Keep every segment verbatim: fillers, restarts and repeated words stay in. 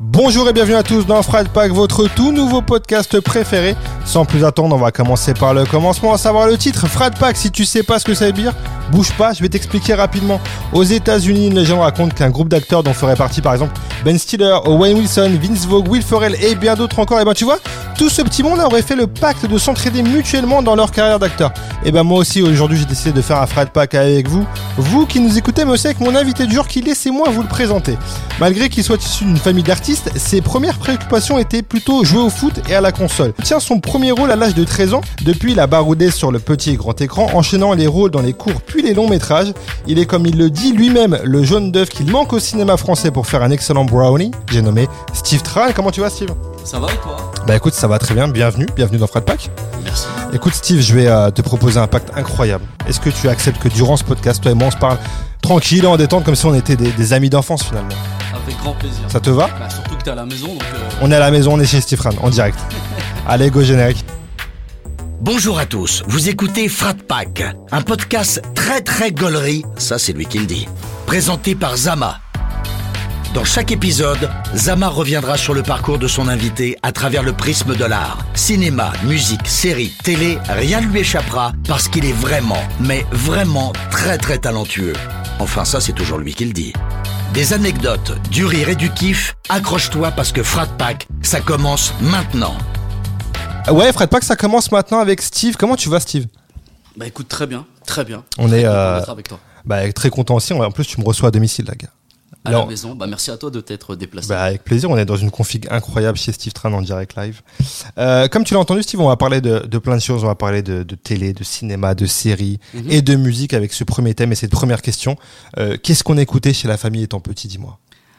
Bonjour et bienvenue à tous dans Frat Pack, votre tout nouveau podcast préféré. Sans plus attendre, on va commencer par le commencement, à savoir le titre. Frat Pack, si tu sais pas ce que ça veut dire, bouge pas, je vais t'expliquer rapidement. Aux États-Unis, une légende raconte qu'un groupe d'acteurs dont ferait partie par exemple Ben Stiller, Owen Wilson, Vince Vaughn, Will Ferrell et bien d'autres encore, et ben tu vois, tout ce petit monde aurait fait le pacte de s'entraider mutuellement dans leur carrière d'acteur. Et ben moi aussi aujourd'hui j'ai décidé de faire un Frat Pack avec vous, vous qui nous écoutez, mais aussi avec mon invité du jour qui, laissez-moi vous le présenter. Malgré qu'il soit issu d'une famille d'artistes, ses premières préoccupations étaient plutôt jouer au foot et à la console. Il tient son premier rôle à l'âge de treize ans. Depuis, il a baroudé sur le petit et grand écran, enchaînant les rôles dans les courts puis les longs métrages. Il est, comme il le dit lui-même, le jaune d'œuf qu'il manque au cinéma français pour faire un excellent brownie. J'ai nommé Steve Tran. Comment tu vas, Steve ? Ça va et toi ? Bah écoute, ça va très bien. Bienvenue, bienvenue dans Frat Pack. Merci. Écoute Steve, je vais euh, te proposer un pacte incroyable. Est-ce que tu acceptes que durant ce podcast, toi et moi, on se parle tranquille, en détente, comme si on était des, des amis d'enfance finalement ? Avec grand plaisir. Ça te va ? Bah, surtout que t'es à la maison, donc... Euh... On est à la maison, on est chez Steve Tran, en direct. Allez, go générique. Bonjour à tous, vous écoutez Frat Pack, un podcast très très gaulerie, ça c'est lui qui le dit, présenté par Zama. Dans chaque épisode, Zama reviendra sur le parcours de son invité à travers le prisme de l'art. Cinéma, musique, série, télé, rien ne lui échappera parce qu'il est vraiment, mais vraiment très très talentueux. Enfin ça c'est toujours lui qui le dit. Des anecdotes, du rire et du kiff, accroche-toi parce que Frat Pack, ça commence maintenant. Ouais, Frat Pack, ça commence maintenant avec Steve. Comment tu vas, Steve ? Bah écoute, très bien, très bien. On très est euh... avec toi. Bah, très content aussi. En plus, tu me reçois à domicile, là, gars. À Alors, la maison, bah merci à toi de t'être déplacé. Bah avec plaisir, on est dans une config incroyable chez Steve Tran en direct live. Euh, comme tu l'as entendu, Steve, on va parler de, de plein de choses. On va parler de, de télé, de cinéma, de séries mm-hmm. et de musique avec ce premier thème et cette première question. Euh, qu'est-ce qu'on écoutait chez la famille étant petit, dis-moi ?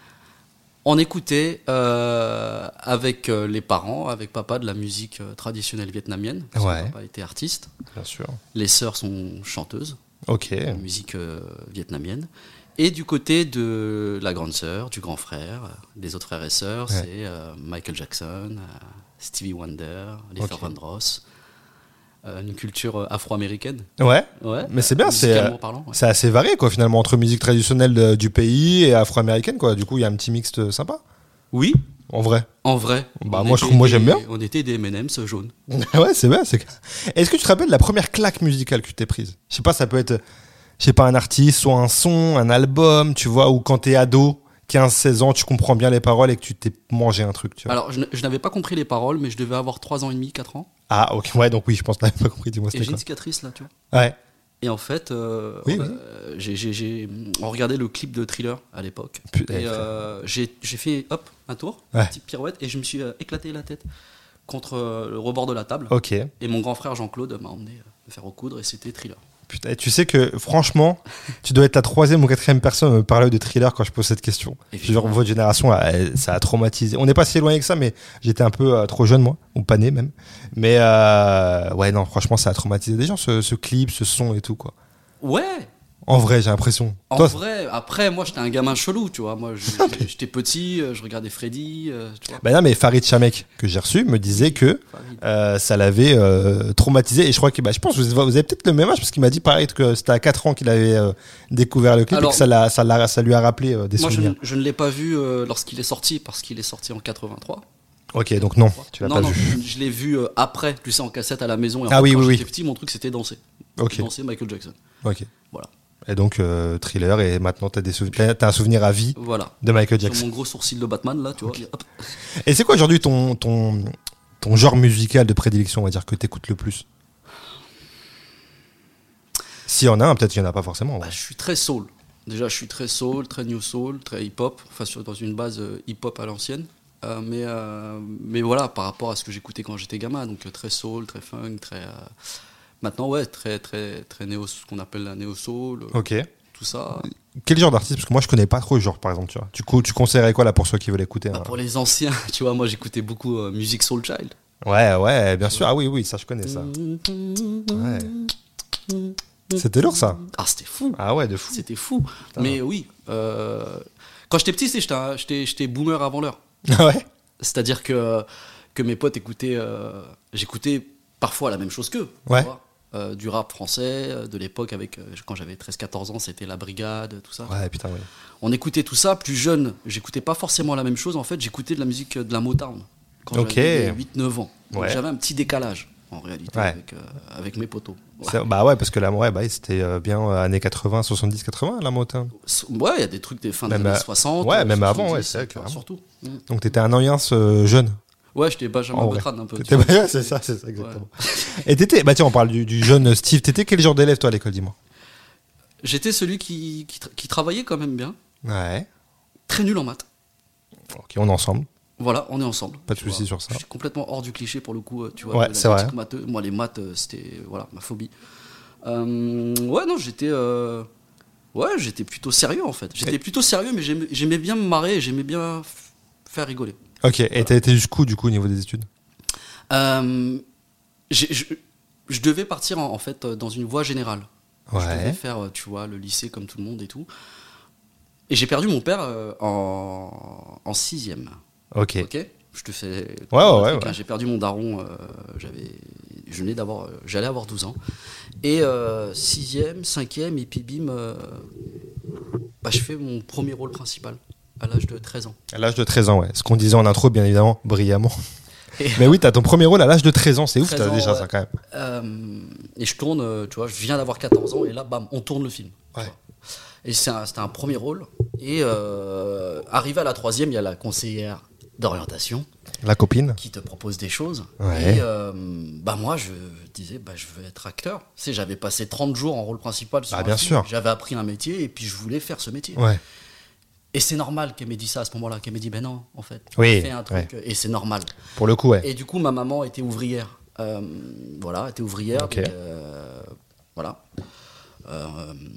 On écoutait euh, avec euh, les parents, avec papa, de la musique euh, traditionnelle vietnamienne. Parce ouais. que papa était artiste. Bien sûr. Les sœurs sont chanteuses. Ok. De musique euh, vietnamienne. Et du côté de la grande sœur, du grand frère, des autres frères et sœurs, ouais. c'est euh, Michael Jackson, euh, Stevie Wonder, Luther okay. Vandross, euh, une culture afro-américaine. Ouais, ouais. mais c'est bien, c'est, parlant, ouais. c'est assez varié quoi, finalement, entre musique traditionnelle de, du pays et afro-américaine. Quoi. Du coup, il y a un petit mix sympa. Oui. En vrai. En vrai. Bah, moi, je, moi, j'aime bien. On était des M and M's jaunes. Ouais, c'est bien. C'est... Est-ce que tu te rappelles de la première claque musicale que tu t'es prise ? Je sais pas, ça peut être... Je sais pas, un artiste, soit un son, un album, tu vois, ou quand t'es ado, quinze seize ans, tu comprends bien les paroles et que tu t'es mangé un truc, tu vois. Alors, je, je n'avais pas compris les paroles, mais je devais avoir trois ans et demi, quatre ans. Ah, ok, ouais, donc oui, je pense que t'avais pas compris, dis-moi, c'était Et j'ai quoi. une cicatrice, là, tu vois. Ouais. Et en fait, euh, oui, on, oui. Euh, j'ai, j'ai, j'ai, on regardait le clip de Thriller à l'époque. Putain, et euh, j'ai, j'ai fait, hop, un tour, ouais. une petite pirouette, et je me suis euh, éclaté la tête contre euh, le rebord de la table. Ok. Et mon grand frère Jean-Claude m'a emmené euh, me faire recoudre, et c'était Thriller. Putain, tu sais que franchement, tu dois être la troisième ou quatrième personne à me parler de Thriller quand je pose cette question. Genre, votre génération, là, elle, ça a traumatisé. On n'est pas si éloigné que ça, mais j'étais un peu euh, trop jeune, moi, ou pas né même. Mais euh, ouais, non, franchement, ça a traumatisé des gens, ce, ce clip, ce son et tout, quoi. Ouais. En vrai, j'ai l'impression. En Toi, vrai, après, moi, j'étais un gamin chelou, tu vois. Moi, j'étais petit, je regardais Freddy, tu vois. Ben non, mais Farid Chamek, que j'ai reçu, me disait que euh, ça l'avait euh, traumatisé. Et je crois que, bah, je pense que vous avez peut-être le même âge, parce qu'il m'a dit pareil que c'était à quatre ans qu'il avait euh, découvert le clip. Alors, et que ça, l'a, ça, l'a, ça lui a rappelé euh, des moi, souvenirs. Moi, je, je ne l'ai pas vu euh, lorsqu'il est sorti, parce qu'il est sorti en quatre-vingt-trois. Ok, donc non, tu l'as non, pas non, vu. Non, je, je l'ai vu euh, après, tu sais, en cassette à la maison. Et en ah fait, oui, quand oui, j'étais oui. petit, mon truc, c'était danser. Ok. Danser Michael Jackson. Ok. Voilà. Et donc, euh, Thriller, et maintenant, t'as, des souv- t'as, t'as un souvenir à vie voilà. de Michael Jackson. Sur mon gros sourcil de Batman, là, tu vois. Okay. Et c'est quoi aujourd'hui ton, ton, ton genre musical de prédilection, on va dire, que t'écoutes le plus ? S'il y en a un, peut-être qu'il n'y en a pas forcément. Bah, je suis très soul. Déjà, je suis très soul, très new soul, très hip-hop, enfin, sur, dans une base euh, hip-hop à l'ancienne. Euh, mais, euh, mais voilà, par rapport à ce que j'écoutais quand j'étais gamin, donc euh, très soul, très funk, très... Euh, Maintenant, ouais, très, très, très néo, ce qu'on appelle la néo-soul, ok. tout ça. Quel genre d'artiste ? Parce que moi, je connais pas trop le genre, par exemple, tu vois. Tu, tu conseillerais quoi, là, pour ceux qui veulent écouter bah, hein. Pour les anciens, tu vois, moi, j'écoutais beaucoup euh, Music Soul Child. Ouais, ouais, bien sûr. Ah oui, oui, ça, je connais ça. Ouais. C'était lourd, ça. Ah, c'était fou. Ah ouais, de fou. C'était fou. Putain. Mais oui, euh, quand j'étais petit, j'étais, j'étais, j'étais boomer avant l'heure. Ah ouais. C'est-à-dire que, que mes potes écoutaient... Euh, j'écoutais parfois la même chose qu'eux. Ouais. Tu vois. euh, du rap français euh, de l'époque, avec, euh, quand j'avais treize quatorze ans, c'était La Brigade, tout ça. Ouais, putain, ouais. On écoutait tout ça. Plus jeune, j'écoutais pas forcément la même chose. En fait, j'écoutais de la musique de la Motown quand Ok. j'avais huit neuf ans. Donc Ouais. j'avais un petit décalage, en réalité, Ouais. avec, euh, avec mes potos. Ouais. C'est- Bah ouais, parce que là, ouais, bah, c'était euh, bien euh, années quatre-vingts, soixante-dix, quatre-vingts, la Motown. Ouais, il y a des trucs des fins des Même années à- soixante. ouais, euh, même avant, ouais, soixante-dix, c'est vrai, enfin, carrément. surtout. Mm. Donc t'étais un alliance euh, jeune. Ouais, j'étais Benjamin En vrai. Butran un peu. tu T'étais- vois. ouais, c'est ça, c'est ça, exactement. Et t'étais, bah tiens, on parle du, du jeune Steve. T'étais quel genre d'élève, toi, à l'école, dis-moi? J'étais celui qui, qui, tra- qui travaillait quand même bien. Ouais. Très nul en maths. Ok, on est ensemble. Voilà, on est ensemble. Pas de tu soucis vois. sur ça. Je suis complètement hors du cliché pour le coup. euh, Tu vois, Ouais, de c'est l'analytique vrai. matheux. Moi, les maths, euh, c'était voilà, ma phobie. Euh, ouais, non, j'étais. euh, Ouais, j'étais plutôt sérieux en fait. J'étais Et- plutôt sérieux, mais j'aimais j'aimais bien me marrer et j'aimais bien f- faire rigoler. Ok, et t'as été jusqu'où, du coup, au niveau des études? Euh, j'ai- je, je devais partir en, en fait euh, dans une voie générale. Je devais Ouais. faire, euh, tu vois, le lycée comme tout le monde et tout. Et j'ai perdu mon père euh, en, en sixième. Ok. Ok. Je te fais. Ouais, ouais, le ouais, truc, ouais. hein. J'ai perdu mon daron. euh, j'avais, je venais d'avoir, euh, j'allais avoir douze ans. Et euh, sixième, cinquième, et puis bim, euh, bah, je fais mon premier rôle principal à l'âge de treize ans. À l'âge de treize ans, ouais. Ce qu'on disait en intro, bien évidemment, brillamment. Et- Mais oui, t'as ton premier rôle à l'âge de treize ans, c'est ouf, treize t'as ans, déjà ouais. ça quand même. Euh, et je tourne, euh, tu vois, je viens d'avoir quatorze ans et là, bam, on tourne le film. tu Ouais. vois. Et c'est un- c'était un premier rôle. Et euh, arrivé à la troisième, il y a la conseillère d'orientation La copine. qui te propose des choses. Ouais. Et euh, bah moi, je disais, bah, je veux être acteur. Tu sais, j'avais passé trente jours en rôle principal sur Ah, un bien film. sûr. J'avais appris un métier et puis je voulais faire ce métier. Ouais. Et c'est normal qu'elle m'ait dit ça à ce moment-là, qu'elle m'ait dit, ben non, en fait, Oui, fais un truc. Et c'est normal. Pour le coup, ouais. Et du coup, ma maman était ouvrière. Euh, voilà, était ouvrière. Ok. donc, euh, voilà. Euh,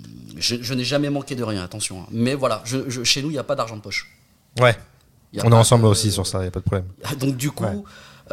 je je n'ai jamais manqué de rien, attention. hein. Mais voilà, je- je- chez nous, il n'y a pas d'argent de poche. Ouais. Il y a On est pas ensemble de- aussi sur ça, y a pas de problème. Donc du coup, Ouais.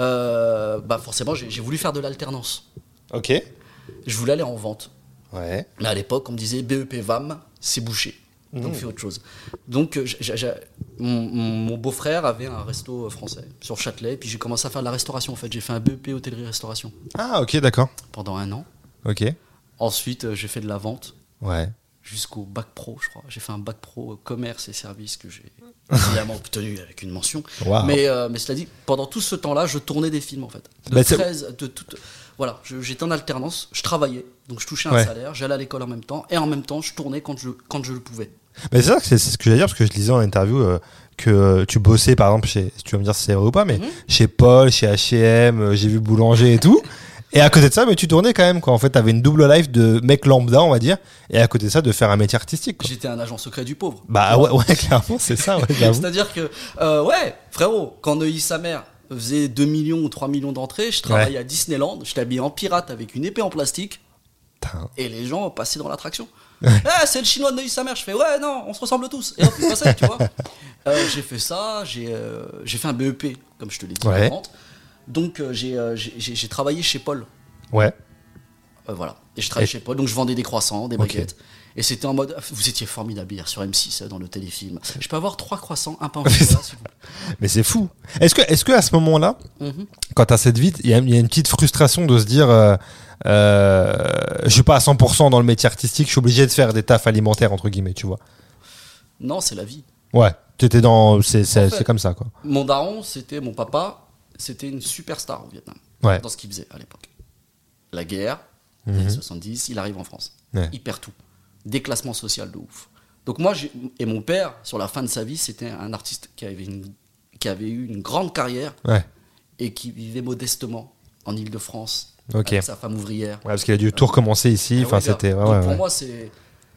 euh, bah forcément, j'ai j'ai voulu faire de l'alternance. Ok. Je voulais aller en vente. Ouais. Mais à l'époque, on me disait B E P V A M, c'est bouché. Donc Mmh. fais autre chose. Donc euh, j'ai- j'ai- mon, mon- mon beau-frère avait un resto français sur Châtelet. Et puis j'ai commencé à faire de la restauration en fait. J'ai fait un B E P hôtellerie-restauration Ah, ok, d'accord. pendant un an. Ok. Ensuite, euh, j'ai fait de la vente Ouais. jusqu'au bac pro, je crois. J'ai fait un bac pro euh, commerce et services que j'ai évidemment obtenu avec une mention. Waouh. Mais, euh, mais cela dit, pendant tout ce temps-là, je tournais des films en fait. De Bah, c'est- treize, de toute, voilà, je- j'étais en alternance, je travaillais, donc je touchais un Ouais. salaire, j'allais à l'école en même temps, et en même temps, je tournais quand je, quand je le pouvais. Mais c'est ça que c'est c'est ce que j'allais dire, parce que je lisais en interview euh, que euh, tu bossais, par exemple, chez, si tu vas me dire si c'est vrai ou pas, mais Mhm. chez Paul, chez H et M, euh, j'ai vu Boulanger et tout. Et à côté de ça, mais tu tournais quand même, quoi. En fait, t'avais une double life de mec lambda, on va dire, et à côté de ça, de faire un métier artistique, quoi. J'étais un agent secret du pauvre. Bah ouais, ouais, clairement, c'est ça, ouais, j'avoue. C'est-à-dire que, euh, ouais, frérot, quand Neuilly sa mère faisait deux millions ou trois millions d'entrées, je travaillais à Disneyland, j'étais habillé en pirate avec une épée en plastique, Putain. et les gens passaient dans l'attraction. Ah, c'est le chinois de Neuilly sa mère. Je fais ouais, non, on se ressemble tous. Et hop, ils passaient, tu vois. Euh, j'ai fait ça, j'ai euh, j'ai fait un B E P, comme je te l'ai dit, Ouais. en vente. Donc euh, j'ai euh, j'ai- j'ai- j'ai travaillé chez Paul. Ouais. Euh, voilà. Et je travaillais Et- chez Paul, donc je vendais des croissants, des Ok. baguettes. Et c'était en mode, vous étiez formidable hier sur M six euh, dans le téléfilm. Je peux avoir trois croissants, un pain au chocolat, s'il vous plaît. Mais c'est fou. Est-ce que, est-ce que à ce moment-là, Mhm. quand t'as cette vie, il y, a il y a une petite frustration de se dire, euh, euh, je suis pas à cent pour cent dans le métier artistique, je suis obligé de faire des tafs alimentaires, entre guillemets, tu vois. Non, c'est la vie. Ouais. T'étais dans, c'est, c'est, En fait- c'est comme ça, quoi. Mon daron, c'était mon papa, c'était une superstar au Vietnam. Ouais. Dans ce qu'il faisait à l'époque. La guerre, les Mhm. années soixante-dix, il arrive en France. Ouais. Il perd tout. Déclassement social de ouf. Donc moi, j'ai- et mon père, sur la fin de sa vie, c'était un artiste qui avait, une, qui avait eu une grande carrière Ouais. et qui vivait modestement en Ile-de-France Ok. avec sa femme ouvrière. Ouais, parce qu'il a dû tout recommencer ici. Ah Enfin, ouais, gars. c'était. Ouais, Donc ouais, pour ouais. moi, c'est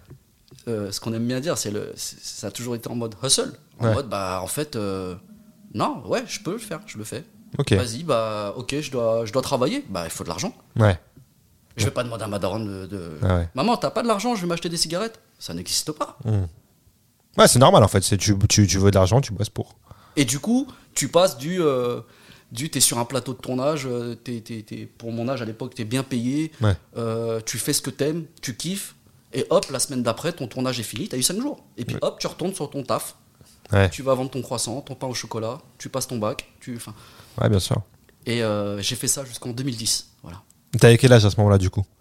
euh, ce qu'on aime bien dire, c'est le, c'est- ça a toujours été en mode hustle, en Ouais. mode bah en fait, euh, non, ouais, je peux le faire, je le fais. Ok. Vas-y, bah ok, je dois, je dois travailler, bah il faut de l'argent. Ouais. Je vais pas demander à ma daronne de, de- Ah ouais. maman, t'as pas de l'argent, je vais m'acheter des cigarettes. Ça n'existe pas. Ouais, c'est normal en fait. C'est tu, tu, tu veux de l'argent, tu bosses pour. Et du coup, tu passes du, euh, du t'es sur un plateau de tournage, euh, t'es, t'es- t'es- pour mon âge à l'époque, t'es bien payé, Ouais. euh, tu fais ce que t'aimes, tu kiffes, et hop, la semaine d'après, ton tournage est fini, t'as eu cinq jours. Et puis hop, tu retournes sur ton taf, Ouais. tu vas vendre ton croissant, ton pain au chocolat, tu passes ton bac, tu, enfin. Ouais, bien sûr. Et euh, j'ai fait ça jusqu'en deux mille dix, voilà. T'avais quel âge à ce moment-là du coup?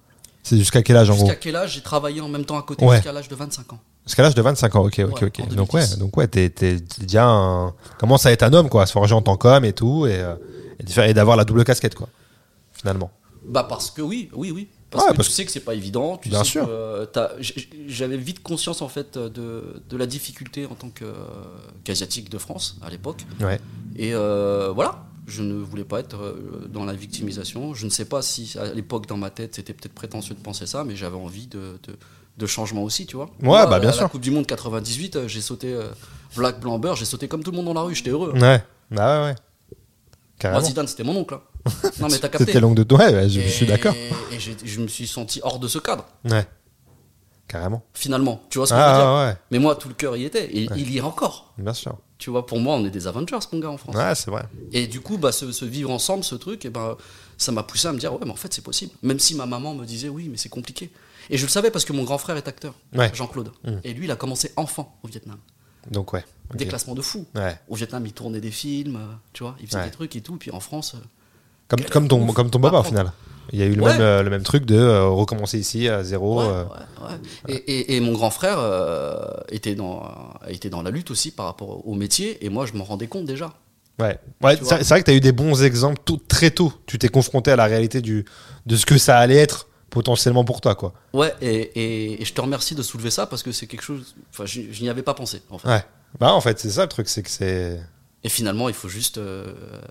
C'est jusqu'à quel âge en Jusqu'à gros? quel âge j'ai travaillé en même temps à côté? Ouais. Jusqu'à l'âge de vingt-cinq ans. Jusqu'à l'âge de vingt-cinq ans, ok, ok, Ouais, ok. en Donc ouais, deux mille dix. donc ouais, t'es, t'es déjà un... commence à être un homme, quoi, à se forger en tant qu'homme et tout, et, euh, et de faire- et d'avoir la double casquette, quoi, finalement. Bah parce que oui, oui, oui. Parce Ouais, que parce tu sais que c'est pas évident. Tu Bien sais sûr. que, euh, t'as- j- j'avais vite conscience en fait de, de la difficulté en tant que, euh, qu'asiatique de France à l'époque. Ouais. Et euh, voilà, je ne voulais pas être euh, dans la victimisation. Je ne sais pas si à l'époque dans ma tête c'était peut-être prétentieux de penser ça, mais j'avais envie de, de, de changement aussi, tu vois. Ouais, Moi, bah, bien à sûr. la Coupe du Monde quatre-vingt-dix-huit, euh, j'ai sauté euh, black, blanc, beurre, j'ai sauté comme tout le monde dans la rue, j'étais heureux. hein. Ouais, bah ouais, ouais. Moi, Carrément. Zidane, c'était mon oncle. hein. Non, mais t'as capté. C'était longue de toi, ouais, ouais, je, je suis Et- d'accord. Et j'ai- je me suis senti hors de ce cadre, Ouais. Carrément. finalement. Tu vois ce que je veux dire? Ah ouais, Mais moi, tout le cœur y était. Et il y est encore. bien sûr. Tu vois, pour moi, on est des Avengers, mon gars, en France. Ouais, c'est vrai. Et du coup, bah, ce, ce vivre ensemble, ce truc, et ben, ça m'a poussé à me dire, ouais, mais en fait, c'est possible. Même si ma maman me disait, oui, mais c'est compliqué. Et je le savais parce que mon grand frère est acteur, Ouais. Jean-Claude. Mm. Et lui, il a commencé enfant au Vietnam. Donc ouais. ok. Déclassement de fou. Ouais. Au Vietnam, il tournait des films, euh, tu vois, il faisait Ouais. des trucs et tout. Puis en France, euh, Comme, Quel comme, ton, ouf. comme ton papa, au Apprendre. final. Il y a eu le, Ouais. même, euh, le même truc de euh, recommencer ici à zéro. ouais, euh, ouais, ouais. Et, et- et mon grand frère euh, était, dans, était dans la lutte aussi par rapport au métier. Et moi, je m'en rendais compte déjà. Ouais, ouais Tu c'est vois. c'est vrai que tu as eu des bons exemples tout, très tôt. Tu t'es confronté à la réalité du, de ce que ça allait être potentiellement pour toi, quoi. Ouais, et, et- et je te remercie de soulever ça parce que c'est quelque chose. Enfin, je, je n'y avais pas pensé, en fait. Ouais. Bah, en fait, c'est ça le truc, c'est que c'est. Et finalement, il faut juste euh,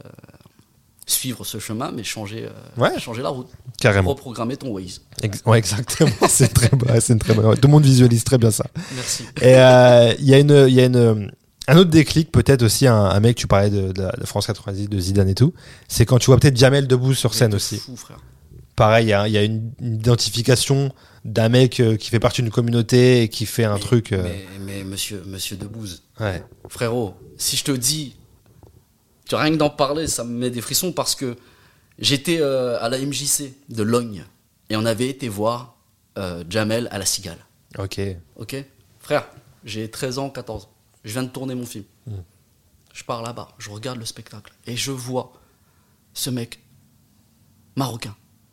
suivre ce chemin, mais changer, euh, Ouais. changer la route. Carrément. Reprogrammer ton Waze. Ex- ouais, exactement. c'est très ouais, c'est une très bonne. Tout le monde visualise très bien ça. Merci. Et euh, il y a une, il y a une, un autre déclic, peut-être aussi un, un mec, tu parlais de, de, la- de France quatre-vingt-dix, de Zidane et tout. C'est quand tu vois peut-être Jamel Debbouze sur scène Mais de aussi. Fou, frère. Pareil, il y a, il y a une, une identification d'un mec euh, qui fait partie d'une communauté et qui fait un mais, truc. euh, Mais, mais monsieur, monsieur Debbouze, Ouais. frérot, si je te dis, tu rien que d'en parler, ça me met des frissons parce que j'étais euh, à la M J C de Logne et on avait été voir euh, Jamel à la Cigale. Ok. Ok, frère, j'ai treize ans, quatorze ans. Je viens de tourner mon film. Mm. Je pars là-bas, je regarde le spectacle et je vois ce mec marocain,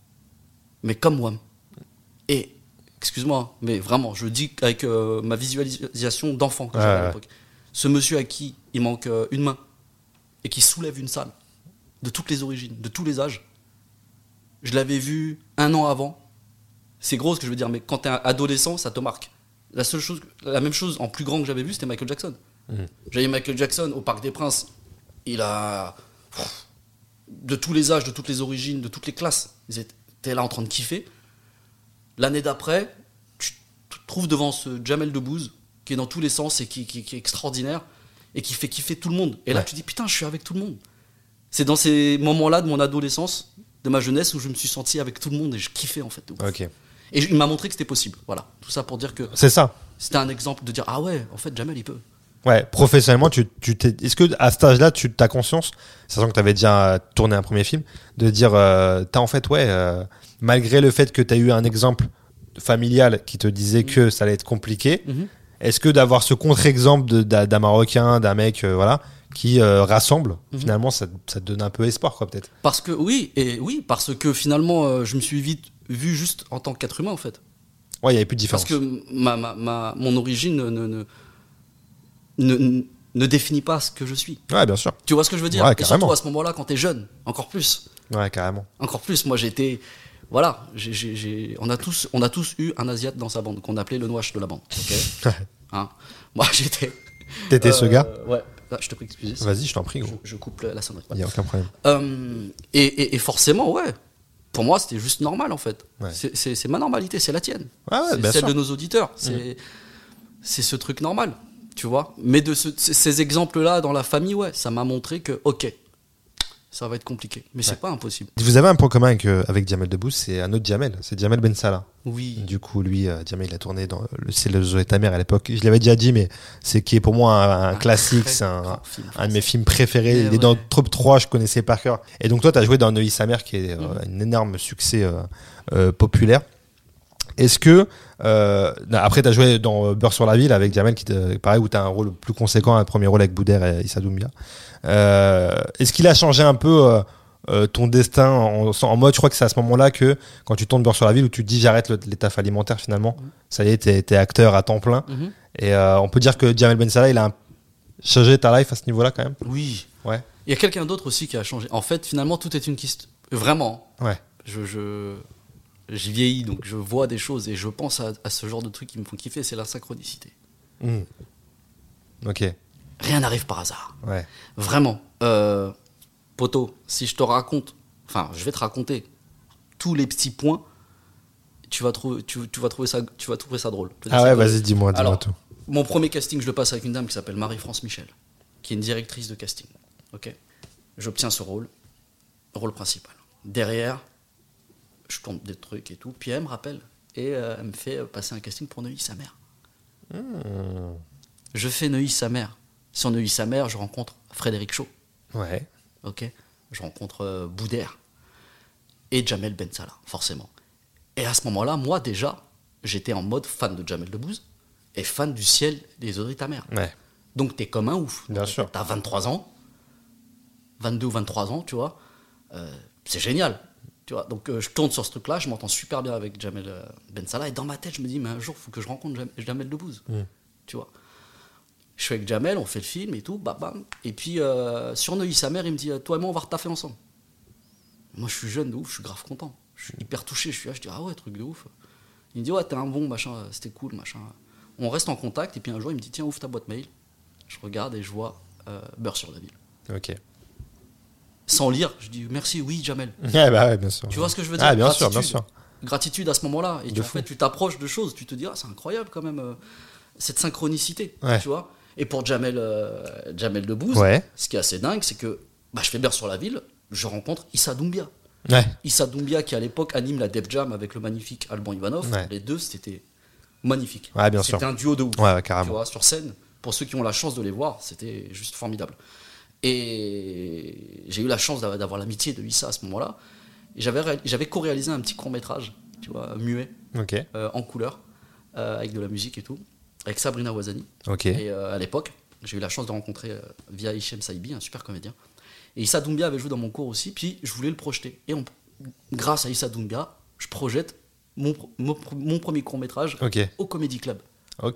mais comme moi. Et excuse-moi, mais vraiment, je dis avec euh, ma visualisation d'enfant que Ouais, j'avais à ouais. l'époque. Ce monsieur à qui il manque euh, une main et qui soulève une salle de toutes les origines, de tous les âges. Je l'avais vu un an avant. C'est gros ce que je veux dire, mais quand t'es un adolescent, ça te marque. La seule chose, la même chose en plus grand que j'avais vu, c'était Michael Jackson. Mhm. J'avais Michael Jackson au Parc des Princes. Il a pff, de tous les âges, de toutes les origines, de toutes les classes. Ils étaient là en train de kiffer. L'année d'après, tu te trouves devant ce Jamel Debbouze qui est dans tous les sens et qui, qui- qui est extraordinaire et qui fait kiffer tout le monde. Et là, Ouais. tu dis putain, je suis avec tout le monde. C'est dans ces moments-là de mon adolescence, de ma jeunesse, où je me suis senti avec tout le monde et je kiffais en fait. de ouf. Ok. Et je- il m'a montré que c'était possible. Voilà. Tout ça pour dire que C'est ça. c'était un exemple de dire ah ouais, en fait, Jamel il peut. Ouais, professionnellement, tu, tu t'es, est-ce que à cet âge-là, tu as conscience, sachant que tu avais déjà tourné un premier film, de dire, euh, t'as en fait, ouais, euh, malgré le fait que tu as eu un exemple familial qui te disait que ça allait être compliqué, est-ce que d'avoir ce contre-exemple de- d'un, d'un Marocain, d'un mec, euh, voilà, qui euh, rassemble, Mhm. finalement, ça, ça te donne un peu espoir, quoi, peut-être. Parce que oui, et oui, parce que finalement, euh, je me suis vite vu juste en tant qu'être humain en fait. Ouais, il n'y avait plus de différence. Parce que ma, ma, ma- mon origine ne, ne, ne, ne- ne définit pas ce que je suis. Ouais, bien sûr. Tu vois ce que je veux dire? Ouais, Et carrément. surtout à ce moment-là, quand t'es jeune, encore plus. Ouais, carrément. Encore plus. Moi, j'étais. Voilà, j'ai- j'ai- j'ai- on, a tous, on a tous eu un Asiate dans sa bande, qu'on appelait le noache de la bande. ok Hein Moi, j'étais. T'étais ce euh, gars Ouais, là, je te prie d'excuser. Vas-y, je t'en prie, Je, gros. je coupe la sonnerie. Il n'y a aucun problème. Euh, et, et- et forcément, ouais. Pour moi, c'était juste normal en fait. Ouais. C'est- C'est c'est ma normalité, c'est la tienne. Ouais, ouais, c'est bien celle sûr. de nos auditeurs. C'est c'est ce truc normal, tu vois. Mais de ce- c- ces exemples-là dans la famille, ouais, ça m'a montré que, ok, ça va être compliqué. Mais Ouais. c'est pas impossible. Vous avez un point commun avec, euh, avec Jamel Debbouze, c'est un autre Jamel, c'est Jamel Ben Salah. Oui. Du coup, lui, euh, Jamel, il a tourné dans le C'est le Zoé ta mère à l'époque. Je l'avais déjà dit, mais c'est qui est pour moi un, un classique, très c'est un, grand film un de mes français. films préférés. Eh il est ouais. dans le top trois, je connaissais par cœur. Et donc, toi, tu as joué dans Neuilly sa mère, qui est euh, un énorme succès euh, euh, populaire. Est-ce que. Euh, après, tu as joué dans euh, Beurre sur la ville avec Jamel, qui te, pareil, où tu as un rôle plus conséquent, un premier rôle avec Boudère et Issa Doumbia. Euh, Est-ce qu'il a changé un peu. Euh, euh, ton destin en, en mode, je crois que c'est à ce moment-là que quand tu tournes Beurre sur la ville où tu te dis j'arrête le, les tafs alimentaires finalement, mmh. ça y est, t'es, t'es acteur à temps plein. Mmh. Et euh, on peut dire que Jamel Ben Salah, il a un... changé ta life à ce niveau-là quand même. Oui. Ouais. Il y a quelqu'un d'autre aussi qui a changé. En fait, finalement, tout est une question. Vraiment. Ouais. Je, je, j'y vieillis, donc je vois des choses et je pense à, à ce genre de trucs qui me font kiffer, c'est la synchronicité. Mmh. Ok. Rien n'arrive par hasard. Ouais. Vraiment. Euh, poto, si je te raconte, enfin, je vais te raconter tous les petits points, tu vas trouver, tu, tu vas trouver ça, tu vas trouver ça drôle. Ah ouais, vas-y, dis-moi, dis-moi Alors, tout. Mon premier casting, je le passe avec une dame qui s'appelle Marie-France Michel, qui est une directrice de casting. Ok. J'obtiens ce rôle, rôle principal. Derrière, je tourne des trucs et tout, puis elle me rappelle et euh, elle me fait passer un casting pour Neuilly sa mère. Mmh. Je fais Neuilly sa mère. Sur Neuilly sa mère, je rencontre Frédéric Shaw. Ouais. Ok. Je rencontre euh, Boudère et Jamel Ben Salah, forcément. Et à ce moment-là, moi déjà, j'étais en mode fan de Jamel Debbouze et fan du ciel des Audrey ta mère. Ouais. Donc t'es comme un ouf. Bien sûr. T'as vingt-trois ans, vingt-deux ou vingt-trois ans, tu vois. Euh, c'est génial. Tu vois. Donc euh, je tourne sur ce truc-là, je m'entends super bien avec Jamel euh, Ben Salah et dans ma tête, je me dis, mais un jour, il faut que je rencontre Jam- Jamel Debbouze. Mm. Tu vois. Je suis avec Jamel, on fait le film et tout, bam, bam. Et puis euh, sur Neuilly sa mère, il me dit, toi et moi, on va retaffer ensemble. Moi, je suis jeune de ouf, je suis grave content. Je suis hyper touché, je suis là, je dis, ah ouais, truc de ouf. Il me dit, ouais, t'es un bon, machin, c'était cool, machin. On reste en contact, et puis un jour, il me dit, tiens, ouvre ta boîte mail. Je regarde et je vois euh, Beurre sur la ville. Ok. Sans lire, je dis, merci, oui, Jamel. Ouais, bah ouais, bien sûr. Tu vois ce que je veux dire? Ah, bien Gratitude. sûr, bien sûr. Gratitude à ce moment-là. Et tu, en fou. fait, tu t'approches de choses, tu te dis, ah, c'est incroyable quand même, euh, cette synchronicité, ouais. tu vois. Et pour Jamel, euh, Jamel Debbouze, ouais. ce qui est assez dingue, c'est que bah, je fais Beurre sur la ville, je rencontre Issa Doumbia. Ouais. Issa Doumbia qui à l'époque anime la Def Jam avec le magnifique Alban Ivanov. Ouais. Les deux, c'était magnifique. Ouais, bien c'était sûr. un duo de ouf. Ouais, ouais, carrément. Tu vois, sur scène, pour ceux qui ont la chance de les voir, c'était juste formidable. Et j'ai eu la chance d'avoir l'amitié de Issa à ce moment-là. Et j'avais, j'avais co-réalisé un petit court-métrage, tu vois, muet, okay. euh, en couleur, euh, avec de la musique et tout, avec Sabrina Ouazani. Okay. Et euh, à l'époque, j'ai eu la chance de rencontrer euh, via Hichem Saïbi, un super comédien. Et Issa Doumbia avait joué dans mon cours aussi, puis je voulais le projeter. Et on, grâce à Issa Doumbia, je projette mon, mon, mon premier court-métrage okay. au Comedy Club. Ok.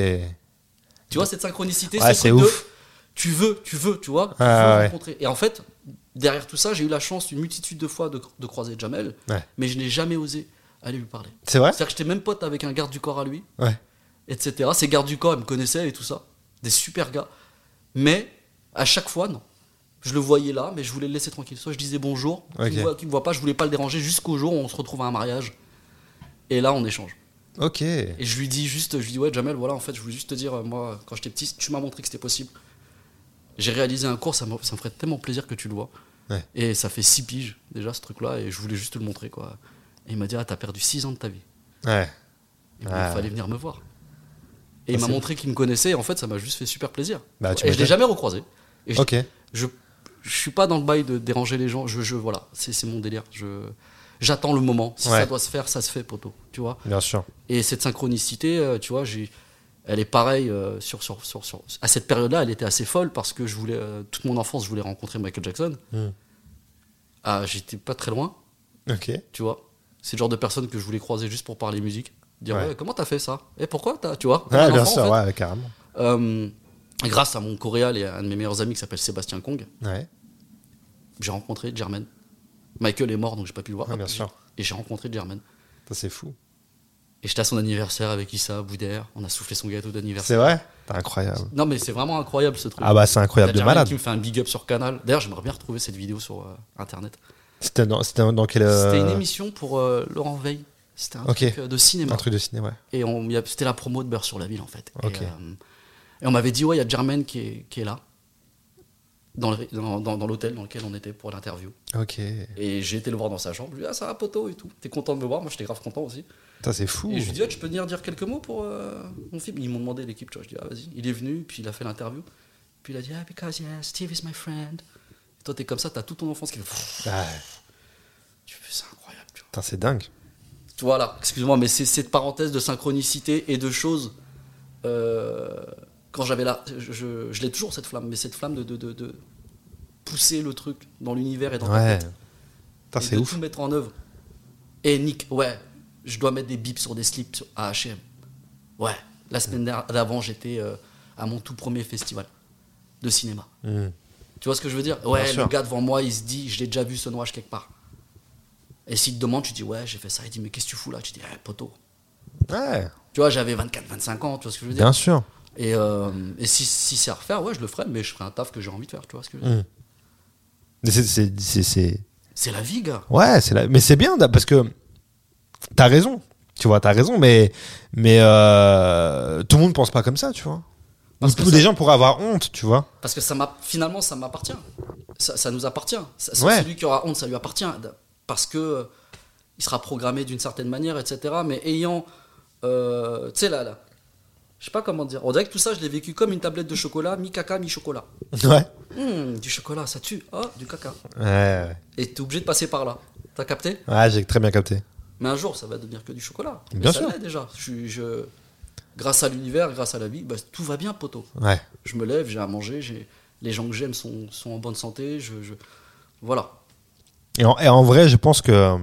Tu vois cette synchronicité, ouais, ce c'est truc ouf. De, tu veux, tu veux, tu vois, tu ah, veux ouais. rencontrer. Et en fait, derrière tout ça, j'ai eu la chance une multitude de fois de, de croiser Jamel, ouais. mais je n'ai jamais osé aller lui parler. C'est vrai? C'est-à-dire que j'étais même pote avec un garde du corps à lui, ouais. et cetera. Ces gardes du corps, ils me connaissaient et tout ça. Des super gars. Mais à chaque fois, non. Je le voyais là, mais je voulais le laisser tranquille. Soit je disais bonjour, okay. qu'il me voit, qu'il me voit pas, je voulais pas le déranger jusqu'au jour où on se retrouve à un mariage. Et là, on échange. Ok. Et je lui dis juste, je lui dis ouais, Jamel, voilà, en fait, je voulais juste te dire, moi, quand j'étais petit, tu m'as montré que c'était possible. J'ai réalisé un cours, ça me, ça me ferait tellement plaisir que tu le vois. Ouais. Et ça fait six piges déjà ce truc-là, et je voulais juste te le montrer, quoi. Et il m'a dit, ah, t'as perdu six ans de ta vie. Ouais. Il ah. fallait venir me voir. Et ça, il m'a c'est... montré qu'il me connaissait, et en fait, ça m'a juste fait super plaisir. Bah, tu et je l'ai jamais recroisé. Et ok. Je, je, je suis pas dans le bail de déranger les gens. Je, je voilà, c'est, c'est mon délire. Je, j'attends le moment. Si ouais. ça doit se faire, ça se fait, poto. Tu vois. Bien sûr. Et cette synchronicité, euh, tu vois, j'ai, elle est pareille euh, sur, sur, sur, sur. À cette période-là, elle était assez folle parce que je voulais, euh, toute mon enfance, je voulais rencontrer Michael Jackson. Mm. Ah, j'étais pas très loin. Ok. Tu vois. C'est le genre de personne que je voulais croiser juste pour parler musique. Dire ouais. Ouais, comment t'as fait ça? Et pourquoi t'as, tu vois? Ouais, bien enfant, sûr, en fait. ouais, carrément. Euh, grâce à mon coréal et à un de mes meilleurs amis qui s'appelle Sébastien Kong, ouais. j'ai rencontré Jermaine. Michael est mort, donc j'ai pas pu le voir. Ouais, bien sûr. Et j'ai rencontré Jermaine. Ça, c'est fou. Et j'étais à son anniversaire avec Issa, Boudère. On a soufflé son gâteau d'anniversaire. C'est vrai? C'est incroyable. Non, mais c'est vraiment incroyable ce truc. Ah bah c'est incroyable de malade. Qui me fait un big up sur Canal. D'ailleurs, j'aimerais bien retrouver cette vidéo sur euh, Internet. C'était dans, c'était dans quelle... Euh... C'était une émission pour euh, Laurent Veil. C'était un okay. truc de cinéma. Un truc de cinéma, ouais. Et on, y a, c'était la promo de Beurre sur la ville, en fait. Okay. Et, euh, et on m'avait dit, ouais, il y a Jermaine qui est, qui est là. Dans, le, dans, dans, dans l'hôtel dans lequel on était pour l'interview. Ok. Et j'ai été le voir dans sa chambre. Je lui ai dit, ah, ça va, poto et tout. T'es content de me voir? Moi, j'étais grave content aussi. Ça, c'est fou. Et je lui ai dit, ah, tu peux venir dire quelques mots pour euh, mon film? Ils m'ont demandé, l'équipe, tu vois. Je lui ai dit, ah, vas-y. Il est venu, puis il a fait l'interview. Puis il a dit, ah, because yeah, Steve is my friend. Et toi, t'es comme ça, t'as toute ton enfance qui fait. Ah. Tu fais, c'est incroyable, tu vois. Putain, c'est dingue. Tu vois, là, excuse-moi, mais c'est cette parenthèse de synchronicité et de choses. Euh, quand j'avais là, je, je, je l'ai toujours cette flamme, mais cette flamme de, de, de, de pousser le truc dans l'univers et dans Ouais. ta tête. Putain, Et c'est de ouf. tout mettre en œuvre. Et Nick, ouais, je dois mettre des bips sur des slips sur- à H et M. Ouais, la semaine d'avant, j'étais euh, à mon tout premier festival de cinéma. Mm. Tu vois ce que je veux dire? Ouais, Bien le sûr. gars devant moi, il se dit, je l'ai déjà vu Sunwash quelque part. Et s'il te demande, tu dis, ouais, j'ai fait ça. Il dit, mais qu'est-ce que tu fous là? Tu dis, eh, poteau. Ouais, Tu vois, j'avais vingt-quatre, vingt-cinq ans, tu vois ce que je veux dire? bien sûr. Et, euh, et si, si c'est à refaire, ouais, je le ferai, mais je ferai un taf que j'ai envie de faire, tu vois ce que je veux dire? Mm. Mais c'est, c'est, c'est, c'est- C'est la vie, gars. Ouais, c'est la... mais c'est bien da- parce que t'as raison. Tu vois, t'as raison, mais, mais euh, tout le monde pense pas comme ça, tu vois. Parce que Ou ça- des gens pourraient avoir honte, tu vois. Parce que ça m'a, finalement, ça m'appartient. Ça, ça nous appartient. Ça- Ouais. Celui qui aura honte, ça lui appartient. Parce que euh, il sera programmé d'une certaine manière, et cetera. Mais ayant. euh, tu sais, là, là. Je sais pas comment dire. On dirait que tout ça, je l'ai vécu comme une tablette de chocolat, mi-caca, mi-chocolat. Ouais. Hum, du chocolat, ça tue. Oh, du caca. Ouais, ouais. Et t'es obligé de passer par là. T'as capté? Ouais, j'ai très bien capté. Mais un jour, ça va devenir que du chocolat. Mais Bien ça sûr. l'est déjà. Je, suis- je, grâce à l'univers, grâce à la vie, bah, tout va bien, poteau. Ouais. Je me lève, j'ai à manger, j'ai, les gens que j'aime sont, sont en bonne santé. Je, je- voilà. Et en, et en vrai, je pense que euh,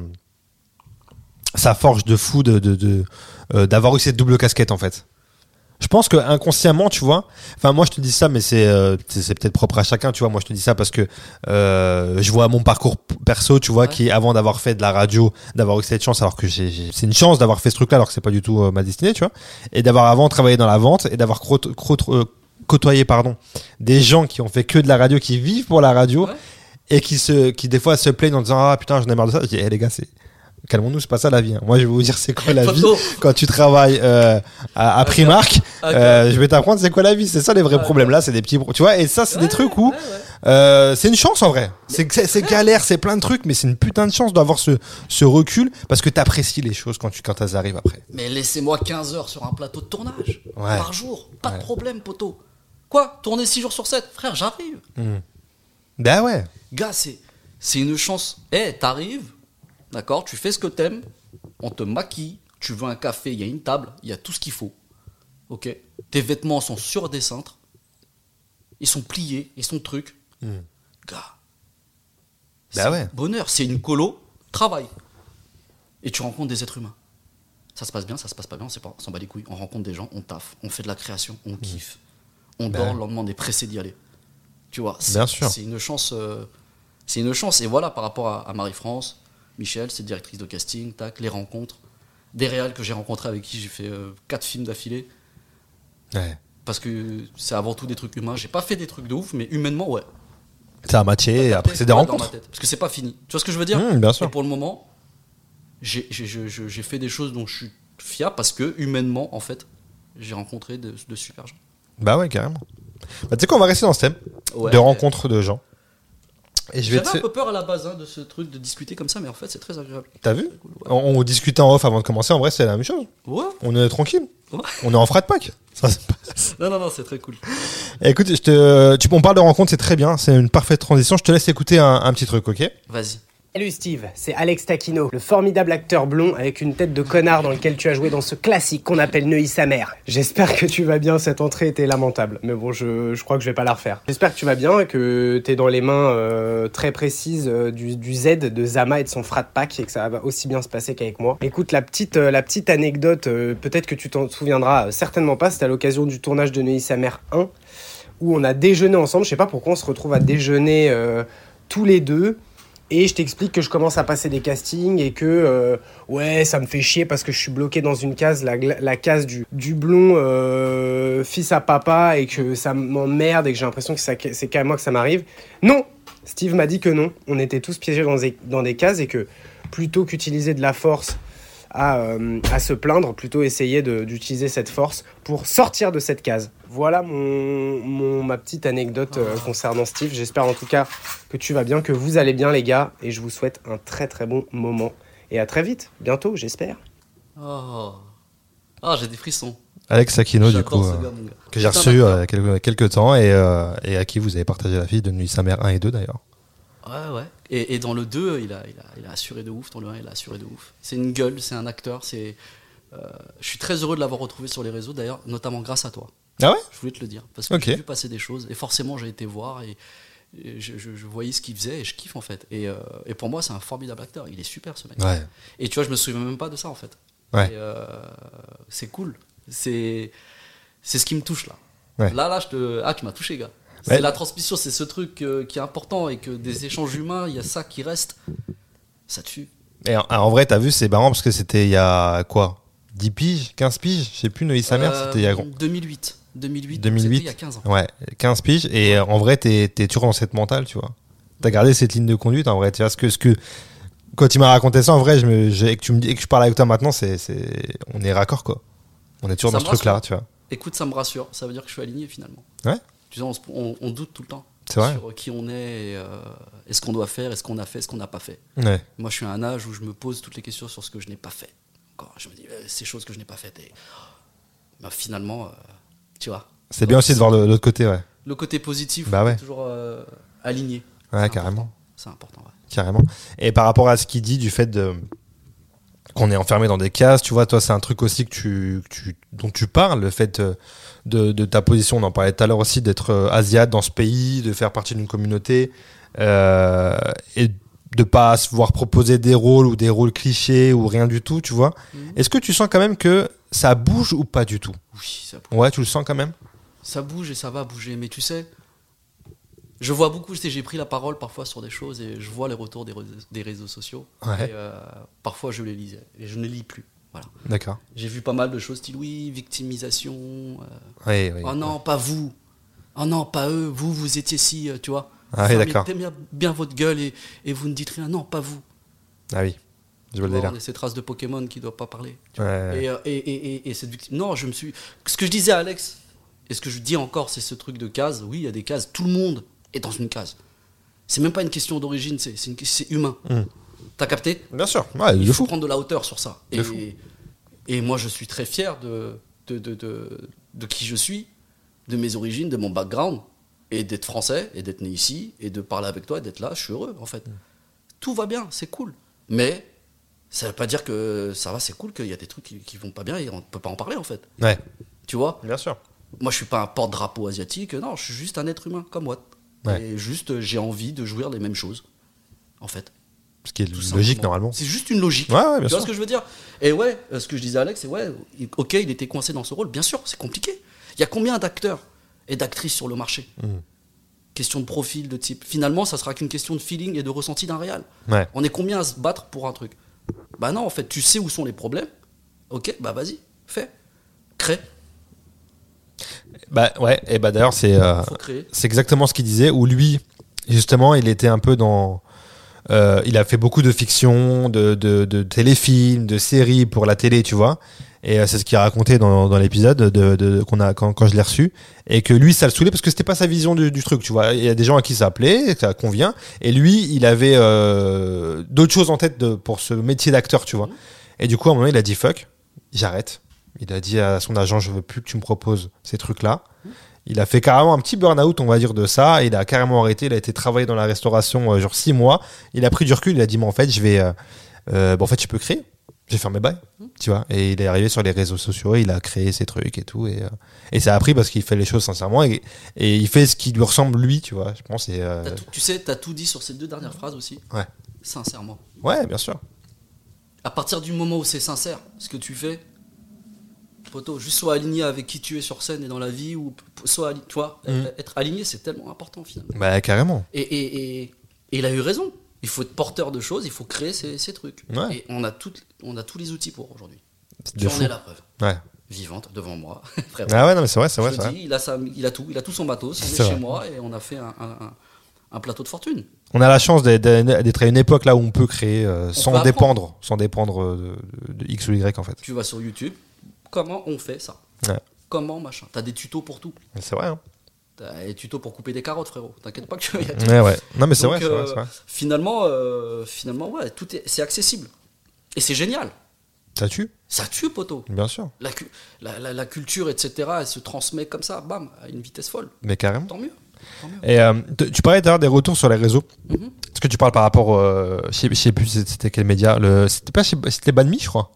ça forge de fou de, de, de, euh, d'avoir eu cette double casquette, en fait. Je pense que inconsciemment, tu vois, enfin moi je te dis ça, mais c'est euh, c'est, c'est peut-être propre à chacun, tu vois. Moi je te dis ça parce que euh, je vois mon parcours p- perso, tu vois, Ouais. qui avant d'avoir fait de la radio, d'avoir eu cette chance, alors que j'ai, j'ai- c'est une chance d'avoir fait ce truc-là, alors que c'est pas du tout euh, ma destinée, tu vois, et d'avoir avant travaillé dans la vente et d'avoir crot- crot- euh, côtoyé, pardon, des gens qui ont fait que de la radio, qui vivent pour la radio Ouais. et qui se, qui des fois se plaignent en disant ah putain j'en ai marre de ça. Je dis eh les gars c'est calmons-nous, c'est pas ça la vie. hein. Moi, je vais vous dire c'est quoi la vie Photo. quand tu travailles euh, à, à Primark. Ah, Euh, je vais t'apprendre c'est quoi la vie. C'est ça les vrais Ah, problèmes. Là, c'est des petits, pro- tu vois. Et ça, c'est des Ouais, trucs où ouais, ouais. euh, c'est une chance en vrai. C'est que c'est, c'est galère, c'est plein de trucs, mais c'est une putain de chance d'avoir ce, ce recul parce que t'apprécies les choses quand tu quand elles arrivent après. Mais laissez-moi quinze heures sur un plateau de tournage Ouais. par jour. Pas Ouais. de problème, poteau. Quoi? Tourner six jours sur sept? Frère, j'arrive. Bah ouais. Gars, c'est, c'est une chance. Eh, t'arrives, d'accord, tu fais ce que t'aimes, on te maquille, tu veux un café, il y a une table, il y a tout ce qu'il faut. Ok? Tes vêtements sont sur des cintres, ils sont pliés, ils sont trucs. Gars. Bah c'est ouais. bonheur, c'est une colo, travail. Et tu rencontres des êtres humains. Ça se passe bien, ça se passe pas bien, on sait pas, on s'en bat les couilles. On rencontre des gens, on taffe, on fait de la création, on kiffe. On Bah dort, ouais. le lendemain on est pressé d'y aller. Tu vois, c'est, Bien sûr. c'est une chance. euh, c'est une chance. Et voilà, par rapport à, à Marie-France, Michel, c'est directrice de casting, tac, les rencontres. Des réals que j'ai rencontrés avec qui j'ai fait euh, quatre films d'affilée. Ouais. Parce que c'est avant tout des trucs humains. J'ai pas fait des trucs de ouf, mais humainement, ouais. Ça a matché. Et après, c'est des Ouais, dans ma rencontres. tête. Parce que c'est pas fini. Tu vois ce que je veux dire? Mmh, bien sûr. Et pour le moment, j'ai, j'ai, je- je- j'ai fait des choses dont je suis fier parce que humainement, en fait, j'ai rencontré de, de super gens. Bah ouais, carrément. Bah, tu sais quoi, on va rester dans ce thème Ouais. de rencontres de gens. Et je vais J'avais te... un peu peur à la base hein, de ce truc de discuter comme ça, mais en fait, c'est très agréable. T'as vu? C'est cool, ouais. on, on discutait en off avant de commencer. En vrai, c'est la même chose. Ouais. On est tranquille. Ouais. On est en frat pack. Ça se passe. Non, non, non, c'est très cool. Écoute, je te, tu, on parle de rencontres, c'est très bien. C'est une parfaite transition. Je te laisse écouter un, un petit truc, ok? Vas-y. Salut Steve, c'est Alex Taquino, le formidable acteur blond avec une tête de connard dans lequel tu as joué dans ce classique qu'on appelle Neuilly sa mère. J'espère que tu vas bien, cette entrée était lamentable, mais bon, je, je crois que je vais pas la refaire. J'espère que tu vas bien et que t'es dans les mains euh, très précises euh, du, du Z de Zama et de son frat pack et que ça va aussi bien se passer qu'avec moi. Écoute, la petite, euh, la petite anecdote, euh, peut-être que tu t'en souviendras euh, certainement pas, c'était à l'occasion du tournage de Neuilly sa mère un, où on a déjeuné ensemble, je sais pas pourquoi on se retrouve à déjeuner euh, tous les deux. Et je t'explique que je commence à passer des castings et que euh, ouais, ça me fait chier parce que je suis bloqué dans une case, la, la case du, du blond euh, fils à papa, et que ça m'emmerde et que j'ai l'impression que ça, c'est qu'à moi que ça m'arrive. Non, Steve m'a dit que non. On était tous piégés dans des, dans des cases et que plutôt qu'utiliser de la force à, euh, à se plaindre, plutôt essayer de, d'utiliser cette force pour sortir de cette case. Voilà mon, mon, ma petite anecdote euh, concernant Steve. J'espère en tout cas que tu vas bien, que vous allez bien les gars, et je vous souhaite un très très bon moment. Et à très vite, bientôt j'espère. Oh. Ah, j'ai des frissons. Alex Aquino, du J'adore coup, ce euh, gars, mon gars. que j'ai Putain reçu d'acteur. euh, quelques, quelques temps et, euh, et à qui vous avez partagé la fille de Nuit sa mère un et deux d'ailleurs. Ouais, ouais. Et, et dans le deux, il a, il, a, il a assuré de ouf. Dans le un, il a assuré de ouf. C'est une gueule, c'est un acteur. C'est, euh, je suis très heureux de l'avoir retrouvé sur les réseaux, d'ailleurs, notamment grâce à toi. Ah ouais? Je voulais te le dire. Parce que Ok. j'ai vu passer des choses. Et forcément, j'ai été voir. Et, Et je, je, je voyais ce qu'il faisait et je kiffe en fait. Et, euh, et pour moi, c'est un formidable acteur. Il est super ce mec. Ouais. Et tu vois, je me souviens même pas de ça en fait. Ouais. Et, euh, c'est cool. C'est, c'est ce qui me touche là. Ouais. Là, là, je te... ah, tu m'as touché, gars. C'est Ouais. la transmission, c'est ce truc euh, qui est important et que des échanges humains, il y a ça qui reste. Ça tue. Et en, en vrai, t'as vu, c'est marrant parce que c'était il y a quoi dix piges, quinze piges, je sais plus, Neuilly sa mère, Euh, c'était il y a deux mille huit. deux mille huit, deux mille huit. c'était il y a quinze ans. Ouais, quinze piges. Et euh, en vrai, t'es, t'es toujours dans cette mentale, tu vois. T'as gardé cette ligne de conduite, en vrai. Tu vois, ce que, ce que, quand tu m'as raconté ça, en vrai, je me, je- et que tu me dis, et que je parle avec toi maintenant, c'est, c'est, on est raccord, quoi. On est toujours Ça dans ce me truc-là, rassure. tu vois. Écoute, ça me rassure. Ça veut dire que je suis aligné finalement. Ouais. Tu sais, on, se- on- on doute tout le temps. C'est vrai. Sur qui on est, et, euh, et ce qu'on doit faire, et ce qu'on a fait, ce qu'on n'a pas fait. Ouais. Moi, je suis à un âge où je me pose toutes les questions sur ce que je n'ai pas fait. Encore, je me dis, euh, ces choses que je n'ai pas faites. Et bah, finalement, euh, tu vois. C'est bien aussi de voir le- l'autre côté, ouais. Le côté positif, Bah on est ouais. toujours euh, aligné. Ouais, C'est carrément. important. C'est important, ouais. Carrément. Et par rapport à ce qu'il dit du fait de qu'on est enfermé dans des cases, tu vois, toi, c'est un truc aussi que tu, que tu, dont tu parles, le fait de, de, de ta position, on en parlait tout à l'heure aussi, d'être euh, asiate dans ce pays, de faire partie d'une communauté, euh, et de pas se voir proposer des rôles ou des rôles clichés ou rien du tout, tu vois. Mhm. Est-ce que tu sens quand même que ça bouge ou pas du tout? Oui, ça bouge. Ouais, tu le sens quand même? Ça bouge et ça va bouger. Mais tu sais, je vois beaucoup, tu sais, j'ai pris la parole parfois sur des choses et je vois les retours des, réseaux, des réseaux sociaux. Ouais. Et euh, parfois, je les lisais et je ne les lis plus. Voilà. D'accord. J'ai vu pas mal de choses, style oui, victimisation. euh, Oui, oui. oh non, pas vous. Oh non, pas eux. Vous, vous étiez si, euh, tu vois. Ah oui, Fermez d'accord. bien, bien votre gueule et, et vous ne dites rien. Non, pas vous. Ah oui, je vois le Tu vois, délire. on est ces traces de Pokémon qui ne doivent pas parler. Ouais. Et, euh, et, et, et, et cette victime. Non, je me suis. Ce que je disais à Alex, et ce que je dis encore, c'est ce truc de case. Oui, il y a des cases. Tout le monde est dans une case. C'est même pas une question d'origine, c'est, c'est, une- c'est humain. Mm. T'as capté? Bien sûr, ouais, Il de faut fou. prendre de la hauteur sur ça. De fou. Et, et moi, je suis très fier de, de, de, de, de qui je suis, de mes origines, de mon background, et d'être français, et d'être né ici, et de parler avec toi, et d'être là. Je suis heureux, en fait. Tout va bien, c'est cool. Mais ça veut pas dire que ça va, c'est cool, qu'il y a des trucs qui, qui vont pas bien et on peut pas en parler, en fait. Ouais, Tu vois? bien sûr. Moi, je suis pas un porte-drapeau asiatique. Non, je suis juste un être humain comme moi. Ouais. Et juste, euh, j'ai envie de jouir les mêmes choses, en fait. Ce qui est Tout logique simplement. normalement. C'est juste une logique. Ouais, ouais, bien tu vois sûr. ce que je veux dire? Et ouais, euh, ce que je disais à Alex, c'est ouais, il- ok, il était coincé dans ce rôle. Bien sûr, c'est compliqué. Il y a combien d'acteurs et d'actrices sur le marché? Mm. Question de profil, de type. Finalement, ça sera qu'une question de feeling et de ressenti d'un réal. Ouais. On est combien à se battre pour un truc? Bah non, en fait, tu sais où sont les problèmes. Ok, bah vas-y, fais. Crée. Bah ouais, et bah d'ailleurs c'est euh, Faut créer. c'est exactement ce qu'il disait, où lui justement il était un peu dans euh, il a fait beaucoup de fiction, de, de, de téléfilms, de séries pour la télé, tu vois, et euh, c'est ce qu'il a raconté dans, dans l'épisode de, de, qu'on a quand, quand je l'ai reçu, et que lui ça le saoulait parce que c'était pas sa vision du, du truc, tu vois. Il y a des gens à qui ça plaît, ça convient, et lui il avait euh, d'autres choses en tête de, pour ce métier d'acteur, tu vois. Et du coup à un moment il a dit fuck, j'arrête. Il a dit à son agent, je veux plus que tu me proposes ces trucs-là. Il a fait carrément un petit burn-out, on va dire, de ça. Il a carrément arrêté. Il a été travailler dans la restauration, euh, genre six mois. Il a pris du recul. Il a dit, mais en fait, je vais, euh, euh, bon, en fait, je peux créer. Je vais faire mes bails, tu vois. Et il est arrivé sur les réseaux sociaux. Il a créé ses trucs et tout. Et, euh, et ça a appris parce qu'il fait les choses sincèrement. Et, et il fait ce qui lui ressemble, lui, tu vois. Je pense. Et, euh, T'as tout- tu sais, t'as tout dit sur ces deux dernières phrases aussi. Ouais. Sincèrement. ouais, bien sûr. À partir du moment où c'est sincère, ce que tu fais, poto, juste sois aligné avec qui tu es sur scène et dans la vie, ou p- soit, ali- tu vois, Mm. être aligné, c'est tellement important finalement. Bah, carrément. Et, et, et, et il a eu raison. Il faut être porteur de choses, il faut créer ces, ces trucs. Ouais. Et on a, toutes, on a tous les outils pour aujourd'hui. De J'en fou. ai la preuve. Ouais. Vivante devant moi. Frère. Ah ouais, non, mais c'est vrai, c'est Je vrai, te c'est vrai. dis, il a, sa- il a tout, il a tout son matos, il C'est est chez vrai. moi et on a fait un, un- un- un plateau de fortune. On a la chance d'être d'être à une époque là où on peut créer euh, sans peut dépendre, sans dépendre euh, de, de X ou Y en fait. Tu vas sur YouTube, comment on fait ça? Ouais. Comment machin? T'as des tutos pour tout. C'est vrai. Hein. T'as des tutos pour couper des carottes, frérot. T'inquiète pas que tu y a tout. Ouais, ouais. Non, mais c'est Donc, vrai, c'est vrai, euh, c'est vrai. Finalement, euh, finalement, ouais, tout est, c'est accessible. Et c'est génial. Ça tue, Ça tue, poteau. bien sûr. La, cu- la, la, la culture, et cetera, elle se transmet comme ça, bam, à une vitesse folle. Mais carrément. Tant mieux. Tant mieux. Et euh, t- tu parlais d'ailleurs des retours sur les réseaux. Mhm. Est-ce que tu parles par rapport, euh, je sais- je sais plus c'était quel média, le, c'était pas chez- c'était Banmi, je crois,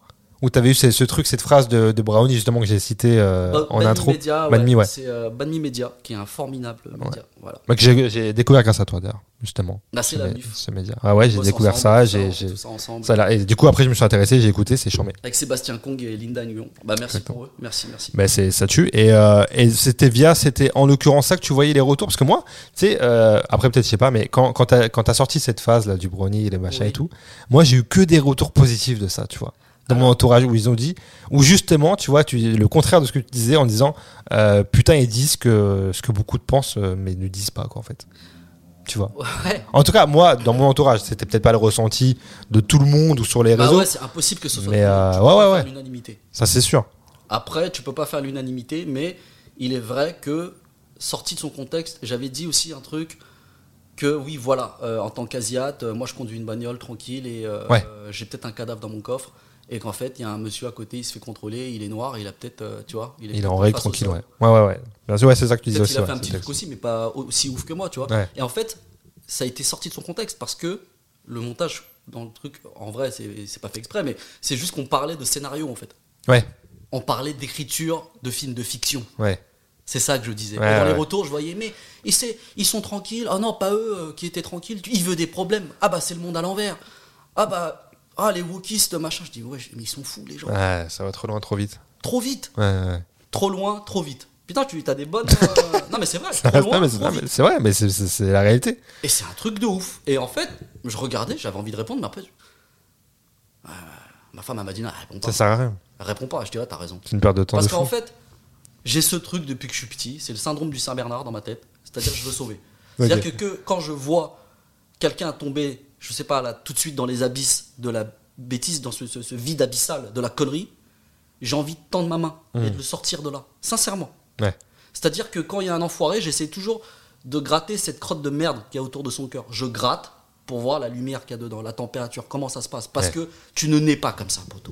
Où t'avais eu ce, ce truc, cette phrase de, de Brownie justement que j'ai cité euh, Ba- en Banmi intro. Media, Banmi, ouais. C'est euh, Banmi Media, qui est un formidable média. Voilà. Bah, que j'ai, j'ai découvert grâce à toi d'ailleurs, justement. Là, c'est ce, la mé- Mif. ce média. Ah ouais, j'ai On bosse découvert ensemble, ça. tout J'ai, on j'ai... fait tout ça ensemble. Ça, là, et du coup, après, je me suis intéressé, j'ai écouté, c'est charmé. Avec Sébastien Kong et Linda Nguyen. Bah, merci Exactement. pour eux. Merci, merci. Bah, c'est, ça tue. Et, euh, et c'était via, c'était en l'occurrence ça que tu voyais les retours. Parce que moi, tu sais, euh, après peut-être, je sais pas, mais quand, quand t'as, quand t'as sorti cette phase là du brownie et les machins Oui. et tout, moi j'ai eu que des retours positifs de ça, tu vois. Dans mon entourage où ils ont dit, où justement, tu vois, tu, le contraire de ce que tu disais en disant, euh, putain, ils disent que, ce que beaucoup de pensent, euh, mais ne disent pas, quoi, en fait. Tu vois. Ouais. En tout cas, moi, dans mon entourage, c'était peut-être pas le ressenti de tout le monde ou sur les Bah réseaux. ouais, c'est impossible que ce soit. Mais, tout le euh, monde. Tu ouais, peux pas ouais, faire ouais. l'unanimité. Ça, c'est sûr. Après, tu peux pas faire l'unanimité, mais il est vrai que, sorti de son contexte, j'avais dit aussi un truc que, oui, voilà, euh, en tant qu'asiate, euh, moi je conduis une bagnole tranquille et euh, Ouais. euh, j'ai peut-être un cadavre dans mon coffre. Et qu'en fait, il y a un monsieur à côté, il se fait contrôler, il est noir, il a peut-être, euh, tu vois, Il est peut-être en pas règle face au tranquille, sol. ouais. Ouais, ouais, ouais. Bien sûr, ouais, c'est ça que tu disais Peut-être aussi. qu'il a ouais, fait un petit c'est truc aussi, mais pas aussi ouf que moi, tu vois. Ouais. Et en fait, ça a été sorti de son contexte parce que le montage dans le truc, en vrai, c'est c'est pas fait exprès, mais c'est juste qu'on parlait de scénario en fait. Ouais, On parlait d'écriture de films de fiction. ouais. C'est ça que je disais. Ouais, et dans ouais. les retours, je voyais, mais ils, c'est- ils sont tranquilles. Ah non, pas eux euh, qui étaient tranquilles. Ils veulent des problèmes. Ah bah, c'est le monde à l'envers. Ah bah, ah les wokistes, machin. Je dis, ouais, mais ils sont fous, les gens. Ouais, ça va trop loin, trop vite. Trop vite. Ouais, ouais. Trop loin, trop vite. Putain, tu as des bonnes. euh, Non, mais c'est vrai. Trop Non, loin, mais trop c'est, non, vite. mais c'est vrai, mais c'est, c'est, c'est la réalité. Et c'est un truc de ouf. Et en fait, je regardais, j'avais envie de répondre, mais après, je- euh, ma femme elle m'a dit, non, réponds pas. Ça sert à rien. Réponds pas. Je dirais, t'as raison. C'est une perte de temps Parce de qu'en fou. fait, j'ai ce truc depuis que je suis petit, c'est le syndrome du Saint-Bernard dans ma tête. C'est-à-dire que je veux sauver. C'est-à-dire Ok. que, que quand je vois quelqu'un tomber, je sais pas, là, tout de suite dans les abysses de la bêtise, dans ce, ce- ce vide abyssal de la connerie, j'ai envie de tendre ma main et de le sortir de là. Sincèrement. Ouais. C'est-à-dire que quand il y a un enfoiré, j'essaie toujours de gratter cette crotte de merde qu'il y a autour de son cœur. Je gratte pour voir la lumière qu'il y a dedans, la température, comment ça se passe. Parce Ouais. que tu ne nais pas comme ça, poteau.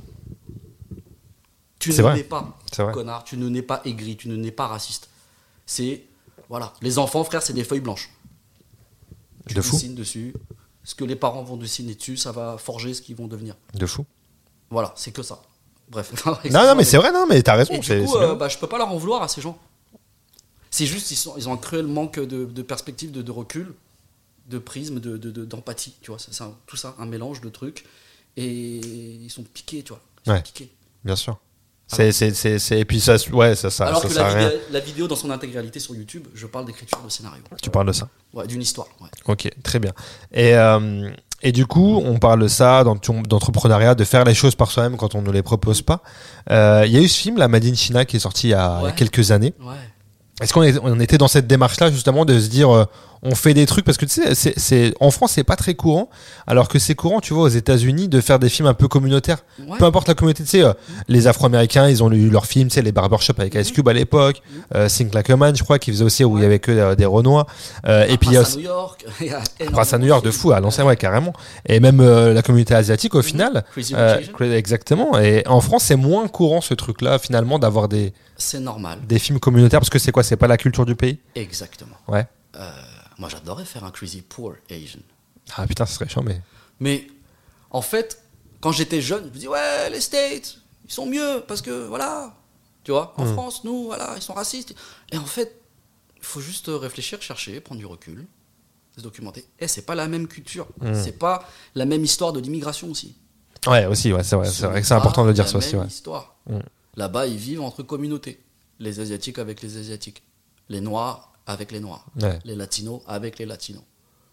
Tu C'est ne vrai. nais pas C'est vrai. connard, tu ne nais pas aigri, tu ne nais pas raciste. C'est, voilà, les enfants, frère, c'est des feuilles blanches. Tu De fou. dessines dessus. Ce que les parents vont dessiner dessus, ça va forger ce qu'ils vont devenir. De fou. Voilà, c'est que ça. Bref. Non, non, mais c'est vrai, non, mais t'as raison. Et du c'est, coup, c'est euh, bien. bah, je peux pas leur en vouloir à ces gens. C'est juste, ils, sont, ils ont un cruel manque de, de perspective, de, de recul, de prisme, de, de- de- d'empathie. Tu vois, c'est, c'est un- tout ça, un mélange de trucs. Et ils sont piqués, tu vois. Ils sont Ouais. piqués. Bien sûr. C'est, c'est, c'est, c'est, et puis ça, ouais, ça, ça, Alors ça que sert la, à rien. vidéo, la vidéo, dans son intégralité sur YouTube, je parle d'écriture de scénario. Tu parles de ça. Ouais, d'une histoire. Ouais. Ok, très bien. Et, euh, et du coup, on parle de ça, dans- d'entrepreneuriat, de faire les choses par soi-même quand on ne les propose pas. Euh, Il y a eu ce film, la Made in China, qui est sorti il y a, il y a Ouais. quelques années. Ouais. Est-ce qu'on est- on était dans cette démarche-là, justement, de se dire, euh, on fait des trucs, parce que tu sais, c'est, c'est, en France, c'est pas très courant, alors que c'est courant, tu vois, aux États-Unis, de faire des films un peu communautaires. Ouais. Peu importe la communauté, tu sais, euh, les Afro-Américains, ils ont eu leurs films, tu sais, les Barbershop avec Ice Cube à l'époque, euh, Think Like a Man, je crois, qui faisait aussi, où il y avait que euh, des Renois. Euh, et puis il y a Prince à aussi. New York. il y a Prince à New York de énormément fou, à l'ancien, ouais, carrément. Et même euh, la communauté asiatique, au final. Crazy euh, Rich Asian. exactement. Et en France, c'est moins courant, ce truc-là, finalement, d'avoir des, C'est normal. des films communautaires, parce que c'est quoi? C'est pas la culture du pays? Exactement. Ouais. Euh, moi, j'adorais faire un Crazy Poor Asian. Ah putain, ce serait chiant, mais. Mais en fait, quand j'étais jeune, je me disais, ouais, les States, ils sont mieux parce que voilà, tu vois, en Mm. France, nous, voilà, ils sont racistes. Et en fait, il faut juste réfléchir, chercher, prendre du recul, se documenter. Et c'est pas la même culture, Mm. c'est pas la même histoire de l'immigration aussi. Ouais, aussi, ouais, c'est vrai. C'est vrai que c'est pas important de dire la ça aussi, même ouais. histoire. Mm. Là-bas, ils vivent entre communautés. Les Asiatiques avec les Asiatiques. Les Noirs avec les Noirs. Ouais. Les Latinos avec les Latinos.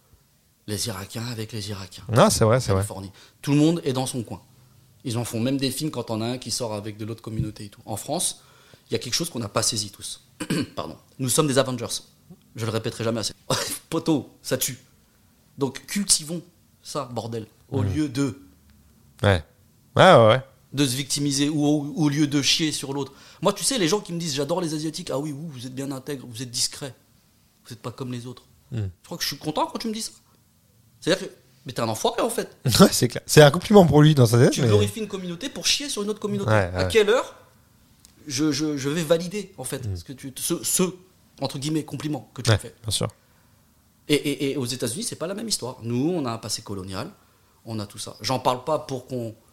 Les Irakiens avec les Irakiens. Non, c'est vrai, c'est vrai. Californie. Tout le monde est dans son coin. Ils en font même des films quand on a un qui sort avec de l'autre communauté et tout. En France, il y a quelque chose qu'on n'a pas saisi tous. Pardon. Nous sommes des Avengers. Je le répéterai jamais assez. Poteau, ça tue. Donc cultivons ça, bordel. Au lieu de, Ouais. Ouais, ouais, ouais. de se victimiser ou au, au lieu de chier sur l'autre. Moi, tu sais, les gens qui me disent j'adore les Asiatiques, ah oui, vous, vous êtes bien intègre, vous êtes discret. Vous n'êtes pas comme les autres. Mm. Je crois que je suis content quand tu me dis ça. C'est-à-dire que. Mais t'es un enfoiré en fait. Ouais, c'est clair. C'est un compliment pour lui dans sa tête. Tu mais- glorifies une communauté pour chier sur une autre communauté. Ouais, À ouais. quelle heure je, je, je vais valider en fait Mm. ce, que tu, ce, ce, entre guillemets, compliment que tu Ouais, fais. bien sûr. Et, et, et aux États-Unis, c'est pas la même histoire. Nous, on a un passé colonial, on a tout ça. J'en parle pas pour qu'on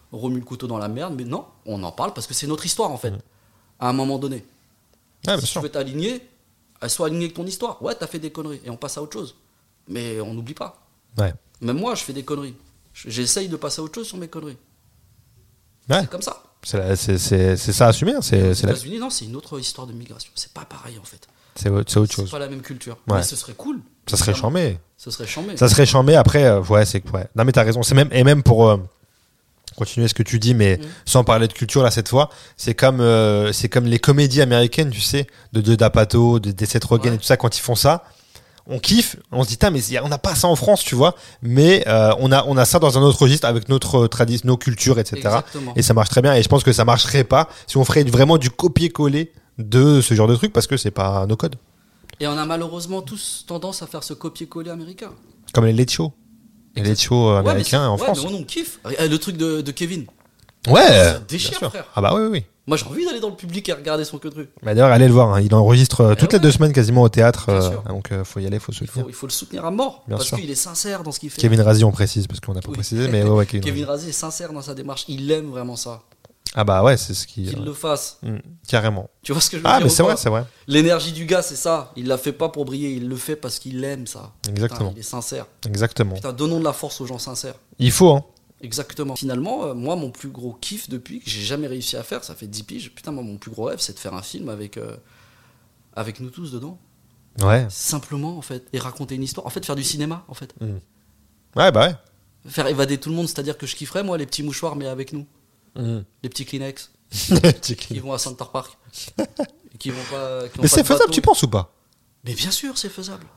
remue le couteau dans la merde, mais non, on en parle parce que c'est notre histoire en fait, mmh. à un moment donné. Ah, bien si sûr. tu veux t'aligner, elle soit alignée avec ton histoire. Ouais, t'as fait des conneries et on passe à autre chose. Mais on n'oublie pas. Ouais. Même moi, je fais des conneries. J'essaye de passer à autre chose sur mes conneries. Ouais. C'est comme ça. C'est, la- c'est, c'est, c'est ça à assumer. hein. C'est, Aux c'est, la- États-Unis, non, c'est une autre histoire de migration. C'est pas pareil en fait. c'est, autre- c'est autre C'est chose. pas la même culture. Ouais. Mais ce serait cool. Ça serait Évidemment. chambé. Ce serait chambé. Ça serait chambé. Après, euh, ouais, c'est que, ouais. Non, mais t'as raison. C'est même, et même pour euh, continuer ce que tu dis, mais Mm. sans parler de culture là cette fois, c'est comme, euh, c'est comme les comédies américaines, tu sais, de De D'Apato, de, de Seth Rogen Ouais. et tout ça, quand ils font ça. On kiffe, on se dit, mais y a- on n'a pas ça en France, tu vois, mais euh, on, a, on a ça dans un autre registre avec notre tradition, nos cultures, et cetera. Exactement. Et ça marche très bien, et je pense que ça marcherait pas si on ferait vraiment du copier-coller de ce genre de truc, parce que c'est pas nos codes. Et on a malheureusement tous tendance à faire ce copier-coller américain. Comme les late shows. Les late shows Ouais, mais américains c'est- en ouais, France. mais on, on kiffe. Le truc de, de Kevin. Ouais, Ça déchire, bien sûr. frère. Ah bah oui, oui, oui. Moi, j'ai envie d'aller dans le public et regarder son que truc. Bah d'ailleurs, allez le voir, hein. Il enregistre euh, Eh toutes ouais. les deux semaines quasiment au théâtre, Bien euh, sûr. donc euh, faut y aller, faut Il soutenir. faut, il faut le soutenir à mort. Bien parce sûr. qu'il est sincère dans ce qu'il fait. Kevin Razi, on précise, parce qu'on n'a pas Oui. précisé, mais ouais, ouais, Kevin, Kevin Razi. Razi est sincère dans sa démarche. Il aime vraiment ça. Ah bah ouais, c'est ce qui... Qu'il euh, le fasse. mm, carrément. Tu vois ce que je veux Ah dire mais ou c'est pas vrai, c'est vrai. L'énergie du gars, c'est ça. Il l'a fait pas pour briller. Il le fait parce qu'il aime ça. Exactement. Putain, il est sincère. Exactement. Putain, donnons de la force aux gens sincères. Il faut, hein. Exactement. Finalement, euh, moi, mon plus gros kiff depuis, que j'ai jamais réussi à faire, ça fait dix piges, putain, moi, mon plus gros rêve, c'est de faire un film avec, euh, avec nous tous dedans. Ouais. Simplement, en fait. Et raconter une histoire. En fait, faire du cinéma, en fait. Ouais, bah ouais. Faire évader tout le monde, c'est-à-dire que je kifferais, moi, les petits mouchoirs, mais avec nous. Mm. Les petits Kleenex Petit qui clin. vont à Center Park. Et qui vont pas. qui ont Mais pas c'est de faisable, bateau. tu penses ou pas? Mais bien sûr, c'est faisable.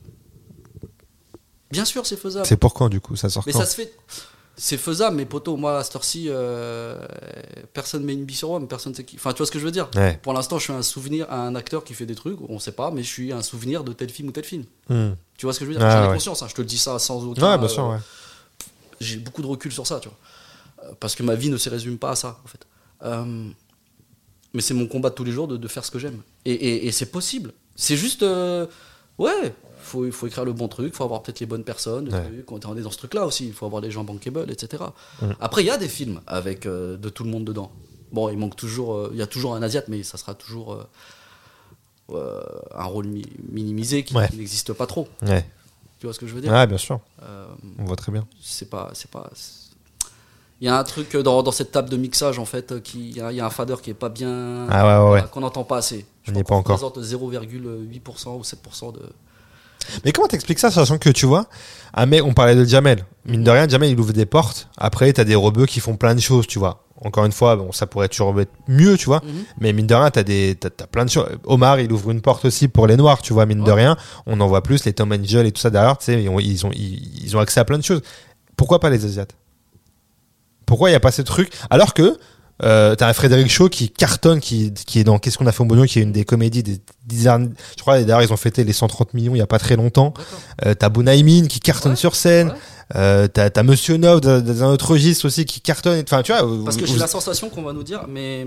Bien sûr, c'est faisable. C'est pour quand, du coup? Ça sort Mais quand? ça se fait. C'est faisable, mais poto, moi, à cette heure-ci, euh, personne met une bille sur moi, mais personne sait qui. Enfin, tu vois ce que je veux dire? Ouais. Pour l'instant, je suis un souvenir, un acteur qui fait des trucs, on sait pas, mais je suis un souvenir de tel film ou tel film. Mm. Tu vois ce que je veux dire? Ah, J'en ai ouais. conscience, hein, je te le dis ça sans aucun. Ouais, bien sûr, euh, ouais. J'ai beaucoup de recul sur ça, tu vois. Euh, Parce que ma vie ne se résume pas à ça, en fait. Euh, mais c'est mon combat de tous les jours de, de faire ce que j'aime. Et, et- et c'est possible. C'est juste. euh, ouais, faut, il faut écrire le bon truc, il faut avoir peut-être les bonnes personnes. le Ouais. truc, on est dans ce truc-là aussi, il faut avoir les gens bankable, et cetera. Mm. Après, il y a des films avec euh, de tout le monde dedans. Bon, il manque toujours. euh, Il y a toujours un Asiate, mais ça sera toujours. euh, euh, un rôle mi- minimisé qui, Ouais. qui n'existe pas trop. Ouais. Tu vois ce que je veux dire? Ouais, bien sûr. Euh, On voit très bien. c'est pas c'est pas c'est- il y a un truc dans, dans cette table de mixage en fait euh, qui il y, a- il y a un fader qui est pas bien, Ah ouais, ouais, voilà, ouais. qu'on n'entend pas assez. On Je n'y est crois pas qu'on encore. représente zéro virgule huit pour cent ou sept pour cent de Mais comment t'expliques ça, sachant que tu vois, un mec, on parlait de Jamel. Mine de rien, Jamel, il ouvre des portes. Après, t'as des rebeux qui font plein de choses, tu vois. Encore une fois, bon, ça pourrait toujours être mieux, tu vois. Mhm. Mais mine de rien, t'as des, t'as, t'as plein de choses. Omar, il ouvre une porte aussi pour les Noirs, tu vois. Mine de Ouais. rien, on en voit plus, les Tom Angel et tout ça derrière, tu sais, ils ont, ils ont, ils, ils ont accès à plein de choses. Pourquoi pas les Asiates? Pourquoi il n'y a pas ces trucs? Alors que, euh, t'as un Frédéric Shaw qui cartonne, qui, qui est dans Qu'est-ce qu'on a fait au Bognon, qui est une des comédies des, des derniers- je crois, d'ailleurs, ils ont fêté les cent trente millions il y a pas très longtemps. D'accord. Euh, t'as Bounaïmin qui cartonne Ouais, sur scène. ouais. Euh, t'as, t'as Monsieur Nov dans, dans un autre registre aussi qui cartonne. Enfin, tu vois. Parce que vous- j'ai la sensation qu'on va nous dire mais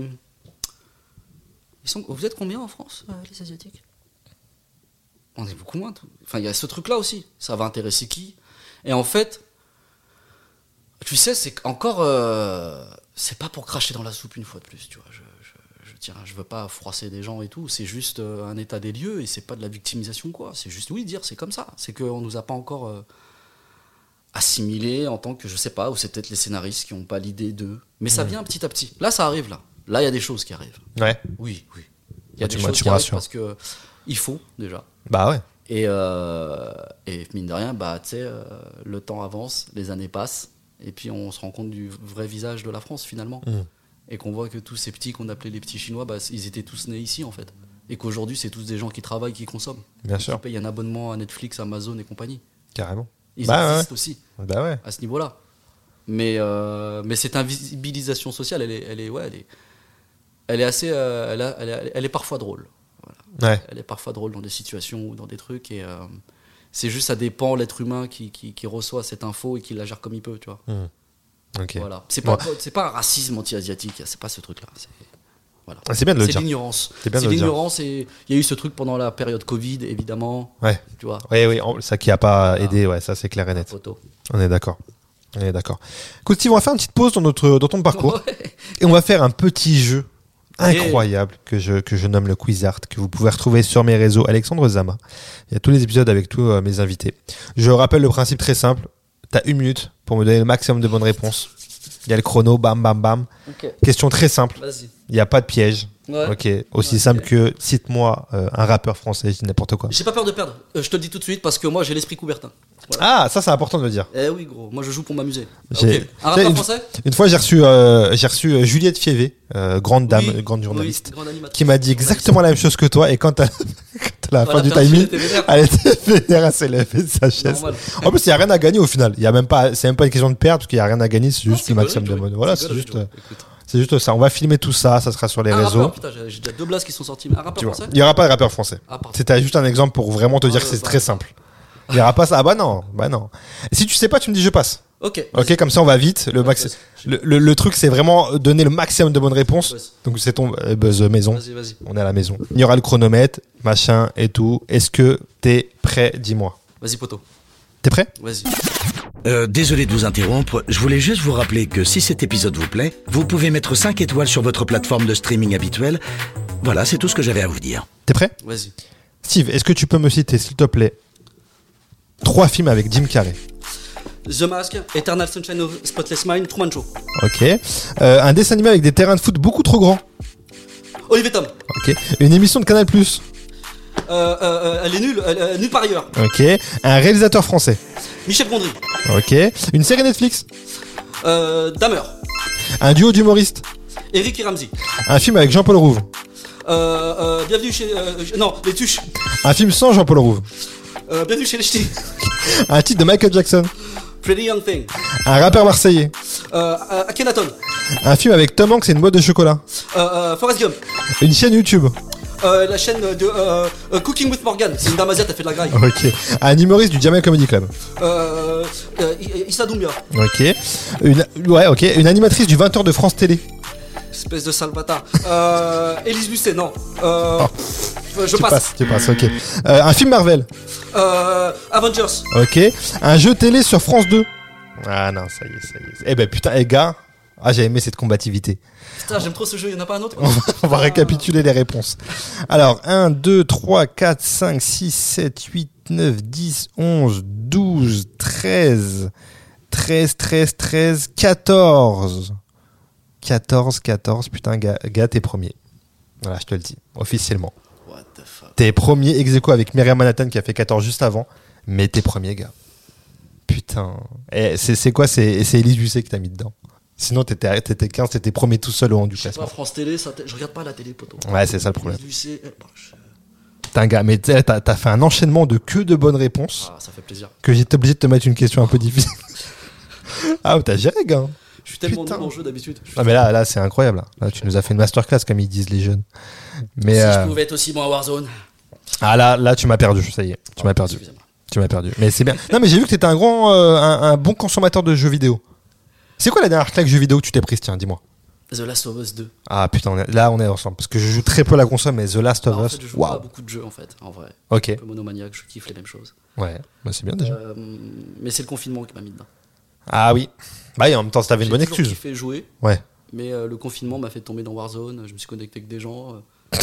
ils sont vous êtes combien en France euh, les asiatiques? On est beaucoup moins. tout. Enfin, il y a ce truc là aussi. Ça va intéresser qui? Et en fait, tu sais, c'est encore euh, c'est pas pour cracher dans la soupe une fois de plus, tu vois. Je, je, je tiens, je veux pas froisser des gens et tout. C'est juste euh, un état des lieux et c'est pas de la victimisation quoi. C'est juste oui dire c'est comme ça. C'est qu'on nous a pas encore euh, assimilé en tant que je sais pas ou c'est peut-être les scénaristes qui ont pas l'idée d'eux. Mais ça vient petit à petit. Là ça arrive là. Là il y a des choses qui arrivent. Ouais. Oui oui. Il y a Ouais, tu des me- choses tu qui me arrivent rassures. parce que il faut déjà. Bah ouais. Et, euh, et mine de rien, bah, tu sais, euh, le temps avance, les années passent, et puis on se rend compte du vrai visage de la France finalement. Mm. Et qu'on voit que tous ces petits qu'on appelait les petits Chinois, bah, ils étaient tous nés ici en fait. Et qu'aujourd'hui, c'est tous des gens qui travaillent, qui consomment. Bien Qui sûr. payent un abonnement à Netflix, Amazon et compagnie. Carrément. Ils Bah, ouais, existent aussi Bah ouais. à ce niveau-là. Mais, euh, mais cette invisibilisation sociale, elle est, elle est, ouais, elle est, elle est assez. euh, elle, a- elle est- elle est parfois drôle. Ouais. Elle est parfois drôle dans des situations ou dans des trucs. Et euh, c'est juste, ça dépend l'être humain qui, qui, qui reçoit cette info et qui la gère comme il peut, tu vois. Mm. Ok. Voilà. C'est pas, Bon. c'est pas un racisme anti-asiatique, c'est pas ce truc-là. C'est, voilà. Ah, c'est bien de le C'est dire. l'ignorance. C'est bien C'est de le dire. l'ignorance et il y a eu ce truc pendant la période Covid, évidemment. Ouais. Tu vois, Oui, oui. on- Ça qui a pas Voilà. aidé, ouais, ça c'est clair et net. photo. On est d'accord. Ouais, d'accord. Écoute, Steve, on va faire une petite pause dans, notre, dans ton parcours. Ouais. Et on va faire un petit jeu incroyable que je, que je nomme le Quiz Art, que vous pouvez retrouver sur mes réseaux Alexandre Zama. Il y a tous les épisodes avec tous euh, mes invités. Je rappelle le principe très simple. T'as une minute pour me donner le maximum de bonnes réponses. Il y a le chrono, bam, bam, bam. Ok. Question très simple. Vas-y. Il n'y a pas de piège. Ouais. Ok. Aussi Ouais, simple ok. que cite-moi euh, un rappeur français, je dis n'importe quoi. J'ai pas peur de perdre. Euh, je te le dis tout de suite parce que moi j'ai l'esprit Coubertin. Voilà. Ah, ça c'est important de le dire. Eh oui, gros. Moi je joue pour m'amuser. J'ai- Ok. Un rappeur une- français Une fois, j'ai reçu, euh, j'ai reçu euh, Juliette Fievé, euh, grande dame, Oui, grande oui, journaliste, grande animatrice. qui m'a dit exactement la même chose que toi. Et quand à, quand à la Voilà, fin du perdu, timing, elle était vénère. elle était vénère, elle s'est levée de sa chaise. Normal. En plus, il n'y a rien à gagner au final. Il y a même pas, c'est même pas une question de perdre parce qu'il n'y a rien à gagner. C'est Non, juste c'est le maximum gaulerie, de Joey. mode. Voilà, C'est c'est juste, gaulerie, euh, Joey. Écoute. c'est juste ça. On va filmer tout ça. Ça sera sur les Un réseaux. rappeur, putain, j'ai j'ai déjà deux blasts qui sont sortis. Un rappeur Tu vois. français Il n'y aura pas de rappeur français. Ah, pardon. C'était juste un exemple pour vraiment te Ah, dire que ouais, c'est bah. très simple. Il n'y aura pas ça. Ah bah non, bah non. Et si tu sais pas, tu me dis je passe. Ok. Ok, comme ça on va vite. Le, max... Buzz. le, le, le truc, c'est vraiment donner le maximum de bonnes réponses. Buzz. Donc c'est ton euh, buzz maison. Vas-y, vas-y. On est à la maison. Il y aura le chronomètre, machin et tout. Est-ce que t'es prêt? Dis-moi. Vas-y, poto. T'es prêt? Vas-y. Euh, désolé de vous interrompre, je voulais juste vous rappeler que si cet épisode vous plaît, vous pouvez mettre cinq étoiles sur votre plateforme de streaming habituelle. Voilà, c'est tout ce que j'avais à vous dire. T'es prêt? Vas-y. Steve, est-ce que tu peux me citer, s'il te plaît, trois films avec Jim Carrey? The Mask, Eternal Sunshine of Spotless Mind, Truman Show. Ok. Euh, un dessin animé avec des terrains de foot beaucoup trop grands. Olivier Tom. Ok. Une émission de Canal+. Euh, euh, euh, elle est nulle, elle, euh, nulle par ailleurs. Ok. Un réalisateur français. Michel Gondry. Ok. Une série Netflix. Euh, Damer. Un duo d'humoristes. Eric et Ramsey. Un film avec Jean-Paul Rouve. Euh, euh, bienvenue chez. Euh, non, les Tuches. Un film sans Jean-Paul Rouve. Euh, bienvenue chez les Ch'tis. Un titre de Michael Jackson. Pretty Young Thing. Un rappeur marseillais. Euh, euh, Akhenaton. Un film avec Tom Hanks et une boîte de chocolat. Euh, euh, Forrest Gump. Une chaîne YouTube. Euh, la chaîne de euh, euh, Cooking with Morgan. C'est une dame asiate, elle fait de la graille. Ok. Un humoriste du Jamel Comedy Club. Euh, euh, I- Issa Doumbia. Ok. Une, ouais, ok. Une animatrice du vingt heures de France Télé. Espèce de sale bâtard. Euh, Élise Lucet, non. Euh, euh, je Tu passe. passes, tu passes, ok. Euh, un film Marvel. Euh, Avengers. Ok. Un jeu télé sur France deux. Ah non, ça y est, ça y est. Eh ben putain, eh gars. Ah, j'ai aimé cette combativité. Putain, j'aime trop ce jeu, il n'y en a pas un autre. On va récapituler les réponses. Alors, un, deux, trois, quatre, cinq, six, sept, huit, neuf, dix, onze, douze, treize, treize, treize, treize, quatorze. quatorze, quatorze, putain, gars, gars, t'es premier. Voilà, je te le dis, officiellement. What the fuck. T'es premier ex aequo avec Myriam Manhattan qui a fait quatorze juste avant, mais t'es premier, gars. Putain. Et c'est, c'est quoi? C'est, c'est Élise Lucet qui t'a mis dedans. Sinon, t'étais, t'étais quinze, t'étais premier tout seul au rang du Je sais pas, classement. France Télé, ça t- je regarde pas la télé, poteau. Ouais, c'est ça le problème. Élise Lucet, eh, bah, je- Putain, gars, mais t'as, t'as t'as fait un enchaînement de que de bonnes réponses Ah, ça fait plaisir. que j'étais obligé de te mettre une question un peu difficile. Ah, t'as géré, gars. Je suis tellement Putain. nul en jeu d'habitude. Je suis- Ah, mais là, là, c'est incroyable. Là, Là, tu nous as fait une masterclass, comme ils disent les jeunes. Mais si euh, je pouvais être aussi bon à Warzone. ah là, là, tu m'as perdu. Ça y est, tu m'as perdu. Excusez-moi. Tu m'as perdu. Mais c'est bien. Non, mais j'ai vu que t'étais un grand, euh, un, un bon consommateur de jeux vidéo. C'est quoi la dernière claque jeux vidéo que tu t'es prise? Tiens, dis-moi. The Last of Us deux. Ah putain, on est- là, on est ensemble. Parce que je joue très peu à la console, mais The Last of Alors, en Us. fait, je joue pas à Waouh. beaucoup de jeux en fait, en vrai. Ok. Un peu monomaniaque, je kiffe les mêmes choses. Ouais. Bah, c'est bien déjà. Euh, mais c'est le confinement qui m'a mis dedans. Ah oui. Bah, et en même temps, t'avais une J'ai bonne toujours excuse. kiffé jouer, Ouais. mais euh, le confinement m'a fait tomber dans Warzone. Je me suis connecté avec des gens. euh.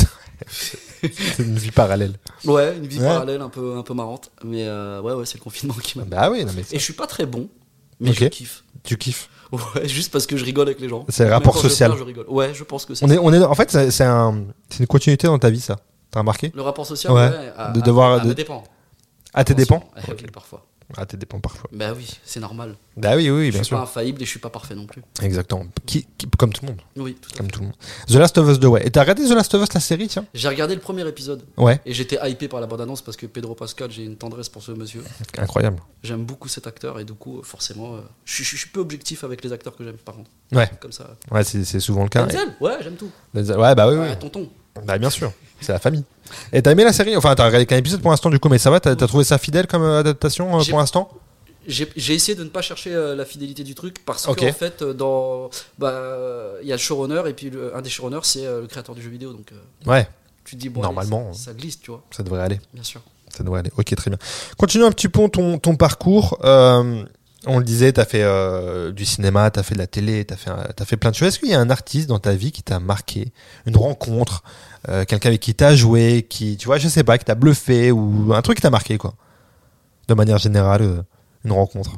C'est une vie parallèle. Ouais, une vie Ouais. parallèle un peu, un peu marrante. Mais euh, ouais, ouais, c'est le confinement qui m'a. Bah oui, non mais Et je suis pas très bon, mais Ok. je kiffe. tu kiffes. Ouais, juste parce que je rigole avec les gens. C'est le Même rapport quand je social. perds, je rigole. Ouais, je pense que c'est On ça. est, on est, en fait, c'est c'est un, c'est une continuité dans ta vie, ça. T'as remarqué? Le rapport social, Ouais, ouais, à, de à- devoir- à de- me dépend. Ah, t'es dépend? Ouais, ok, parfois. Ah, t'es dépend parfois. Bah oui, c'est normal. Bah oui, oui, oui, je bien suis pas sûr. infaillible et je suis pas parfait non plus. Exactement. Qui, qui- comme tout le monde. Oui, tout à fait. Comme tout le monde. The Last of Us deux, ouais. Et t'as regardé The Last of Us, la série, tiens? J'ai regardé le premier épisode Ouais. et j'étais hypé par la bande-annonce parce que Pedro Pascal, j'ai une tendresse pour ce monsieur. Incroyable. J'aime beaucoup cet acteur et du coup, euh, forcément, euh, je suis- je suis peu objectif avec les acteurs que j'aime par contre. Ouais. Comme ça. Ouais, c'est, c'est souvent le cas. Denzel, ouais, j'aime tout. Et- Ouais, bah oui, oui. Ouais, tonton. Bah bien sûr. C'est la famille. Et t'as aimé la série? Enfin, t'as regardé qu'un épisode pour l'instant, du coup, mais ça va? T'as, t'as trouvé ça fidèle comme euh, adaptation euh, J'ai- pour l'instant? J'ai j'ai essayé de ne pas chercher euh, la fidélité du truc parce Ok. qu'en fait, euh, dans bah, il y a le showrunner et puis le- un des showrunners, c'est euh, le créateur du jeu vidéo. Donc euh, Ouais, tu te dis, bon, Normalement. allez, ça, ça glisse, tu vois, ça devrait aller. bien sûr. Ça devrait aller. Ok, très bien. Continue un petit peu ton, ton parcours. Euh, On le disait, t'as fait euh, du cinéma, t'as fait de la télé, t'as fait, t'as fait plein de choses. Est-ce qu'il y a un artiste dans ta vie qui t'a marqué, une rencontre, euh, quelqu'un avec qui t'as joué, qui, tu vois, je sais pas, qui t'a bluffé ou un truc qui t'a marqué, quoi. De manière générale, euh, une rencontre.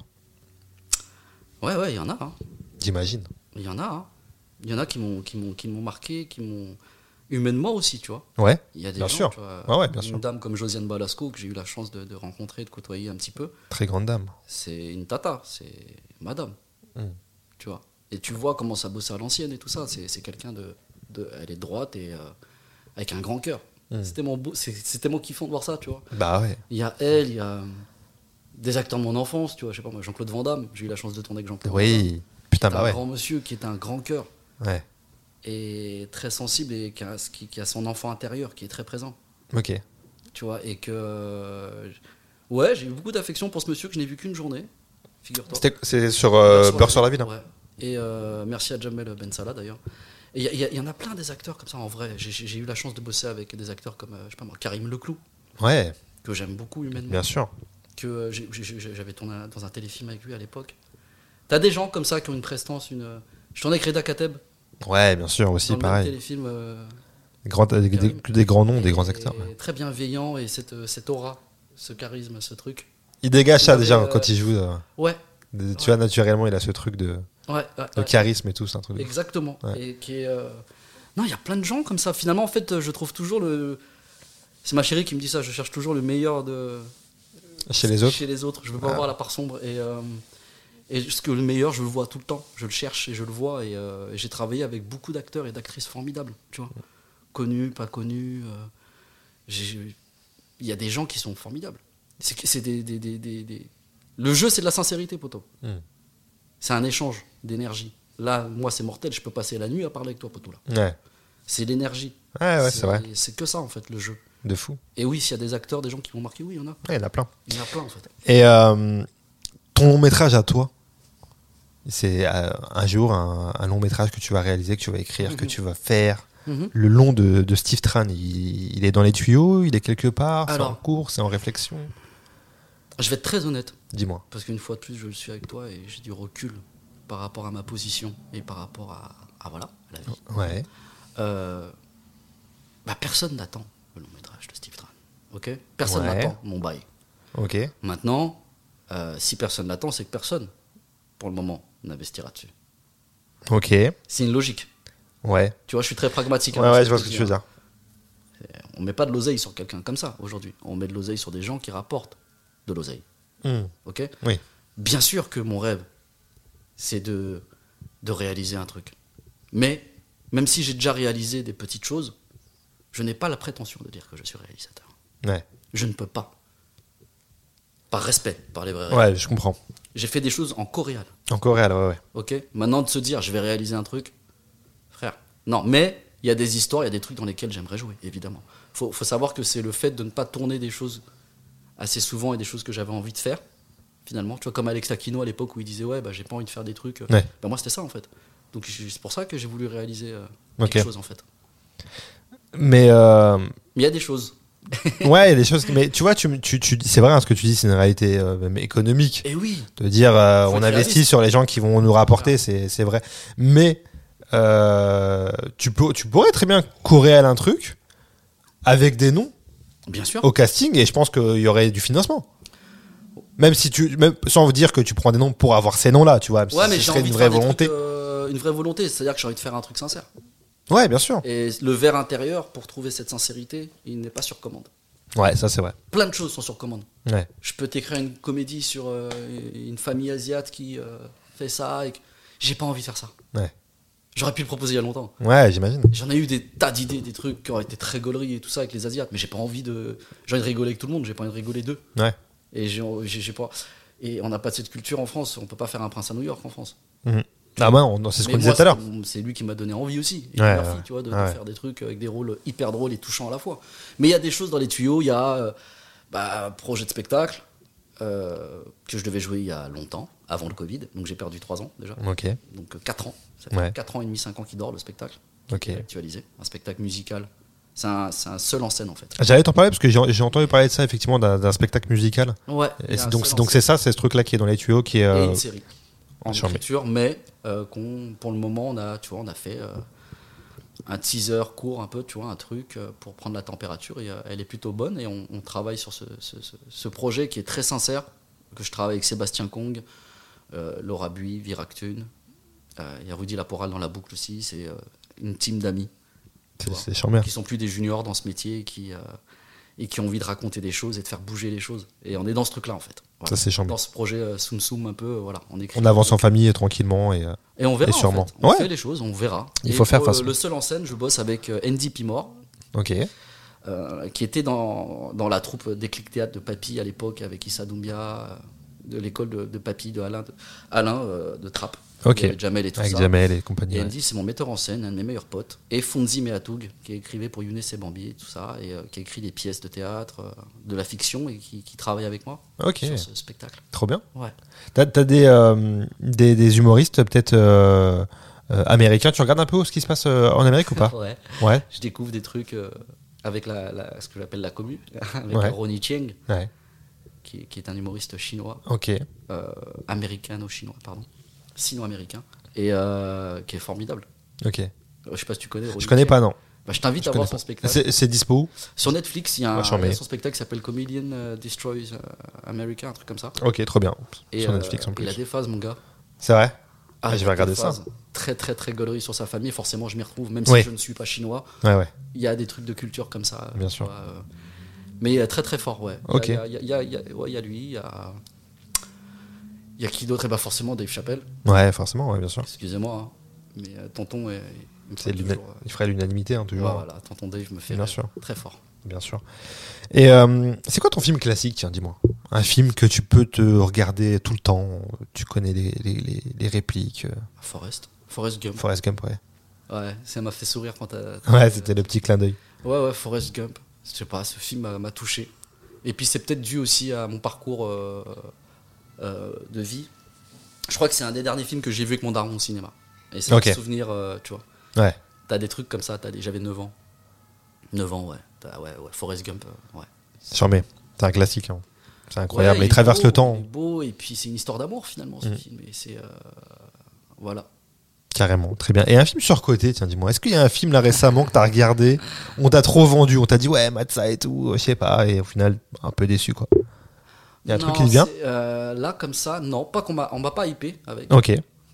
Ouais, ouais, il y en a. Hein. J'imagine. Il y en a. Hein. Il y en a qui m'ont, qui m'ont, qui m'ont marqué, qui m'ont humainement aussi, tu vois. Ouais. Il y a des bien gens, sûr. tu vois, ouais, ouais, bien une sûr. dame comme Josiane Balasco que j'ai eu la chance de, de rencontrer, de côtoyer un petit peu. Très grande dame. C'est une tata, c'est madame. Mm. Tu vois. Et tu vois comment ça bosse à l'ancienne et tout ça. C'est, c'est quelqu'un de, de. Elle est droite et euh, avec un grand cœur. Mm. C'était mon beau, c'est, c'était mon kiffant de voir ça, tu vois. Bah ouais. Il y a elle, il y a des acteurs de mon enfance, tu vois. Je sais pas moi, Jean-Claude Van Damme. J'ai eu la chance de tourner avec Jean-Claude oui. Van Damme. Putain, C'est bah un ouais. grand monsieur qui est un grand cœur. Ouais. Et très sensible et qui a, qui, qui a son enfant intérieur qui est très présent. Ok. Tu vois, et que. euh, ouais, j'ai eu beaucoup d'affection pour ce monsieur que je n'ai vu qu'une journée, figure-toi. C'était, c'est sur euh, Beurre sur la ville. Hein. Ouais. Et euh, merci à Jamel Ben Salah d'ailleurs. Et il y, y, y en a plein des acteurs comme ça en vrai. J'ai, j'ai eu la chance de bosser avec des acteurs comme, euh, je sais pas moi, Karim Leclou, Ouais. que j'aime beaucoup humainement. Bien sûr. Que euh, j'ai, j'ai, j'avais tourné dans un téléfilm avec lui à l'époque. T'as des gens comme ça qui ont une prestance, une. Je tournais avec Reda Kateb. Ouais, bien sûr, aussi, dans le pareil. même téléfilm. Euh, Grand, des, des, des grands noms, des grands acteurs. Ouais. Très bienveillant et cette, cette aura, ce charisme, ce truc. Il dégage ça déjà euh, quand il joue. Euh, ouais. de, tu ouais. vois, naturellement, il a ce truc de, ouais, ouais, de ouais. charisme et tout. C'est un truc de... Exactement. Ouais. Et qui est. Euh... Non, il y a plein de gens comme ça. Finalement, en fait, je trouve toujours le. C'est ma chérie qui me dit ça. Je cherche toujours le meilleur de. Chez les autres. Chez les autres. Je veux pas Ah. voir la part sombre. Et, euh... et ce que le meilleur, je le vois tout le temps. Je le cherche et je le vois. Et, euh... et j'ai travaillé avec beaucoup d'acteurs et d'actrices formidables. Tu vois. Connus, pas connus. Euh... J'ai... Il y a des gens qui sont formidables. C'est, c'est des, des, des, des, des... Le jeu, c'est de la sincérité, poto. Mm. C'est un échange d'énergie. Là, moi, c'est mortel. Je peux passer la nuit à parler avec toi, poto. Là. Ouais. C'est l'énergie. Ouais, ouais, c'est, c'est vrai. C'est que ça, en fait, le jeu. De fou. Et oui, s'il y a des acteurs, des gens qui m'ont marqué, oui, il y en a. Ouais, il y en a plein. Il y en a plein, en fait. Et euh, ton long métrage à toi, c'est euh, un jour un, un long métrage que tu vas réaliser, que tu vas écrire, Mm-hmm. que tu vas faire. Mm-hmm. Le long de, de Steve Tran, il, il est dans les tuyaux, il est quelque part, Alors, c'est en cours, c'est en réflexion. Je vais être très honnête, Dis-moi. parce qu'une fois de plus, je le suis avec toi et j'ai du recul par rapport à ma position et par rapport à, à voilà, à la vie. Ouais. Euh, bah, personne n'attend le long métrage de Steve Tran. Ok ? Personne Ouais. n'attend mon bail. Ok. Maintenant, euh, si personne n'attend, c'est que personne, pour le moment, n'investira dessus. Ok. C'est une logique. Ouais. Tu vois, je suis très pragmatique. Ouais, hein, ouais, ce je vois que ce que je tu veux dis, dire. hein. On met pas de l'oseille sur quelqu'un comme ça aujourd'hui. On met de l'oseille sur des gens qui rapportent de l'oseille. Mm. Ok ? Oui. Bien sûr que mon rêve, c'est de, de réaliser un truc. Mais, même si j'ai déjà réalisé des petites choses, je n'ai pas la prétention de dire que je suis réalisateur. Ouais. Je ne peux pas. Par respect, par les vrais rêves. Ouais, je comprends. J'ai fait des choses en coréal. En Corée, ouais, ouais. Ok ? Maintenant, de se dire, je vais réaliser un truc, frère. Non, mais il y a des histoires, il y a des trucs dans lesquels j'aimerais jouer, évidemment. Faut, faut savoir que c'est le fait de ne pas tourner des choses assez souvent et des choses que j'avais envie de faire, finalement. Tu vois, comme Alex Takino à l'époque où il disait, ouais, bah, j'ai pas envie de faire des trucs. Ouais. Bah, moi, c'était ça, en fait. Donc, c'est pour ça que j'ai voulu réaliser euh, Ok. quelque chose, en fait. Mais euh, Mais il y a des choses. ouais, il y a des choses. Mais tu vois, tu, tu, tu, c'est vrai, hein, ce que tu dis, c'est une réalité euh, même économique. Et oui, De dire, euh, Faut on être investit réaliste. sur les gens qui vont nous rapporter, c'est, c'est vrai. Mais euh, tu, peux, tu pourrais très bien coréal un truc avec des noms bien sûr. au casting et je pense qu'il y aurait du financement. Même si tu, même sans dire que tu prends des noms pour avoir ces noms-là, tu vois, Ouais, mais ce j'ai serait envie une de vraie faire des volonté. trucs, euh, une vraie volonté, c'est-à-dire que j'ai envie de faire un truc sincère. Ouais, bien sûr. Et le verre intérieur, pour trouver cette sincérité, il n'est pas sur commande. Ouais, ça c'est vrai. Plein de choses sont sur commande. Ouais. Je peux t'écrire une comédie sur euh, une famille asiate qui euh, fait ça et que j'ai pas envie de faire ça. Ouais. J'aurais pu le proposer il y a longtemps. Ouais, j'imagine. J'en ai eu des tas d'idées, des trucs qui auraient été très gauleries et tout ça avec les Asiates, mais j'ai pas envie de. J'ai envie de rigoler avec tout le monde, j'ai pas envie de rigoler d'eux. Ouais. Et j'ai, j'ai, j'ai pas. Et on n'a pas cette culture en France, on peut pas faire un prince à New York en France. Mhm. Ah ouais, on- c'est ce Mais qu'on disait moi, tout à l'heure. c'est- C'est lui qui m'a donné envie aussi. Et Ouais, Murphy, ouais. tu vois, de, de Ouais. faire des trucs avec des rôles hyper drôles et touchants à la fois. Mais il y a des choses dans les tuyaux, il y a euh, bah, projet de spectacle euh, que je devais jouer il y a longtemps, avant le Covid. Donc j'ai perdu trois ans déjà. Ok. Donc quatre ans. Ça fait Ouais. quatre ans et demi, cinq ans qu'il dort le spectacle. Ok. Qui est actualisé. Un spectacle musical C'est un, c'est un seul en scène en fait. J'allais t'en parler parce que j'ai, j'ai entendu parler de ça effectivement d'un, d'un spectacle musical. Ouais. Et c'est, donc, c'est, donc c'est ça, c'est ce truc-là qui est dans les tuyaux, qui est. Euh... Et une série en Sur écriture, mais euh, qu'on, pour le moment, on a, tu vois, on a fait euh, un teaser court un peu, tu vois, un truc euh, pour prendre la température. Et euh, elle est plutôt bonne et on, on travaille sur ce, ce, ce, ce projet qui est très sincère, que je travaille avec Sébastien Kong, euh, Laura Bui, Viractune. Euh, il y a Rudy Laporal dans la boucle aussi. C'est euh, une team d'amis. C'est, c'est charmant. Qui sont plus des juniors dans ce métier et qui, euh, et qui ont envie de raconter des choses et de faire bouger les choses. Et on est dans ce truc-là en fait. Voilà. Ça c'est charmant. Dans ce projet euh, Soum Soum un peu, euh, voilà, on écrit. On avance en famille et tranquillement et. Euh, et on verra. et sûrement. En fait. On ouais. fait les choses, on verra. Il et faut faire pour, face. Euh, le seul en scène, je bosse avec euh, Andy Pimore. Ok. Euh, qui était dans, dans la troupe Déclic Théâtre de Papy à l'époque avec Issa Doumbia, euh, de l'école de, de Papy, de Alain, de, Alain euh, de Trappes. Ok. Avec Jamel et tout avec ça. Jamel et compagnie. Et ouais. Andy, c'est mon metteur en scène, un de mes meilleurs potes. Et Fonzi Meatoug, qui écrivait pour Younes et Bambi et tout ça, et euh, qui a écrit des pièces de théâtre, euh, de la fiction, et qui, qui travaille avec moi Ok. sur ce spectacle. Trop bien. Ouais. T'as, t'as des, euh, des, des humoristes peut-être euh, euh, américains. Tu regardes un peu ce qui se passe euh, en Amérique ou pas? Ouais. Ouais. Je découvre des trucs euh, avec la, la, ce que j'appelle la commu, avec Ouais. Ronnie Chieng, Ouais. qui, qui est un humoriste chinois, Ok. euh, américano-chinois, pardon, sino-américain, et euh, qui est formidable. Ok. Euh, Je sais pas si tu connais. Ronnie Je connais Chieng. pas, non. Bah, je t'invite Je à voir connais son pas. spectacle. C'est, c'est dispo où? Sur Netflix, il y a, un, Vachement il y a bien. son spectacle qui s'appelle Comedian euh, Destroys euh, America, un truc comme ça. Ok, trop bien. Et Sur euh, Netflix en plus. il a des phases, mon gars. C'est vrai? Ah, il je a vais regarder des ça. phases Très, très, très gaulerie sur sa famille. Forcément, je m'y retrouve, même Oui. si je ne suis pas chinois. Ouais, ouais. Il y a des trucs de culture comme ça. Bien tu sûr. vois, euh, mais euh, très, très fort, ouais. Ok. Il y a, il y a- il y a- il y a- ouais, il y a lui, il y a. Il y a qui d'autre? Et bah forcément Dave Chappelle. Ouais, forcément, ouais, bien sûr. Excusez-moi, hein. Mais euh, tonton, euh, il me C'est fait l'una- toujours, euh, Il ferait l'unanimité, hein, toujours. ouais, voilà, tonton Dave me fait Bien rire. sûr. Très fort. Bien sûr. Et euh, c'est quoi ton film classique, tiens, dis-moi? Un film que tu peux te regarder tout le temps. Tu connais les, les, les, les répliques. euh, Forrest. Forrest Gump. Forrest Gump, ouais. Ouais, ça m'a fait sourire quand t'as. t'as- Ouais, c'était le petit clin d'œil. Ouais, ouais, Forrest Gump. Je sais pas, ce film m'a, m'a touché. Et puis c'est peut-être dû aussi à mon parcours euh, euh, de vie. Je crois que c'est un des derniers films que j'ai vu avec mon daron au cinéma. Et c'est Ok. un souvenir, euh, tu vois. Ouais. T'as des trucs comme ça, t'as des... j'avais neuf ans. neuf ans, ouais. T'as, ouais, ouais, Forrest Gump, euh, ouais. Charmé. C'est un classique. Hein. C'est incroyable. Ouais, il traverse beau, le temps. Il est beau, et puis c'est une histoire d'amour finalement, ce Mm. film. Et c'est. euh, Voilà. Carrément. Très bien. Et un film surcoté, tiens, dis-moi. Est-ce qu'il y a un film là récemment que t'as regardé? On t'a trop vendu. On t'a dit, ouais, mate ça et tout. Je sais pas. Et au final, un peu déçu, quoi. Il y a un Non, truc qui te vient? c'est, euh, Là, comme ça, non. Pas qu'on m'a, on m'a pas hypé avec. Ok.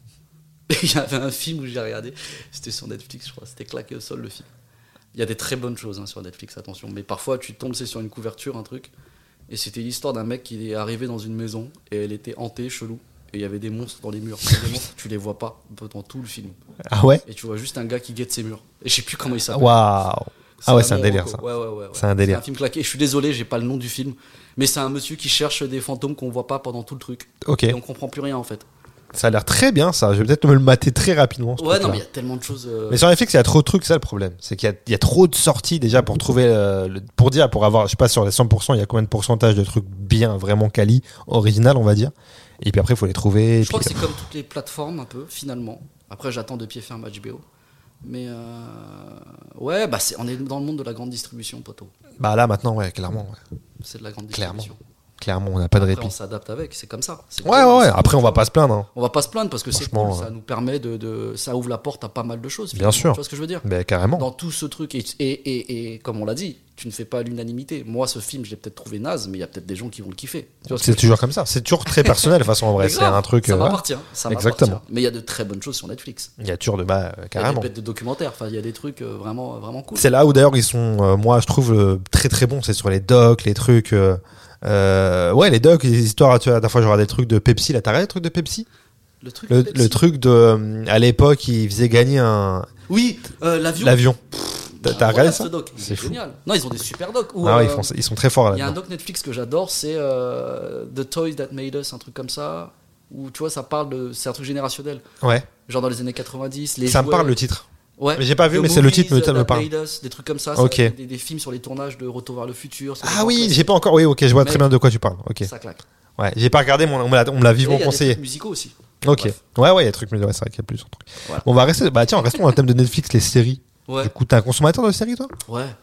Il y avait un film où j'ai regardé, c'était sur Netflix, je crois, c'était claqué au sol le film. Il y a des très bonnes choses hein, sur Netflix, attention, mais parfois tu tombes c'est sur une couverture, un truc, et c'était l'histoire d'un mec qui est arrivé dans une maison et elle était hantée, chelou, et il y avait des monstres dans les murs. Et les monstres, tu les vois pas dans tout le film, Ah ouais? et tu vois juste un gars qui guette ses murs. Et je sais plus comment il s'appelle. Waouh. Ah ouais, c'est un vrai délire, reco. ça. Ouais, ouais, ouais, ouais. C'est un délire. C'est un film claqué. Je suis désolé, j'ai pas le nom du film, mais c'est un monsieur qui cherche des fantômes qu'on voit pas pendant tout le truc. Ok. Et on comprend plus rien en fait. Ça a l'air très bien, ça. Je vais peut-être me le mater très rapidement. ce Ouais, truc-là. non, mais il y a tellement de choses. euh, Mais sur Netflix, il y a trop de trucs, c'est ça le problème. C'est qu'il y a, il y a trop de sorties déjà pour trouver, euh, le- pour dire, pour avoir, je sais pas, sur les cent pour cent, il y a combien de pourcentage de trucs bien, vraiment quali, original, on va dire. Et puis après, il faut les trouver. et Je crois que puis- c'est comme toutes les plateformes un peu, finalement. Après, j'attends de pied ferme H B O. Mais euh, ouais, bah c'est, on est dans le monde de la grande distribution, poteau. Bah là, maintenant, ouais, clairement. Ouais. C'est de la grande Clairement. distribution. Clairement, on n'a pas de Après, répit. on s'adapte avec, c'est comme ça. C'est Ouais, ouais, ouais. Après, on va pas se plaindre. Hein. On va pas se plaindre parce que c'est Franchement, cool, ça ouais. nous permet de, de. Ça ouvre la porte à pas mal de choses. Bien finalement. sûr. Tu vois ce que je veux dire? Ben, carrément. Dans tout ce truc, et, et, et, et comme on l'a dit, tu ne fais pas l'unanimité. Moi, ce film, je l'ai peut-être trouvé naze, mais il y a peut-être des gens qui vont le kiffer. Tu vois ce que C'est je veux toujours comme ça. C'est toujours très personnel, de toute façon, en vrai. Mais C'est grave, un truc. Ça euh, m'appartient. Ça Exactement. m'appartient. Mais il y a de très bonnes choses sur Netflix. Il y a toujours de bah, euh, Il y a carrément. des bêtes de documentaires. Enfin, il y a des trucs euh, vraiment, vraiment cool. C'est là où d'ailleurs ils sont, euh, moi je trouve euh, très très bons, c'est sur les docs, les trucs. Euh, euh, ouais, les docs, les histoires. Tu vois, la dernière fois, j'ai regardé des trucs de Pepsi. Là, t'as regardé des trucs de Pepsi? Le truc. Le, de Pepsi. le truc de. euh, à l'époque, ils faisaient gagner un. Oui, euh, l'avion. L'avion. T'as, t'as regardé Incroyable, ça? ce doc. C'est C'est fou. génial. Non, ils ont des super docs. Ou, Ah ouais, euh, ils, font, ça- ils sont très forts il y a un là-dedans. doc Netflix que j'adore, c'est euh, The Toys That Made Us, un truc comme ça. Où tu vois, ça parle de. C'est un truc générationnel. Ouais, Genre dans les années quatre-vingt-dix. Les ça me jouets- parle le titre. Ouais. Mais j'ai pas vu, The mais c'est le titre Movies me- ça me That parle. Made Us, des trucs comme ça. Ok. ça, des, des films sur les tournages de Retour vers le futur. sur des Ah grands oui, classiques. j'ai pas encore. Oui, ok, je vois Mec. très bien de quoi tu parles. Ok. Ça claque. Ouais, j'ai pas regardé, mais on, on me l'a, on me l'a Et vivement il y a des conseillé. trucs musicaux aussi. Ok. Bref. Ouais, ouais, il y a des trucs, mais ouais, c'est vrai qu'il y a plusieurs trucs. Voilà. Bon, on va rester. Bah tiens, restons dans le thème de Netflix, les séries. Ouais. Du coup, t'es un consommateur de séries, toi? Ouais.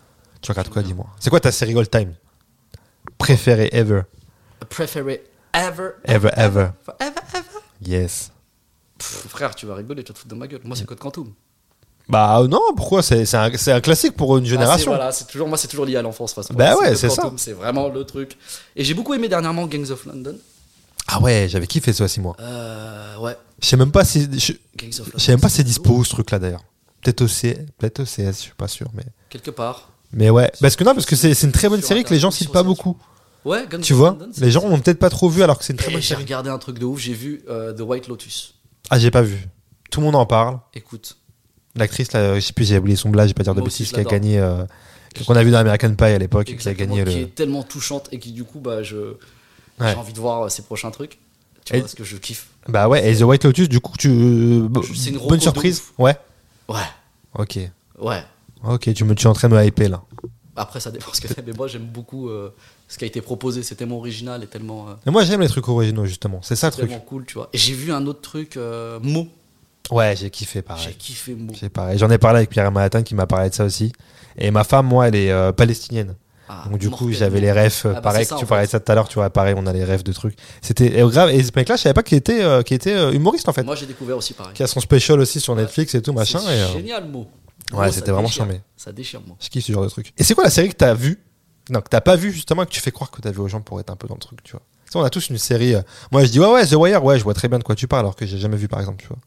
Tu regardes J'aime quoi, bien. dis-moi? C'est quoi ta série all time préférée ever? Préféré ever, Ever, ever. ever, ever. Yes. Pff, frère, tu vas rigoler, tu vas te foutre de ma gueule. Moi, c'est Code Quantum. Bah non, pourquoi? C'est, c'est, un, c'est un classique pour une Ah, génération. c'est, voilà, c'est toujours, moi, c'est toujours lié à l'enfance. de toute façon. Bah C'est ouais, Code c'est ça. Quantum, c'est vraiment le truc. Et j'ai beaucoup aimé dernièrement Gangs of London. Ah ouais, j'avais kiffé ça aussi, moi. Euh, ouais, Je sais même pas si. Je, Gangs of London. je sais même pas si c'est lourd. dispo ce truc-là d'ailleurs. Peut-être au C, peut-être au C S, je suis pas sûr. Mais, Quelque part. mais ouais. Parce que non, parce que c'est, c'est une très bonne Sur série que les gens Internet, citent sur pas Internet. beaucoup. Ouais, Gangs Tu of vois? London. c'est- Les gens l'ont peut-être pas trop vu alors que c'est une très Et bonne j'ai série. regardé un truc de ouf, j'ai vu euh, The White Lotus. Ah, j'ai pas vu. Tout le monde en parle. Écoute, L'actrice, là, je sais plus, j'ai oublié son blague, j'ai pas dire de Moi aussi, bêtises, je qui a l'adore. gagné. Euh, qu'on a vu dans American Pie à l'époque, qui a exactement, gagné qui le. est tellement touchante et qui du coup, bah, je, Ouais. j'ai envie de voir euh, ses prochains trucs. Tu Et- vois, parce que je kiffe. Bah ouais, et The White Lotus, du coup, tu. C'est une reco Bonne de surprise. ouf. Ouais. Ouais, Ok. ouais. Ok, tu me, tu es en train de me hyper là. Après, ça dépend ce que t'aimes, mais moi, j'aime beaucoup euh, ce qui a été proposé. C'est tellement original et tellement, euh, Mais moi, j'aime les trucs originaux, justement. C'est ça le truc. tellement cool, tu vois. Et j'ai vu un autre truc, euh, Mo. Ouais, j'ai kiffé J'ai pareil. kiffé Mo. J'ai pareil. J'en ai parlé avec Pierre Manhattan qui m'a parlé de ça aussi. Et ma femme, moi, elle est euh, palestinienne. Ah, Donc du coup, mortel, j'avais Mo. les refs, euh, Ah bah, pareil, c'est ça, tu en parlais fait. de ça tout à l'heure, tu vois, pareil, on a les refs de trucs. C'était euh, grave, et ce mec-là, je savais pas qu'il était, euh, qu'il était euh, humoriste en fait. Moi, j'ai découvert aussi pareil. Qui a son special aussi sur Netflix et tout, machin. C'est Et, euh, génial, Mo. Ouais, Mo, c'était ça vraiment déchire. charmé. Ça déchire, Mo. Je kiffe ce genre de truc. Et c'est quoi la série que t'as vue? Non, que t'as pas vu justement, et que tu fais croire que t'as vu aux gens pour être un peu dans le truc, tu vois. Tu sais, on a tous une série. euh, Moi, je dis ouais, ouais, The Wire, ouais, je vois très bien de quoi tu parles, alors que j'ai jamais vu par exemple, tu vois.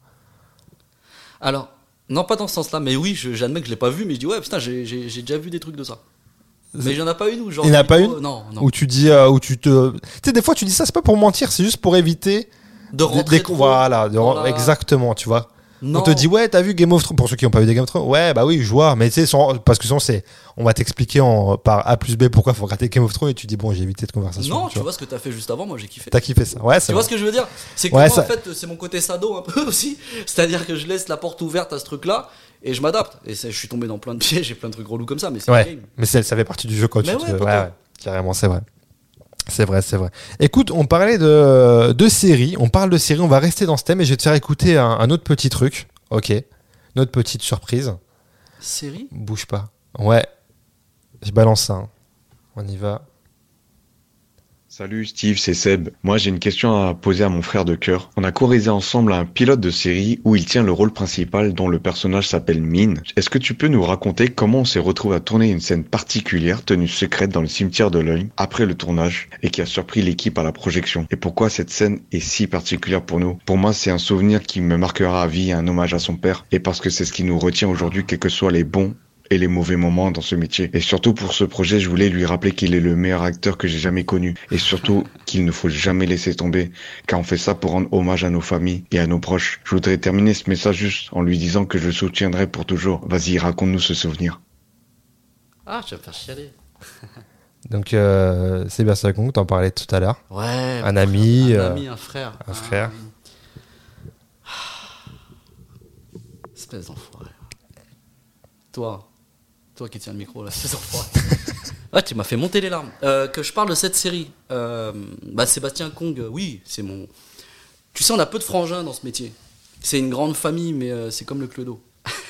Alors, non, pas dans ce sens-là, mais oui, je- j'admets que je l'ai pas vu, mais je dis ouais, putain, j'ai, j'ai, j'ai déjà vu des trucs de ça. Mais il y en a pas une où genre. Il y en a pas vidéo- une Non, non. Où tu dis, euh, où tu te. Tu sais, des fois, tu dis ça, c'est pas pour mentir, c'est juste pour éviter. De des- rentrer des- trop Voilà, de dans ren- la- exactement, tu vois. Non. On te dit ouais, t'as vu Game of Thrones. Pour ceux qui n'ont pas vu des Game of Thrones, ouais, bah oui, je vois. Mais tu sais, sans- parce que sinon, c'est, on va t'expliquer en par A plus B pourquoi faut regarder Game of Thrones et tu dis bon, j'ai évité cette conversation. Non, tu tu vois. vois ce que t'as fait juste avant, moi j'ai kiffé. T'as kiffé ça, ouais, c'est Tu vois vrai. ce que je veux dire? C'est que Ouais, moi, ça- en fait, c'est mon côté sado un peu aussi. C'est-à-dire que je laisse la porte ouverte à ce truc-là et je m'adapte. Et c'est- je suis tombé dans plein de pièges, j'ai plein de trucs relous comme ça, mais c'est le Ouais, game. mais c'est- ça fait partie du jeu quand Mais tu ouais, te. poto. Ouais, ouais, carrément, c'est vrai. C'est vrai, c'est vrai. Écoute, on parlait de, de séries, on parle de séries, on va rester dans ce thème et je vais te faire écouter un, un autre petit truc. Ok. Une autre petite surprise. Série? Bouge pas. Ouais. Je balance ça. hein. On y va. Salut Steve, c'est Seb. Moi j'ai une question à poser à mon frère de cœur. On a co-réalisé ensemble un pilote de série où il tient le rôle principal dont le personnage s'appelle Mine. Est-ce que tu peux nous raconter comment on s'est retrouvé à tourner une scène particulière tenue secrète dans le cimetière de l'Oeil après le tournage et qui a surpris l'équipe à la projection? Et pourquoi cette scène est si particulière pour nous? Pour moi c'est un souvenir qui me marquera à vie, un hommage à son père et parce que c'est ce qui nous retient aujourd'hui quels que soient les bons et les mauvais moments dans ce métier. Et surtout pour ce projet, je voulais lui rappeler qu'il est le meilleur acteur que j'ai jamais connu. Et surtout qu'il ne faut jamais laisser tomber, car on fait ça pour rendre hommage à nos familles et à nos proches. Je voudrais terminer ce message juste en lui disant que je le soutiendrai pour toujours. Vas-y, raconte-nous ce souvenir. Ah, tu vas me faire chialer. Donc, euh, c'est bien ça qu'on t'en parlait tout à l'heure. Ouais. Un ami. Un euh, ami, un frère. un frère. Espèce d'enfoiré. Toi, toi qui tiens le micro là, espèce d'enfoiré. Ouais, tu m'as fait monter les larmes. Euh, que je parle de cette série. Euh, bah, Sébastien Kong, euh, oui, c'est mon. Tu sais, on a peu de frangins dans ce métier. C'est une grande famille, mais euh, c'est comme le clodo.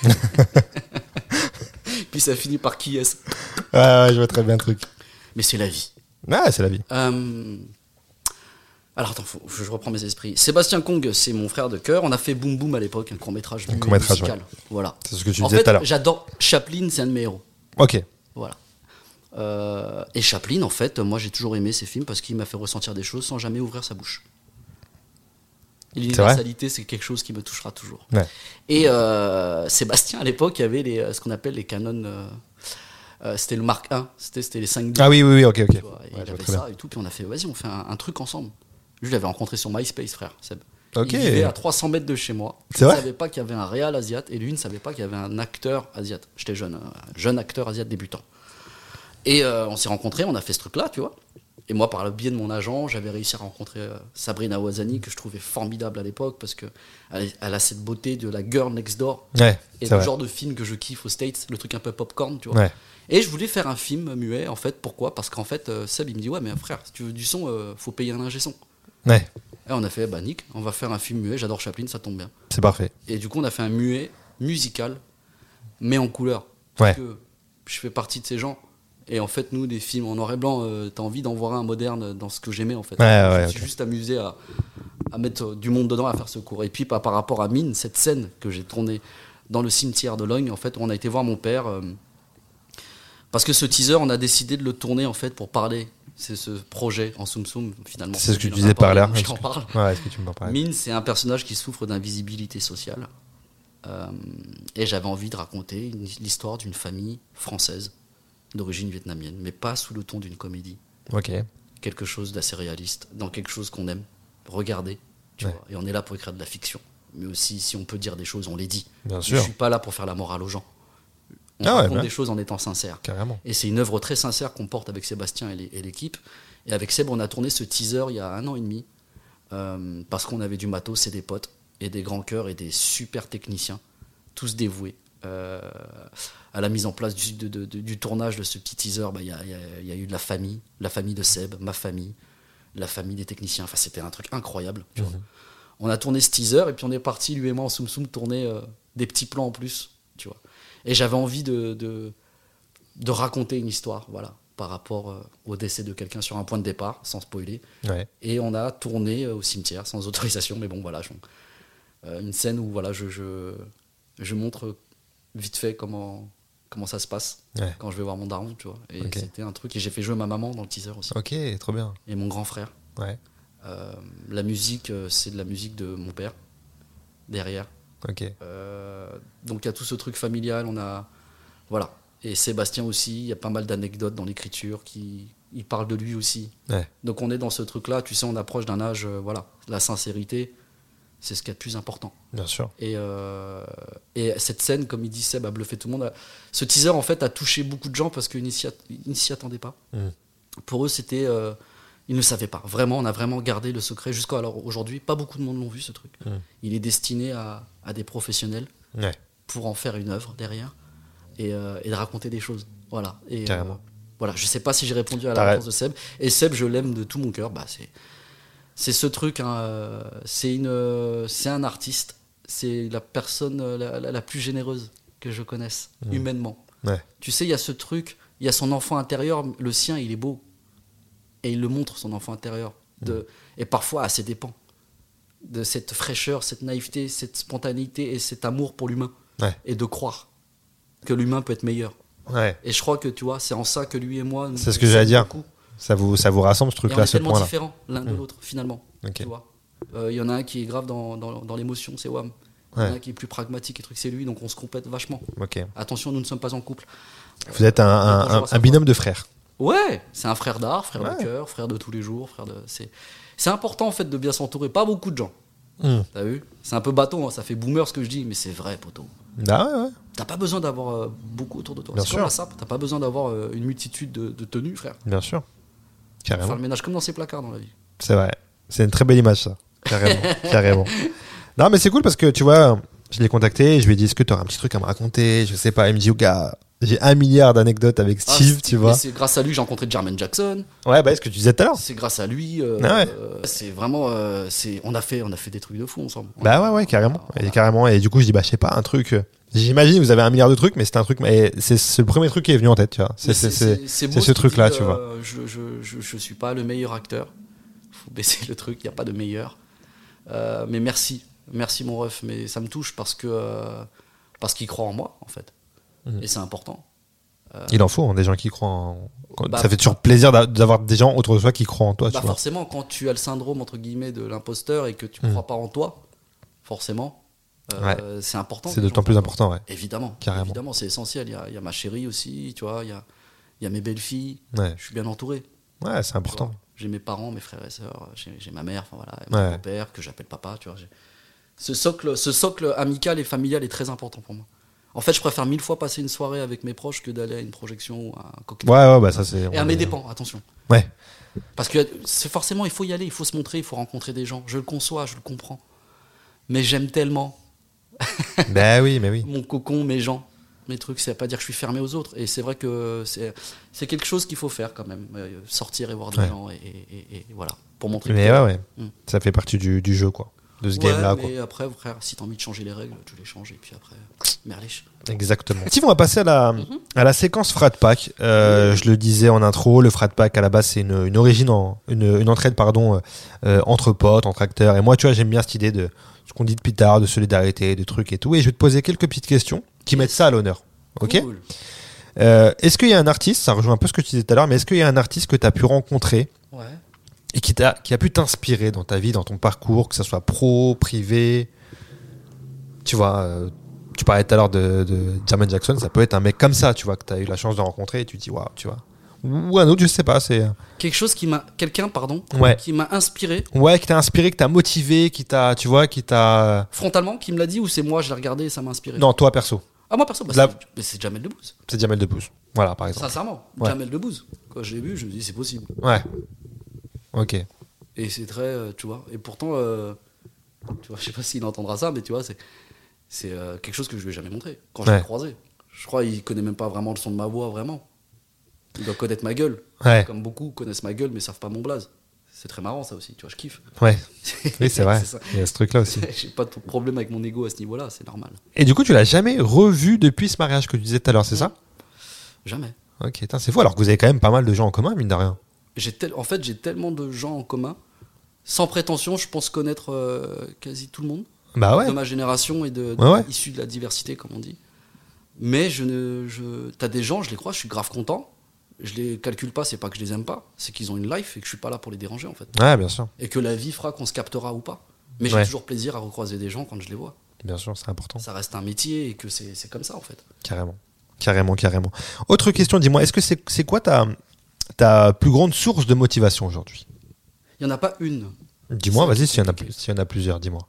Puis ça finit par qui est-ce? Ouais, ouais, je vois très bien le truc. Mais c'est la vie. Ouais, c'est la vie. Euh, Alors attends, faut, je reprends mes esprits. Sébastien Kong, c'est mon frère de cœur. On a fait Boom Boom à l'époque, un court métrage Un court-métrage, musical. Voilà. C'est ce que tu En disais fait, tout à l'heure. j'adore Chaplin, c'est un de mes héros. Ok. Voilà. Euh, et Chaplin, en fait, moi j'ai toujours aimé ses films parce qu'il m'a fait ressentir des choses sans jamais ouvrir sa bouche. Et l'universalité, c'est quelque chose qui me touchera toujours. Ouais. Et euh, Sébastien, à l'époque, il y avait les, ce qu'on appelle les canons. euh, euh, c'était le Mark un, c'était, c'était les cinq D. Ah oui, oui, oui, ok, ok. Tu vois, et Ouais, il je vois avait très ça bien. et tout, puis on a fait, vas-y, on fait un, un truc ensemble. Je l'avais rencontré sur MySpace, frère, Seb. Ok. Il vivait à trois cents mètres de chez moi. C'est Je ne vrai savais pas qu'il y avait un réal asiate et lui ne savait pas qu'il y avait un acteur asiate. J'étais jeune, un jeune acteur asiate débutant. Et euh, on s'est rencontrés, on a fait ce truc-là, tu vois. Et moi, par le biais de mon agent, j'avais réussi à rencontrer euh, Sabrina Ouazani, que je trouvais formidable à l'époque, parce qu'elle elle a cette beauté de la girl next door. Ouais, Et c'est le vrai. genre de film que je kiffe aux States, le truc un peu popcorn, tu vois. Ouais. Et je voulais faire un film muet, en fait. Pourquoi? Parce qu'en fait, euh, Seb, il me dit, ouais, mais frère, si tu veux du son, euh, faut payer un ingé son. Ouais, Et on a fait, bah nick, on va faire un film muet, j'adore Chaplin, ça tombe bien. c'est parfait. Et du coup, on a fait un muet musical, mais en couleur. Ouais. Parce que je fais partie de ces gens, Et en fait, nous, des films en noir et blanc, euh, t'as envie d'en voir un moderne dans ce que j'aimais en fait. Ouais, je ouais, me suis ok. juste amusé à, à mettre du monde dedans, à faire ce cours. Et puis par, par rapport à Mine, cette scène que j'ai tournée dans le cimetière de Logne, en fait, on a été voir mon père. Euh, parce que ce teaser, on a décidé de le tourner en fait pour parler. C'est ce projet en Soum Soum finalement. C'est ce que tu Il en disais a par parlé, là. donc J'en parle. Ouais, est-ce que tu me parles? Mine, c'est un personnage qui souffre d'invisibilité sociale. Euh, et j'avais envie de raconter une- l'histoire d'une famille française d'origine vietnamienne, mais pas sous le ton d'une comédie. Ok. Quelque chose d'assez réaliste, dans quelque chose qu'on aime regarder. Tu Ouais. vois. Et on est là pour écrire de la fiction. Mais aussi, si on peut dire des choses, on les dit. Bien Je sûr. suis pas là pour faire la morale aux gens. On Ah ouais, raconte ben. des choses en étant sincère. Carrément. Et c'est une œuvre très sincère qu'on porte avec Sébastien et les- et l'équipe. Et avec Seb, on a tourné ce teaser il y a un an et demi, euh, parce qu'on avait du matos et des potes, et des grands cœurs et des super techniciens, tous dévoués. Euh, à la mise en place du, de- de- de- du tournage de ce petit teaser, bah, il y, a, il y a- il y a eu de la famille, la famille de Seb, ma famille, la famille des techniciens. Enfin, c'était un truc incroyable. Tu vois. On a tourné ce teaser et puis on est parti, lui et moi, en Soum Soum, tourner euh, des petits plans en plus. Tu vois. Et j'avais envie de, de, de raconter une histoire, voilà, par rapport euh, au décès de quelqu'un sur un point de départ, sans spoiler. Ouais. Et on a tourné euh, au cimetière, sans autorisation, mais bon, voilà. Je- euh, une scène où voilà, je, je, je montre vite fait comment, comment ça se passe Ouais. quand je vais voir mon daron, tu vois. Et Ok. c'était un truc, et j'ai fait jouer ma maman dans le teaser aussi, Ok, trop bien. et mon grand frère. Ouais. Euh, la musique, euh, c'est de la musique de mon père, derrière. Ok. Euh, donc il y a tout ce truc familial, on a voilà. Et Sébastien aussi, il y a pas mal d'anecdotes dans l'écriture qui il parle de lui aussi. Ouais. Donc on est dans ce truc là, tu sais, on approche d'un âge, euh, voilà, la sincérité, c'est ce qu'il y a de plus important. Bien sûr. Et, euh, et cette scène, comme il dit Seb, a bluffé tout le monde. Ce teaser en fait a touché beaucoup de gens parce qu'ils ne s'y at- ils ne s'y attendaient pas. Mm. Pour eux, c'était euh, ils ne savaient pas. Vraiment, on a vraiment gardé le secret jusqu'à alors aujourd'hui. Pas beaucoup de monde l'ont vu ce truc. Mm. Il est destiné à, à des professionnels Ouais. pour en faire une œuvre derrière et, euh, et de raconter des choses. Voilà. Et, Carrément. euh, voilà. Je sais pas si j'ai répondu à T'as la réponse de Seb. Et Seb, je l'aime de tout mon cœur. Bah, c'est, c'est ce truc. Hein, euh, c'est une, euh, c'est un artiste. C'est la personne euh, la, la- la plus généreuse que je connaisse Mmh. humainement. Ouais. Tu sais, il y a ce truc. Il y a son enfant intérieur. Le sien, il est beau et il le montre, son enfant intérieur. De, et parfois à ses dépens. De cette fraîcheur, cette naïveté, cette spontanéité et cet amour pour l'humain. Ouais. Et de croire que l'humain peut être meilleur. Ouais. Et je crois que tu vois, c'est en ça que lui et moi. nous- C'est ce que nous j'allais sommes dire. beaucoup. Ça vous, ça vous rassemble ce Et on truc-là, est ce tellement point-là. différents l'un de Mm. l'autre, finalement. Ok. Tu vois. Euh, Il y en a un qui est grave dans, dans, dans l'émotion, c'est Wam. Il y en a Ouais. un qui est plus pragmatique et truc, c'est lui, donc on se complète vachement. Ok. Attention, nous ne sommes pas en couple. Vous êtes un, un- bonjour à un- sa un binôme de frères. Ouais, c'est un frère d'art, frère Ouais. de cœur, frère de tous les jours, frère de. C'est, c'est important en fait de bien s'entourer. Pas beaucoup de gens. Mm. T'as vu? C'est un peu bâton, hein, ça fait boomer ce que je dis, mais c'est vrai, poteau. Ah ouais, ouais. T'as pas besoin d'avoir euh, beaucoup autour de toi. Bien c'est sûr. comme la sape, t'as pas besoin d'avoir euh, une multitude de, de tenues, frère. Bien sûr. Faut faire Carrément. le ménage comme dans ses placards dans la vie. C'est vrai. C'est une très belle image, ça. Carrément. Carrément. Non, mais c'est cool parce que, tu vois, je l'ai contacté et je lui ai dit, est-ce que tu auras un petit truc à me raconter? Je sais pas. Il me dit, oh, gars, j'ai un milliard d'anecdotes avec Ah, Steve, c'est- tu vois. et C'est grâce à lui que j'ai rencontré Jermaine Jackson. Ouais, bah, ce que tu disais tout à l'heure. C'est grâce à lui. euh, Ah ouais. euh, c'est vraiment. euh, c'est, on, a fait, on a fait des trucs de fou ensemble. On Bah a- ouais, ouais, carrément. on a- Et carrément. Et du coup, je dis, bah, je sais pas, un truc. euh, J'imagine, vous avez un milliard de trucs, mais c'est un truc. Mais c'est c'est le premier truc qui est venu en tête, tu vois. C'est Mais c'est- c'est- c'est c'est beau ce qu'il truc-là, dit, tu vois. euh, Je, je, je, je suis pas le meilleur acteur. Faut baisser le truc, il n'y a pas de meilleur. Euh, mais merci. Merci, mon ref. Mais ça me touche parce que. euh, parce qu'il croit en moi, en fait. Mhm. Et c'est important. Il en faut, hein, des gens qui croient en. Bah, ça fait toujours plaisir d'a- d'avoir des gens autour de soi qui croient en toi, Bah tu vois. forcément, quand tu as le syndrome entre guillemets de l'imposteur et que tu Mm. crois pas en toi, forcément, euh, c'est important. C'est que les d'autant gens plus croient en important, ouais. toi. Évidemment, Carrément. évidemment, c'est essentiel. Il y, a, il y a ma chérie aussi, tu vois. Il y a, il y a mes belles filles. Ouais, Je suis bien entouré. ouais c'est tu important. vois. J'ai mes parents, mes frères et sœurs. J'ai, j'ai ma mère, enfin voilà, Ouais. mon père que j'appelle papa. Tu vois. J'ai- Ce socle, ce socle amical et familial est très important pour moi. En fait, je préfère mille fois passer une soirée avec mes proches que d'aller à une projection ou à un cocktail. Ouais, ouais, bah ça c'est. Et à mes dépens, attention. Ouais. Parce que c'est forcément, il faut y aller, il faut se montrer, il faut rencontrer des gens. Je le conçois, je le comprends. Mais j'aime tellement Bah oui, mais oui. mon cocon, mes gens, mes trucs. Ça veut pas dire que je suis fermé aux autres. Et c'est vrai que c'est, c'est quelque chose qu'il faut faire quand même. euh, Sortir et voir des Ouais. gens et, et- et- et voilà. Pour montrer Mais que- ouais, ouais. Mm. Ça fait partie du, du jeu, quoi. de ce Ouais, game-là. mais Quoi. après, frère, si t'as envie de changer les règles, tu les changes et puis après, merliche. Exactement. Steve, on va passer à la, à la séquence Frat Pack. Euh, je le disais en intro, le Frat Pack à la base c'est une, une origine, en, une, une entraide pardon, euh, entre potes, entre acteurs. Et moi, tu vois, j'aime bien cette idée de ce qu'on dit depuis tard, de solidarité, de trucs et tout. Et je vais te poser quelques petites questions qui mettent ça à l'honneur. Ok. Cool. Euh, est-ce qu'il y a un artiste, ça rejoint un peu ce que tu disais tout à l'heure, mais est-ce qu'il y a un artiste que tu as pu rencontrer Ouais. et qui, t'a, qui a pu t'inspirer dans ta vie, dans ton parcours, que ce soit pro, privé? Tu vois, euh, tu parlais tout à l'heure de, de Jermaine Jackson, ça peut être un mec comme ça, tu vois, que tu as eu la chance de rencontrer et tu te dis, waouh, tu vois. Ou un autre, je sais pas, c'est. Quelque chose qui m'a. Quelqu'un, pardon, Ouais. qui m'a inspiré Ouais, qui t'a inspiré, qui t'a motivé, qui t'a, tu vois, qui t'a. frontalement, qui me l'a dit ou c'est moi, je l'ai regardé et ça m'a inspiré? Non, toi perso. Ah, moi perso, bah, La- c'est, mais c'est Jamel Debbouze. C'est Jamel Debbouze. Voilà, par exemple. Sincèrement, Ouais. Jamel Debbouze. Quand je l'ai vu, je me dis c'est possible. Ouais. Ok. Et c'est très, euh, tu vois. Et pourtant, euh, tu vois, je sais pas s'il entendra ça, mais tu vois, c'est, c'est euh, quelque chose que je lui ai jamais montré quand je Ouais. l'ai croisé. Je crois qu'il connaît même pas vraiment le son de ma voix, vraiment. Il doit connaître ma gueule. Ouais. Comme beaucoup connaissent ma gueule, mais savent pas mon blaze. C'est très marrant ça aussi, tu vois, je kiffe. Ouais. Oui, c'est vrai. ça. Il y a ce truc-là aussi. J'ai pas de problème avec mon ego à ce niveau-là, c'est normal. Et du coup, tu l'as jamais revu depuis ce mariage que tu disais tout à l'heure, c'est ça? Jamais. Ok, tain, c'est fou. Alors que vous avez quand même pas mal de gens en commun, mine de rien. J'ai tel- En fait, j'ai tellement de gens en commun. Sans prétention, je pense connaître euh, quasi tout le monde Bah ouais. de ma génération et de, de- Ouais, ouais. issus de la diversité, comme on dit. Mais je ne, je, t'as des gens, je les crois, je suis grave content. Je les calcule pas, c'est pas que je les aime pas, c'est qu'ils ont une life et que je suis pas là pour les déranger en fait. Ouais, bien sûr. Et que la vie fera qu'on se captera ou pas. Mais j'ai Ouais. toujours plaisir à recroiser des gens quand je les vois. Bien sûr, c'est important. Ça reste un métier et que c'est, c'est comme ça en fait. Carrément. Carrément, carrément. Autre question, dis-moi, est-ce que c'est, c'est quoi ta, ta plus grande source de motivation aujourd'hui? Il y en a pas une. Dis-moi, C'est ça vas-y, qui s'il y, en a, compliqué. s'il y en a plusieurs, dis-moi.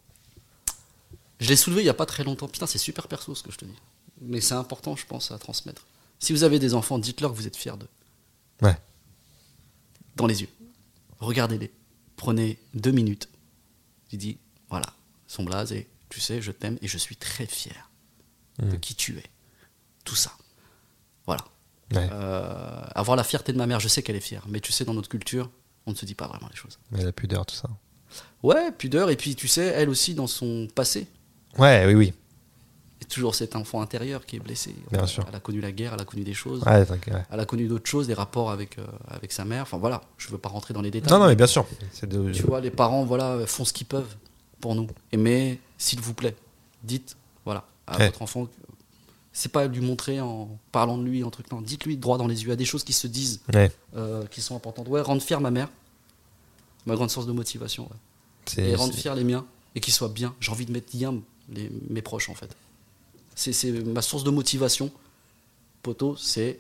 Je l'ai soulevé il y a pas très longtemps. Putain, c'est super perso ce que je te dis. Mais c'est important, je pense, à transmettre. Si vous avez des enfants, dites-leur que vous êtes fiers d'eux. Ouais. Dans les yeux. Regardez-les. Prenez deux minutes. Tu dis, voilà, son blaze et tu sais, je t'aime et je suis très fier de qui tu es. Tout ça. Voilà. Ouais. Euh, avoir la fierté de ma mère, je sais qu'elle est fière, mais tu sais, dans notre culture, on ne se dit pas vraiment les choses. Mais la pudeur, tout ça. Ouais, pudeur, et puis tu sais, elle aussi, dans son passé, Ouais, oui, oui. il y a toujours cet enfant intérieur qui est blessé. Bien sûr. Elle a connu la guerre, elle a connu des choses. Ouais, t'inquiète, ouais. Elle a connu d'autres choses, des rapports avec, euh, avec sa mère. Enfin voilà, je veux pas rentrer dans les détails. Non, non, mais bien sûr. C'est de... Tu vois, les parents, voilà, font ce qu'ils peuvent pour nous. Et mais, s'il vous plaît, dites, voilà, à Ouais. votre enfant, que c'est pas lui montrer en parlant de lui, en truc, non, dites-lui droit dans les yeux. Il y a des choses qui se disent, Ouais. euh, qui sont importantes. Ouais, rendre fière ma mère, ma grande source de motivation. Ouais. C'est, Et rendre c'est- fiers les miens, et qu'ils soient bien. J'ai envie de mettre bien les, mes proches, en fait. C'est, c'est ma source de motivation, poteau, c'est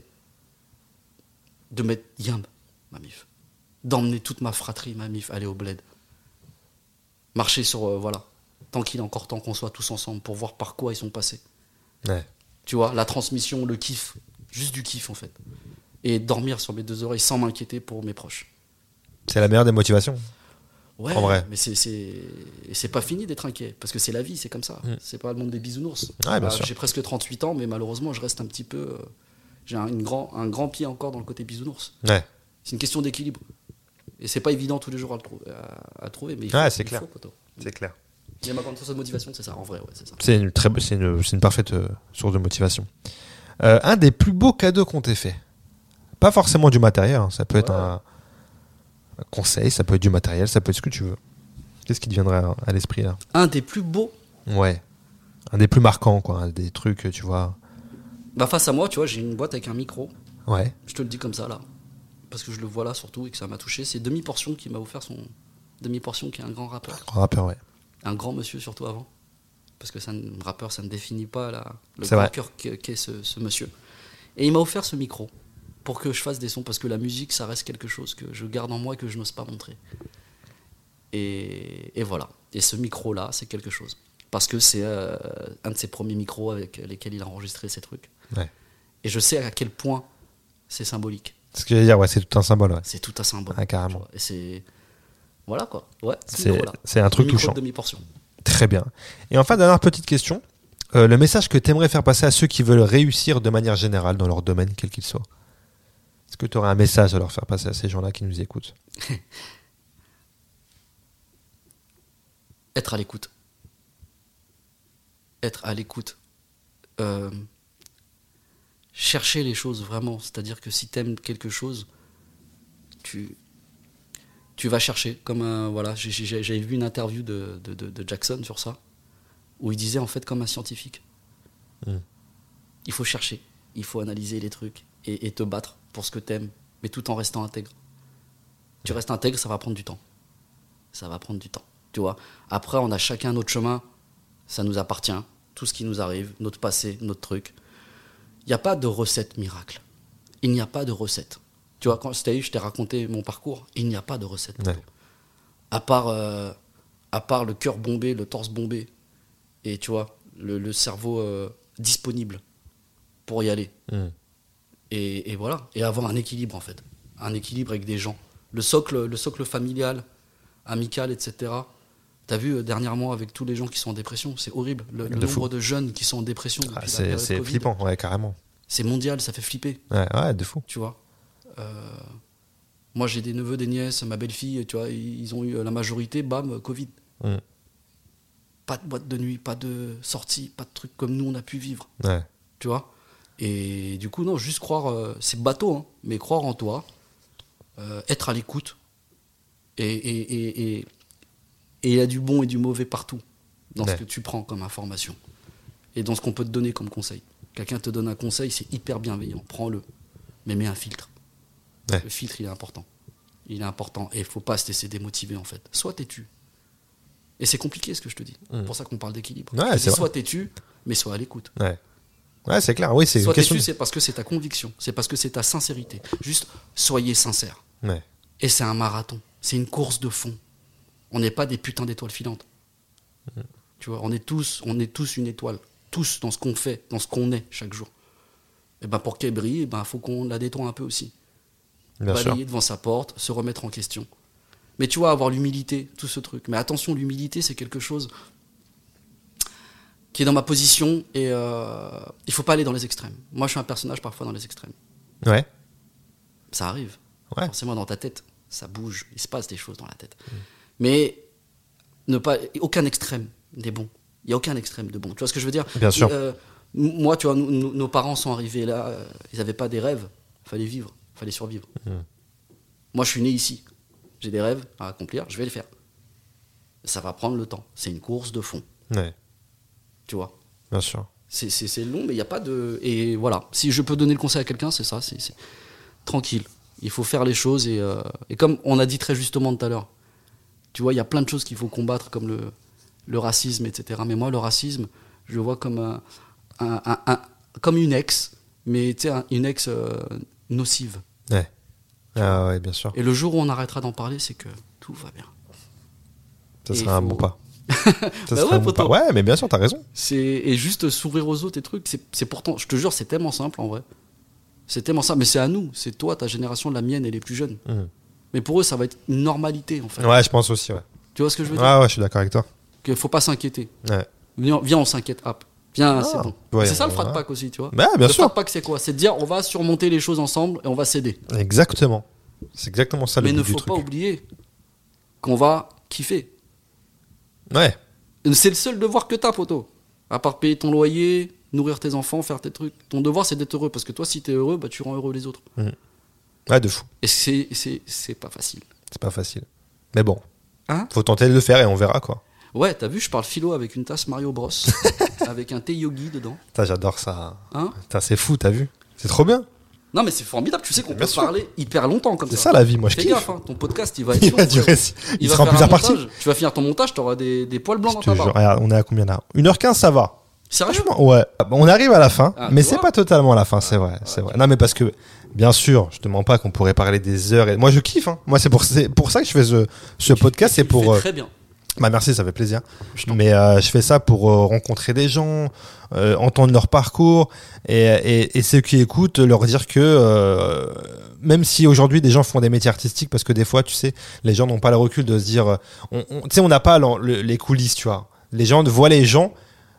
de mettre yamb, ma mif. D'emmener toute ma fratrie, ma mif, aller au bled. Marcher sur, euh, voilà, tant qu'il est encore temps qu'on soit tous ensemble pour voir par quoi ils sont passés. Ouais. Tu vois, la transmission, le kiff, juste du kiff en fait. Et dormir sur mes deux oreilles sans m'inquiéter pour mes proches. C'est la meilleure des motivations. Ouais, En vrai. mais c'est, c'est, et c'est pas fini d'être inquiet, parce que c'est la vie, c'est comme ça. Mm. C'est pas le monde des bisounours. Ouais, bien Ah, sûr. j'ai presque trente-huit ans, mais malheureusement, je reste un petit peu. euh, j'ai un, une grand, un grand pied encore dans le côté bisounours. Ouais. C'est une question d'équilibre. Et c'est pas évident tous les jours à, le trou- à, à trouver, mais il faut, Ouais, c'est il clair. faut, poteau. C'est clair. Et ma grande source de motivation, c'est ça, en vrai, ouais, c'est ça. C'est une, très, c'est une, c'est une parfaite euh, source de motivation. Euh, un des plus beaux cadeaux qu'on t'ait fait. Pas forcément du matériel, hein, ça peut être Ouais. un, un conseil, ça peut être du matériel, ça peut être ce que tu veux. Qu'est-ce qui te viendrait à, à l'esprit là? Un des plus beaux. Ouais. Un des plus marquants, quoi. Un des trucs, tu vois. Bah, face à moi, tu vois, j'ai une boîte avec un micro. Ouais. Je te le dis comme ça, là. Parce que je le vois là, surtout, et que ça m'a touché. C'est Demi-Portion qui m'a offert son. Demi-Portion, qui est un grand rappeur. Grand rappeur, ouais. Un grand monsieur, surtout avant. Parce que ça, un rappeur, ça ne définit pas la, le C'est grand vrai. cœur qu'est qu'est ce, ce monsieur. Et il m'a offert ce micro pour que je fasse des sons, parce que la musique, ça reste quelque chose que je garde en moi et que je n'ose pas montrer. Et, et voilà. Et ce micro-là, c'est quelque chose. Parce que c'est euh, un de ses premiers micros avec lesquels il a enregistré ces trucs. Ouais. Et je sais à quel point c'est symbolique. Ce que j'allais dire, ouais, c'est tout un symbole, ouais. C'est tout un symbole. Ah, carrément. tu vois. Et c'est. Voilà quoi. Ouais, ce C'est, micro-là. c'est un truc Le micro touchant. de demi-portion. Très bien. Et enfin, dernière petite question. Euh, le message que tu aimerais faire passer à ceux qui veulent réussir de manière générale dans leur domaine, quel qu'il soit. Est-ce que tu aurais un message à leur faire passer à ces gens-là qui nous écoutent? être à l'écoute. Être à l'écoute. Euh, chercher les choses vraiment. C'est-à-dire que si t'aimes quelque chose, tu, tu vas chercher. Comme un, voilà, j'ai, j'ai, j'avais vu une interview de, de, de, de Jackson sur ça, où il disait en fait comme un scientifique. Mm. Il faut chercher, il faut analyser les trucs et, et te battre pour ce que t'aimes, mais tout en restant intègre. Tu restes intègre, ça va prendre du temps. Ça va prendre du temps, tu vois. Après, on a chacun notre chemin, ça nous appartient, tout ce qui nous arrive, notre passé, notre truc. Il n'y a pas de recette miracle. Il n'y a pas de recette. Tu vois, quand c'était, je t'ai raconté mon parcours, il n'y a pas de recette. Ouais. À part, euh, à part le cœur bombé, le torse bombé, et tu vois, le, le cerveau euh, disponible pour y aller. Mm. Et, et voilà, et avoir un équilibre en fait. Un équilibre avec des gens. Le socle, le socle familial, amical, et cetera. T'as vu euh, dernièrement avec tous les gens qui sont en dépression, c'est horrible. Le, le nombre de jeunes qui sont en dépression depuis ah, la c'est, période c'est Covid. flippant, ouais, carrément. C'est mondial, ça fait flipper. Ouais, ouais, de fou. Tu vois. Euh, moi, j'ai des neveux, des nièces, ma belle-fille, tu vois, ils ont eu la majorité, bam, Covid. Mm. Pas de boîte de nuit, pas de sortie, pas de trucs comme nous on a pu vivre. Ouais. Tu vois. Et du coup, non, juste croire, euh, c'est bateau, hein, mais croire en toi, euh, être à l'écoute. Et il et, et, et, et y a du bon et du mauvais partout dans ouais. ce que tu prends comme information et dans ce qu'on peut te donner comme conseil. Quelqu'un te donne un conseil, c'est hyper bienveillant, prends-le, mais mets un filtre. Ouais. Le filtre, il est important. Il est important et il ne faut pas se laisser démotiver en fait. Sois têtu. Et c'est compliqué ce que je te dis. Mmh. C'est pour ça qu'on parle d'équilibre. Ouais, c'est sois têtu, mais sois à l'écoute. Ouais. Ouais, c'est clair. Oui, c'est sois une question têtu, de... c'est parce que c'est ta conviction, c'est parce que c'est ta sincérité. Juste, soyez sincère. Ouais. Et c'est un marathon, c'est une course de fond. On n'est pas des putains d'étoiles filantes. Mmh. Tu vois, on est tous, on est tous une étoile, tous dans ce qu'on fait, dans ce qu'on est chaque jour. Et ben pour qu'elle brille, ben faut qu'on la détende un peu aussi. Bien Balayer sûr. devant sa porte, se remettre en question. Mais tu vois, avoir l'humilité, tout ce truc. Mais attention, l'humilité, c'est quelque chose qui est dans ma position et euh, il faut pas aller dans les extrêmes. Moi, je suis un personnage parfois dans les extrêmes. Ouais. Ça arrive. Ouais. Forcément, dans ta tête, ça bouge. Il se passe des choses dans la tête. Mmh. Mais ne pas, aucun extrême n'est bon. Il n'y a aucun extrême de bon. Tu vois ce que je veux dire ? Bien sûr. Euh, moi, tu vois, nous, nous, nos parents sont arrivés là, euh, ils n'avaient pas des rêves. Il fallait vivre, il fallait survivre. Mmh. Moi, je suis né ici. J'ai des rêves à accomplir, je vais les faire. Ça va prendre le temps. C'est une course de fond. Ouais. Tu vois ? Bien sûr. C'est, c'est, c'est long, mais il n'y a pas de... Et voilà, si je peux donner le conseil à quelqu'un, c'est ça, c'est, c'est... tranquille. Il faut faire les choses, et, euh... et comme on a dit très justement tout à l'heure, tu vois, il y a plein de choses qu'il faut combattre, comme le, le racisme, et cetera. Mais moi, le racisme, je le vois comme, un, un, un, un... comme une ex, mais tu sais, un, une ex euh, nocive. Ouais. Ah ouais, bien sûr. Et le jour où on arrêtera d'en parler, c'est que tout va bien. Ça sera un faut... bon pas. Ça bah sera ouais, un bon pas. Ouais, mais bien sûr, t'as raison. C'est... Et juste sourire aux autres et trucs, c'est... c'est pourtant, je te jure, c'est tellement simple en vrai. C'est tellement simple, mais c'est à nous, c'est toi, ta génération, la mienne et les plus jeunes. Mmh. Mais pour eux, ça va être une normalité en fait. Ouais, je pense aussi, ouais. Tu vois ce que je veux dire ? Ouais, ouais, je suis d'accord avec toi. Qu'il faut pas s'inquiéter. Ouais. Viens, viens on s'inquiète, hop. Viens, ah, c'est bon. ouais, c'est ça le ouais. frat pack aussi, tu vois. Bah, bien le sûr. frat pack, c'est quoi ? C'est de dire, on va surmonter les choses ensemble et on va s'aider. Exactement. C'est exactement ça le mais but ne du faut truc. pas oublier qu'on va kiffer. Ouais. C'est le seul devoir que t'as, poto. À part payer ton loyer, nourrir tes enfants, faire tes trucs. Ton devoir, c'est d'être heureux. Parce que toi, si t'es heureux, bah, tu rends heureux les autres. Mmh. Ouais, de fou. Et c'est, c'est, c'est pas facile. C'est pas facile. Mais bon. Hein ? Faut tenter de le faire et on verra, quoi. Ouais, t'as vu, je parle philo avec une tasse Mario Bros. Avec un thé yogi dedans. Putain, j'adore ça. Hein ? Putain, c'est fou, t'as vu ? C'est trop bien. Non, mais c'est formidable. Tu sais qu'on Bien peut sûr. parler hyper longtemps comme c'est ça. C'est ça la vie, moi je Fais kiffe. gaffe, hein, ton podcast, il va être Il long, va durer. Il, il sera en va faire plusieurs un parties. montage. Tu vas finir ton montage, t'auras des, des poils blancs Je dans te ta jure. barbe. Regarde, on est à combien là ? une heure quinze, ça va. Sérieux ? Franchement, ouais. On arrive à la fin, Ah, mais tu c'est vois pas totalement la fin, c'est vrai, Ah, c'est vrai. Non, mais parce que, bien sûr, je te mens pas qu'on pourrait parler des heures. Et... Moi, je kiffe. Hein. Moi, c'est pour, c'est pour ça que je fais ce, ce podcast. C'est Tu le pour. fais euh, très bien. Bah merci, ça fait plaisir. Mais euh, je fais ça pour euh, rencontrer des gens, euh, entendre leur parcours et, et, et ceux qui écoutent, leur dire que euh, même si aujourd'hui des gens font des métiers artistiques, parce que des fois, tu sais, les gens n'ont pas le recul de se dire, on, on, tu sais, on n'a pas le, le, les coulisses, tu vois. Les gens voient les gens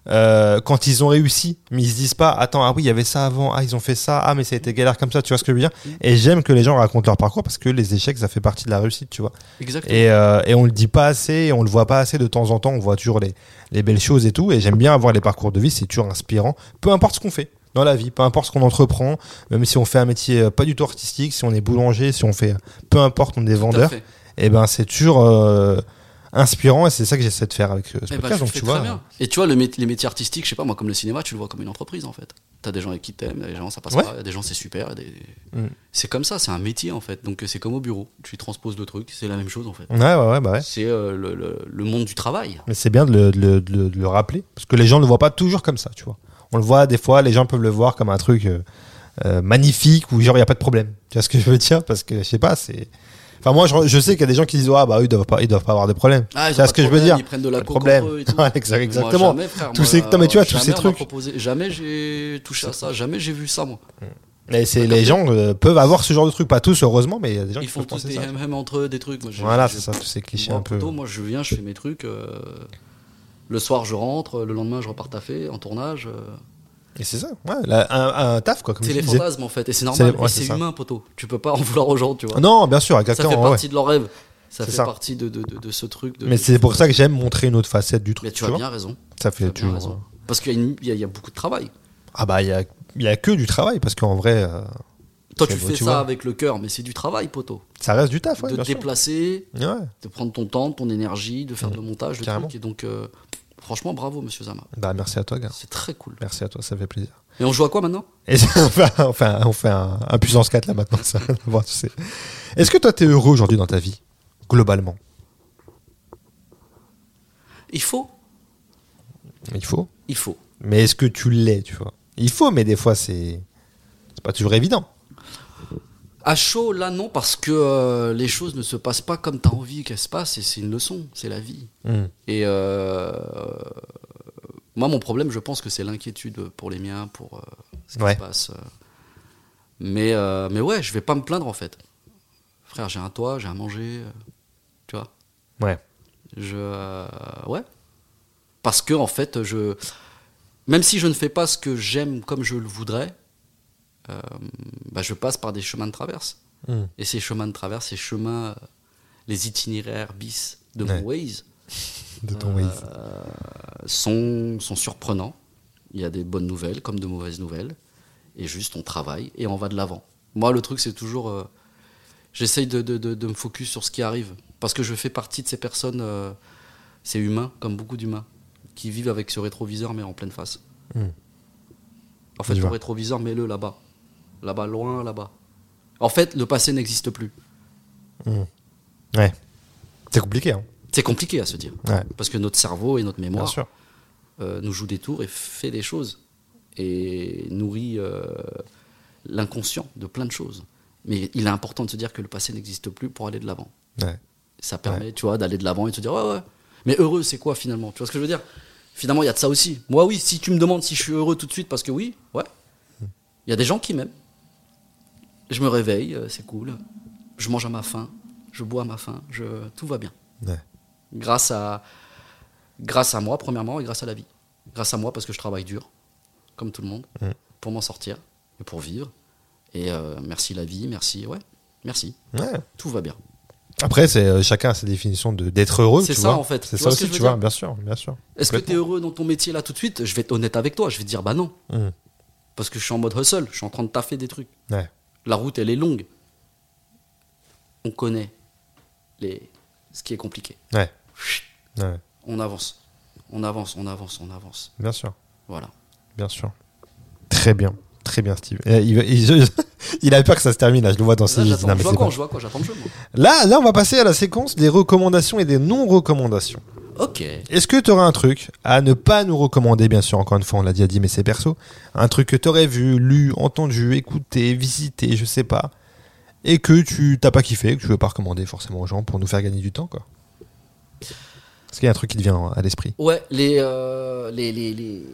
euh, quand ils ont réussi, mais ils se disent pas attends ah oui il y avait ça avant, ah ils ont fait ça, ah mais ça a été galère comme ça, tu vois ce que je veux dire. Et j'aime que les gens racontent leur parcours parce que les échecs ça fait partie de la réussite, tu vois. Exactement. Et, euh, et on le dit pas assez, et on le voit pas assez de temps en temps, on voit toujours les, les belles choses et tout, et j'aime bien avoir les parcours de vie, c'est toujours inspirant, peu importe ce qu'on fait dans la vie, peu importe ce qu'on entreprend, même si on fait un métier pas du tout artistique, si on est boulanger, si on fait peu importe, on est vendeur, et ben c'est toujours euh, inspirant, et c'est ça que j'essaie de faire avec ce podcast. Bah, donc tu vois. Bien. Et tu vois, le mé- les métiers artistiques, je sais pas, moi, comme le cinéma, tu le vois comme une entreprise en fait. T'as des gens avec qui t'aimes, des gens ça passe ouais. pas, des gens c'est super, des... mm. c'est comme ça, c'est un métier en fait. Donc c'est comme au bureau, tu transposes le truc, c'est la même chose en fait. Ouais, ouais, ouais, bah ouais. C'est euh, le, le, le monde du travail. Mais c'est bien de le, de, le, de, le, de le rappeler, parce que les gens ne le voient pas toujours comme ça, tu vois. On le voit des fois, les gens peuvent le voir comme un truc euh, euh, magnifique où genre il y a pas de problème. Tu vois ce que je veux dire? Parce que je sais pas, c'est. Enfin, moi, je, je sais qu'il y a des gens qui disent, ah, bah, eux, ils doivent pas, ils doivent pas avoir de problème. Ah, c'est ce que je veux dire. Ils prennent de la pas de coke problème. entre eux et tout. Exactement. Moi, jamais, frère, tous moi, ces, non, mais tu vois, tous ces on m'a trucs. proposé, jamais j'ai touché à ça, jamais j'ai vu ça, moi. Et c'est, les gens euh, peuvent avoir ce genre de trucs, pas tous, heureusement, mais il y a des gens ils qui font tous des hem hem entre eux, des trucs. Moi, voilà, j'ai, c'est ça, tous ces clichés moi, un peu. Plutôt, moi, je viens, je fais mes trucs. Euh, le soir, je rentre, le lendemain, je repars taffer, en tournage. Euh, Et c'est ça, ouais, là, un, un taf, quoi. Comme c'est les disais. fantasmes, en fait, et c'est normal, c'est, ouais, et c'est, c'est humain, poteau. Tu peux pas en vouloir aux gens, tu vois. Non, bien sûr, exactement. Ça fait partie ouais. de leur rêve. Ça c'est fait ça. partie de, de, de, de ce truc. De, mais de, c'est de, pour ça que j'aime montrer une autre facette du truc. Mais tu, tu as vois bien raison. Ça fait tu as bien toujours. raison. Parce qu'il y a, une, il y, a, il y a beaucoup de travail. Ah bah, il y a, il y a que du travail, parce qu'en vrai. Euh, Toi, tu beau, fais tu ça vois. avec le cœur, mais c'est du travail, poteau. Ça reste du taf, ouais. De bien te sûr. déplacer, Ouais. de prendre ton temps, ton énergie, de faire Mmh. le montage, le Carrément. truc. Et donc, euh, franchement, bravo, monsieur Zama. Bah, merci à toi, gars. C'est très cool. Merci à toi, ça fait plaisir. Et on joue à quoi maintenant? Et on fait, on fait, un, on fait un, un puissance quatre là maintenant. Ça. Bon, tu sais. Est-ce que toi, t'es heureux aujourd'hui dans ta vie, globalement? Il faut. Il faut. Il faut. Mais est-ce que tu l'es, tu vois? Il faut, mais des fois, c'est c'est pas toujours évident. À chaud, là, non, parce que euh, les choses ne se passent pas comme tu as envie qu'elles se passent, et c'est une leçon, c'est la vie. Mmh. Et euh, moi, mon problème, je pense que c'est l'inquiétude pour les miens, pour euh, ce qui Ouais. se passe. euh. Mais, euh, mais ouais, je vais pas me plaindre, en fait. Frère, j'ai un toit, j'ai à manger, euh, tu vois. Ouais. Je, euh, ouais. Parce que, en fait, je, même si je ne fais pas ce que j'aime comme je le voudrais, euh, bah, je passe par des chemins de traverse. Mmh. Et ces chemins de traverse, ces chemins, euh, les itinéraires bis de Ouais. mon Waze, De ton euh, Waze. sont, sont surprenants. Il y a des bonnes nouvelles comme de mauvaises nouvelles. Et juste, on travaille et on va de l'avant. Moi, le truc, c'est toujours... euh, j'essaye de, de, de, de me focus sur ce qui arrive. Parce que je fais partie de ces personnes... Euh, c'est humain, comme beaucoup d'humains, qui vivent avec ce rétroviseur, mais en pleine face. Mmh. En fait, Je le vois. rétroviseur, mets-le là-bas. Là-bas, loin, là-bas. En fait, le passé n'existe plus. Mmh. Ouais. C'est compliqué, hein. C'est compliqué à se dire. Ouais. Parce que notre cerveau et notre Bien mémoire sûr. euh, nous jouent des tours et fait des choses. Et nourrit euh, l'inconscient de plein de choses. Mais il est important de se dire que le passé n'existe plus pour aller de l'avant. Ouais. Ça permet, tu vois, d'aller de l'avant et de se dire, ouais, ouais. Mais heureux, c'est quoi finalement? Tu vois ce que je veux dire? Finalement, il y a de ça aussi. Moi, oui, si tu me demandes si je suis heureux tout de suite, parce que oui, ouais. Il y a des gens qui m'aiment. Je me réveille, euh, c'est cool. Je mange à ma faim. Je bois à ma faim. Je... Tout va bien. Ouais. Grâce à, grâce à moi, premièrement, et grâce à la vie. Grâce à moi, parce que je travaille dur, comme tout le monde, Mm. pour m'en sortir et pour vivre. Et euh, merci la vie, merci, ouais, merci. Ouais. Tout va bien. Après, c'est euh, chacun a sa définition de d'être heureux. C'est tu ça, vois. en fait. C'est Tu ça vois ce que aussi, je veux tu vois. dire Bien sûr, bien sûr. Est-ce que tu es Complètement. heureux dans ton métier là tout de suite? Je vais être honnête avec toi, je vais te dire bah non. Mmh. Parce que je suis en mode hustle, je suis en train de taffer des trucs. Ouais. La route, elle est longue. On connaît les... ce qui est compliqué. Ouais. Ouais. On avance. On avance, on avance, on avance. Bien sûr. Voilà. Bien sûr. Très bien. Très bien, Steve. Et il, il, il a peur que ça se termine, là, je le vois dans ses Là, yeux. j'attends. Non, mais Je vois c'est quoi, bon. je vois quoi, j'attends le jeu, moi. Là, là, on va passer à la séquence des recommandations et des non-recommandations. Ok. Est-ce que tu aurais un truc à ne pas nous recommander, bien sûr, encore une fois, on l'a déjà dit, mais c'est perso. Un truc que tu aurais vu, lu, entendu, écouté, visité, je sais pas, et que tu t'as pas kiffé, que tu veux pas recommander forcément aux gens pour nous faire gagner du temps, quoi. Est-ce qu'il y a un truc qui te vient à l'esprit? Ouais, les, euh, les, les, les,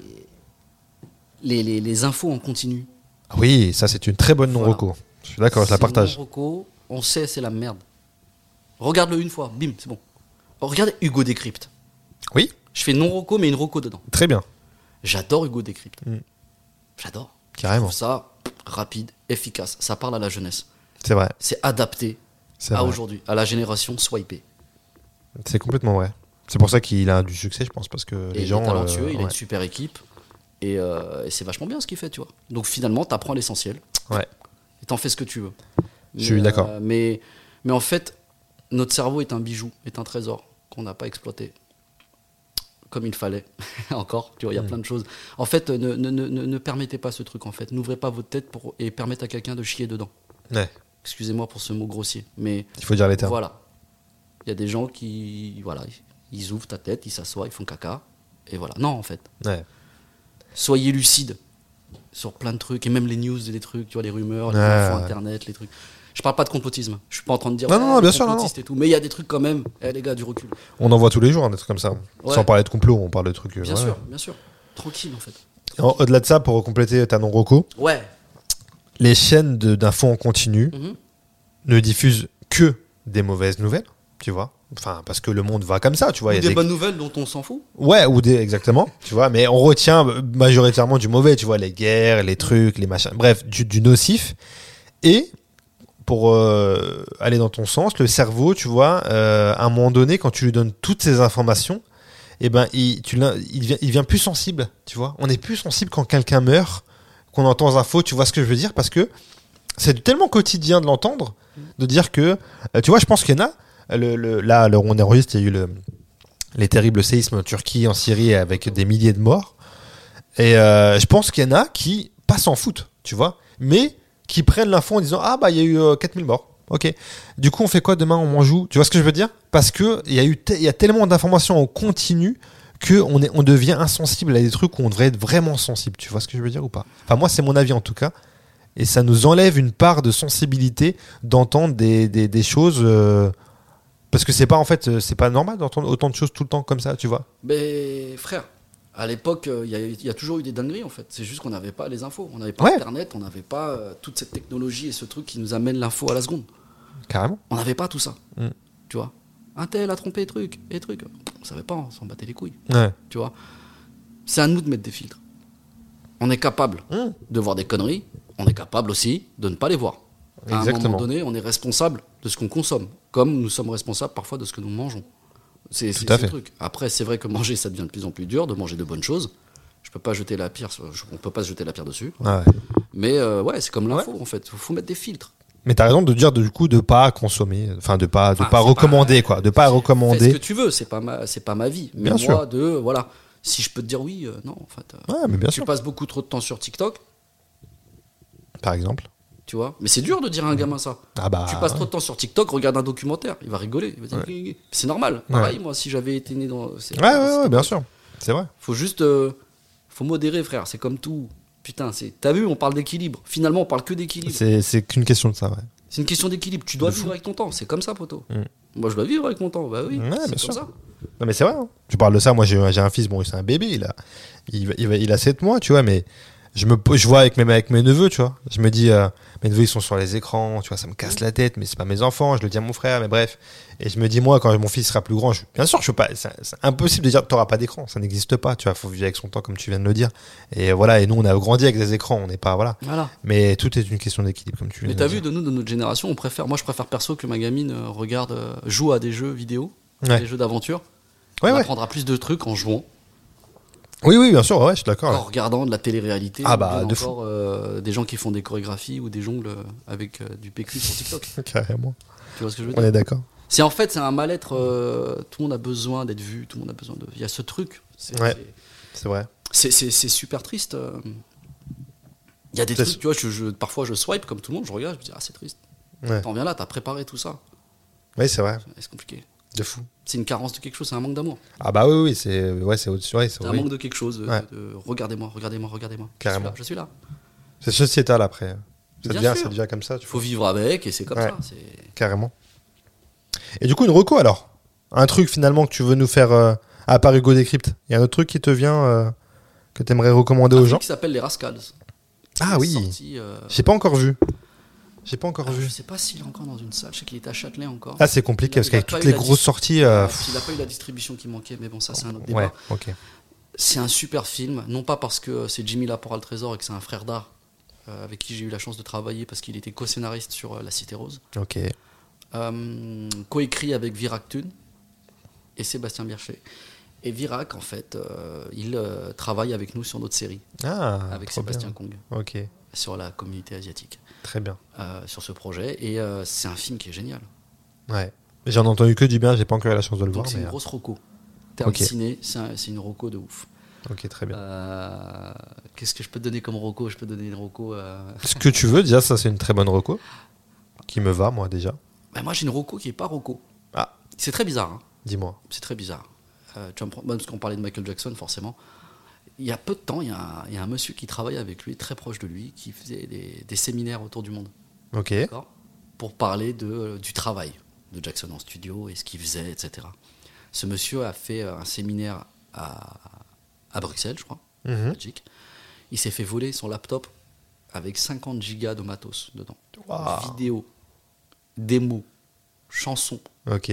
les, les, les infos en continu. Ah oui, ça c'est une très bonne non-reco. Je suis d'accord, je la C'est partage. non-reco, on sait, c'est la merde. Regarde-le une fois, bim, c'est bon. Regardez Hugo Décrypte. Oui, Je fais non-reco, mais une reco dedans. très bien. J'adore Hugo Décrypte. Mm. J'adore. Carrément. Je trouve ça rapide, efficace. Ça parle à la jeunesse. C'est vrai. C'est adapté C'est à vrai. aujourd'hui, à la génération swipée. C'est complètement vrai. C'est pour ça qu'il a du succès, je pense, parce que Et les il gens. est talentueux, euh, il a ouais. une super équipe. Et, euh, et c'est vachement bien ce qu'il fait, tu vois. Donc finalement, tu apprends l'essentiel. Ouais. Et t'en fais ce que tu veux. Je suis Mais, d'accord. euh, mais, mais en fait, notre cerveau est un bijou, est un trésor qu'on n'a pas exploité comme il fallait. Encore, tu vois, il y a Mm. plein de choses. En fait, ne, ne, ne, ne permettez pas ce truc, en fait. N'ouvrez pas votre tête pour, et permettez à quelqu'un de chier dedans. Ouais. Excusez-moi pour ce mot grossier. Mais Il faut dire les termes. voilà. Il y a des gens qui, voilà, ils ouvrent ta tête, ils s'assoient, ils font caca. Et voilà. Non, en fait. Ouais. Soyez lucide sur plein de trucs, et même les news, les trucs, tu vois, les rumeurs, les Ouais, infos ouais. internet, les trucs. Je parle pas de complotisme. Je suis pas en train de dire Non, non, ouais, non, les bien sûr, non, complotistes et tout, mais il y a des trucs quand même. Eh les gars, du recul. On en voit tous les jours, hein, des trucs comme ça. Ouais. Sans parler de complot, on parle de trucs. euh, Bien ouais. sûr, bien sûr. Tranquille en fait. En- Au-delà de ça, pour compléter ta non-roco, Ouais. les chaînes de- d'infos en continu Mhm. ne diffusent que des mauvaises nouvelles, tu vois. Enfin, parce que le monde va comme ça, tu vois. Ou Il y a des des- bonnes nouvelles dont on s'en fout. Ouais, ou des exactement, tu vois. Mais on retient majoritairement du mauvais, tu vois, les guerres, les trucs, les machins. Bref, du, du nocif. Et pour euh, aller dans ton sens, le cerveau, tu vois, euh, à un moment donné, quand tu lui donnes toutes ces informations, eh ben, il, tu l'as- il, devient, il devient plus sensible, tu vois. On est plus sensible quand quelqu'un meurt, qu'on entend les infos, tu vois ce que je veux dire, parce que c'est tellement quotidien de l'entendre, de dire que, euh, tu vois, je pense qu'il y en a, le, le, là, alors on enregistre, il y a eu le, les terribles séismes en Turquie, en Syrie, avec des milliers de morts, et euh, je pense qu'il y en a qui pas s'en foutent, tu vois, mais qui prennent l'info en disant ah bah il y a eu euh, quatre mille morts. Ok. Du coup on fait quoi demain, on m'en joue. Tu vois ce que je veux dire? Parce que il y a eu te- il y a tellement d'informations en continu que on est on devient insensible à des trucs où on devrait être vraiment sensible. Tu vois ce que je veux dire ou pas? Enfin moi c'est mon avis en tout cas. Et ça nous enlève une part de sensibilité d'entendre des, des, des choses euh, parce que c'est pas en fait euh, c'est pas normal d'entendre autant de choses tout le temps comme ça, tu vois. Mais frère, à l'époque, il euh, y, y a toujours eu des dingueries en fait. C'est juste qu'on n'avait pas les infos. On n'avait pas Ouais. Internet, on n'avait pas euh, toute cette technologie et ce truc qui nous amène l'info à la seconde. Carrément. On n'avait pas tout ça. Mm. Tu vois. Un tel a trompé truc et truc. On savait pas, on s'en battait les couilles. Ouais. Tu vois. C'est à nous de mettre des filtres. On est capable Mm. de voir des conneries. On est capable aussi de ne pas les voir. À un Exactement. moment donné, on est responsable de ce qu'on consomme, comme nous sommes responsables parfois de ce que nous mangeons. C'est Tout c'est à ce fait. truc. Après, c'est vrai que manger, ça devient de plus en plus dur, de manger de bonnes choses. Je peux pas jeter la pierre, sur- je- on peut pas se jeter la pierre dessus. Ouais, ouais. Mais euh, ouais, c'est comme l'info en fait. Faut, faut mettre des filtres. Mais t'as raison de dire du coup de pas consommer, enfin de pas de Enfin, pas c'est recommander quoi, de pas Fais ce recommander. que tu veux, c'est pas ma, c'est pas ma vie. Mais Bien moi, sûr. de voilà, si je peux te dire oui, euh, non, en fait. euh, Ouais, mais bien tu sûr. passes beaucoup trop de temps sur TikTok, Par exemple. tu vois. Mais c'est dur de dire à un gamin ça. Ah bah. Tu passes trop de temps sur TikTok, regarde un documentaire, il va rigoler. Il va dire, c'est normal. Pareil, moi, si j'avais été né dans. c'est- Ouais, ouais, c'est- ouais, bien sûr. C'est vrai. Faut juste. euh, faut modérer, frère. C'est comme tout. Putain, c'est. T'as vu, on parle d'équilibre. Finalement, on parle que d'équilibre. C'est c'est qu'une question de ça, ouais. C'est une question d'équilibre. Tu dois De vivre fou. avec ton temps. C'est comme ça, poto. Mm. Moi, je dois vivre avec mon temps. Bah oui. Ouais, c'est bien comme sûr. ça. Non mais c'est vrai. Hein. Tu parles de ça. Moi j'ai j'ai un fils. Bon, c'est un bébé. Il a il, va- il, va- il a sept mois, tu vois. Mais je me je vois avec mes avec mes neveux, tu vois. Je me dis euh, mes neveux ils sont sur les écrans, tu vois. Ça me casse la tête. Mais c'est pas mes enfants. Je le dis à mon frère. Mais bref. Et je me dis moi quand mon fils sera plus grand, je, bien sûr je peux pas. C'est c'est impossible de dire t'auras pas d'écran. Ça n'existe pas. Tu vois. Faut vivre avec son temps comme tu viens de le dire. Et voilà. Et nous on a grandi avec des écrans. On n'est pas voilà. Voilà. Mais tout est une question d'équilibre comme tu viens Mais de t'as le vu, dire. de nous, de notre génération, on préfère. Moi, je préfère perso que ma gamine euh, regarde, euh, joue à des jeux vidéo, Ouais. des jeux d'aventure. Ouais, on ouais. apprendra plus de trucs en jouant, Oui oui bien sûr. Ouais, je suis d'accord. en regardant de la télé-réalité. Ah ou bah, bien de fou. encore euh, des gens qui font des chorégraphies ou des jongles euh, avec euh, du P Q sur TikTok. Carrément. Tu vois ce que je veux On dire? est d'accord. C'est en fait, c'est un mal-être. euh, tout le monde a besoin d'être vu. Tout le monde a besoin de. Il y a ce truc. C'est Ouais. C'est vrai. c'est- c'est- c'est super triste. euh. Il y a des C'est trucs, tu vois, je, je- parfois je swipe comme tout le monde, je regarde, je me dis, ah, c'est triste. Ouais. T'en viens là, t'as préparé tout ça. Oui c'est vrai. C'est compliqué. De fou. C'est une carence de quelque chose, c'est un manque d'amour. Ah bah oui, oui, c'est ouais, c'est au-dessus, ouais, c'est C'est un oui. manque de quelque chose. de- Ouais. de, regardez-moi, regardez-moi, regardez-moi. Carrément. Je suis là. C'est sociétal après. Ça Bien devient, sûr. ça devient comme ça, Il tu faut vois. vivre avec et c'est comme Ouais. ça. c'est- Carrément. Et du coup, une reco alors. Un truc finalement que tu veux nous faire euh, à part Hugo Décrypte. Il y a un autre truc qui te vient euh, que tu aimerais recommander Un aux film gens. qui s'appelle Les Rascals. Ah Il est oui. sorti, euh, J'ai pas encore vu. J'ai pas encore alors, vu. je sais pas s'il est encore dans une salle. Je sais qu'il est à Châtelet encore. Ah, c'est compliqué Il a- parce il a qu'avec pas toutes eu les la grosses dis- sorties. euh, Il n'a pas eu la distribution qui manquait, mais bon, ça c'est un autre ouais, débat. ok. C'est un super film, non pas parce que c'est Jimmy Laporte le Trésor et que c'est un frère d'art euh, avec qui j'ai eu la chance de travailler parce qu'il était co-scénariste sur euh, La Cité Rose. Ok. Euh, co-écrit avec Virak Thun et Sébastien Birchet. Et Virak, en fait, euh, il euh, travaille avec nous sur notre série, Ah, avec trop Sébastien bien. Kong, Ok, sur la communauté asiatique, très bien. euh, sur ce projet. Et euh, c'est un film qui est génial. Ouais. J'en ai entendu que du bien, j'ai pas encore eu la chance de le Donc voir. c'est Mais... une grosse roco. Terme Ok. ciné, c'est, un- c'est une roco de ouf. Ok, très bien. Euh, qu'est-ce que je peux te donner comme roco ? Je peux te donner une roco. Euh... Ce que tu veux, déjà, ça c'est une très bonne reco. Qui me va, moi, déjà. Bah, moi j'ai une roco qui est pas roco. Ah. C'est très bizarre. Hein. Dis-moi. C'est très bizarre. Euh, tu vas me prendre- bah, parce qu'on parlait de Michael Jackson, forcément. Il y a peu de temps, il y a un, il y a un monsieur qui travaille avec lui, très proche de lui, qui faisait des, des séminaires autour du monde. Ok. D'accord ? Pour parler de, du travail de Jackson en studio et ce qu'il faisait, et cetera. Ce monsieur a fait un séminaire à, à Bruxelles, je crois, en Mhm. Belgique. Il s'est fait voler son laptop avec cinquante gigas de matos dedans. Waouh. Vidéos, démos, chansons Ok.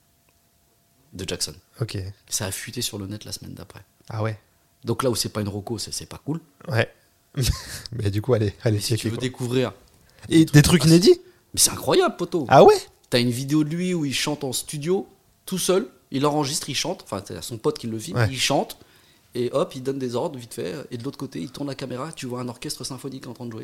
de Jackson. Ok. Ça a fuité sur le net la semaine d'après. Ah ouais. Donc là où c'est pas une roco, c'est, c'est pas cool. Ouais. Mais du coup, allez, allez, Mais si tu checker, veux quoi. découvrir, Et des trucs inédits ? mais c'est incroyable, poteau. Ah ouais ? T'as une vidéo de lui où il chante en studio, tout seul. Il enregistre, il chante. Enfin, c'est son pote qui le filme. Ouais. Il chante. Et hop, il donne des ordres vite fait. Et de l'autre côté, il tourne la caméra. Tu vois un orchestre symphonique en train de jouer.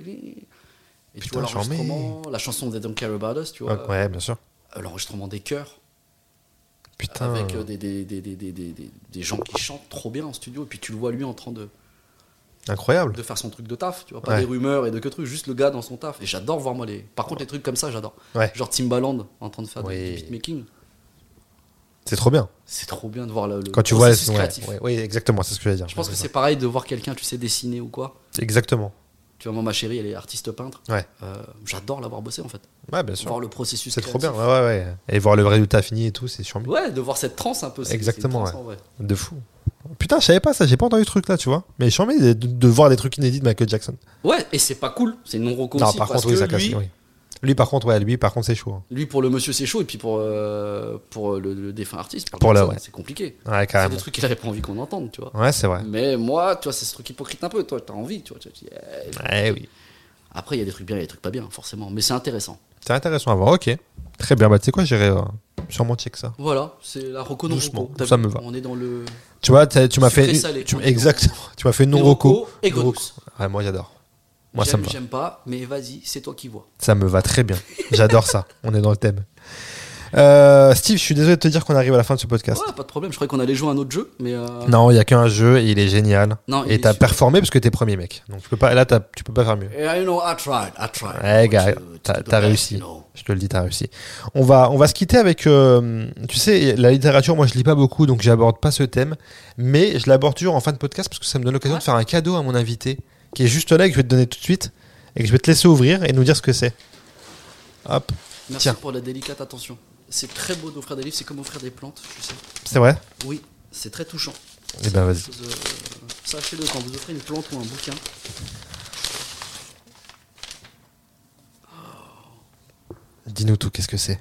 Et tu Putain, vois j'en l'enregistrement, la chanson They Don't Care About Us, tu vois. Ouais, bien sûr. Euh, L'enregistrement des chœurs. Putain. Avec euh, des, des, des, des, des, des, des- des gens qui chantent trop bien en studio. Et puis tu le vois lui en train de, Incroyable. de faire son truc de taf. Tu vois, pas Ouais. des rumeurs et de que trucs. Juste le gars dans son taf. Et j'adore voir moi les. Par contre, les trucs comme ça, j'adore. Ouais. Genre Timbaland en train de faire Oui. du beatmaking. C'est trop bien. C'est trop bien de voir le, le Quand tu vois. processus Ouais, créatif. ouais, oui, exactement, c'est ce que je veux dire. Je pense que c'est pareil de voir quelqu'un, tu sais, dessiner ou quoi. Exactement. Tu vois, moi, ma chérie, elle est artiste peintre. Ouais. Euh, j'adore la voir bosser, en fait. Ouais, bien sûr. Voir le processus C'est trop créatif. bien. Ouais, ouais, ouais. Et voir le résultat fini et tout, c'est chiant. Ouais, de voir cette transe un peu. c'est- Exactement, c'est une transe, en vrai. De fou. Putain, je savais pas ça, j'ai pas entendu ce truc là, tu vois. Mais je suis envie de, de, de voir des trucs inédits de Michael Jackson. Ouais, et c'est pas cool. C'est non reco Non, aussi. par parce contre, oui, que ça casse. lui, Oui. Lui, par contre, ouais, lui, par contre, c'est chaud. hein. lui, pour le monsieur, c'est chaud. Et puis pour, euh, pour le, le défunt artiste, pour, Pour le- Jackson, ouais. c'est compliqué. Ouais, C'est carrément. des trucs qu'il avait pas envie qu'on entende, tu vois. Ouais, c'est vrai. Mais moi, tu vois, c'est ce truc hypocrite un peu. Toi, t'as envie, tu vois. tu dis, eh. Ouais, oui. Après, il y a des trucs bien, il y a des trucs pas bien, forcément. Mais c'est intéressant. C'est intéressant à voir, ok. Très bien, bah tu sais quoi, j'irai euh, sûrement check ça. Voilà, c'est la reco non Doucement, reco. T'as ça vu, me va. On est dans le. Tu vois, t'as- tu m'as fait. Sucré une- salé. tu- On est exactement. Tu m'as fait une non Une reco. reco et Une reco. Godous. Ouais, moi j'adore. Moi ça J'aime, me va. j'aime pas, mais vas-y, c'est toi qui vois. Ça me va très bien. J'adore ça. On est dans le thème. Euh, Steve, je suis désolé de te dire qu'on arrive à la fin de ce podcast. Ouais, pas de problème. Je croyais qu'on allait jouer à un autre jeu, mais. euh, Non, il y a qu'un jeu et il est génial. Non, il et est t'as super. performé parce que t'es premier mec. Donc tu peux pas, là t'as- tu peux pas faire mieux. I know, I tried, I tried. Ouais, gars, To- to t'as do the t'as best, réussi. you know. Je te le dis, t'as réussi. On va, on va se quitter avec, euh, tu sais, la littérature. Moi, je lis pas beaucoup, donc j'aborde pas ce thème, mais je l'aborde toujours en fin de podcast parce que ça me donne l'occasion Ouais. de faire un cadeau à mon invité, qui est juste là et que je vais te donner tout de suite et que je vais te laisser ouvrir et nous dire ce que c'est. Hop, Merci Tiens. pour la délicate attention. C'est très beau d'offrir des livres, c'est comme offrir des plantes, tu sais. c'est vrai. Oui, c'est très touchant. Eh ben, vas-y. Chose, euh, Sachez-le, quand vous offrez une plante ou un bouquin, Dis-nous tout. Qu'est-ce que c'est?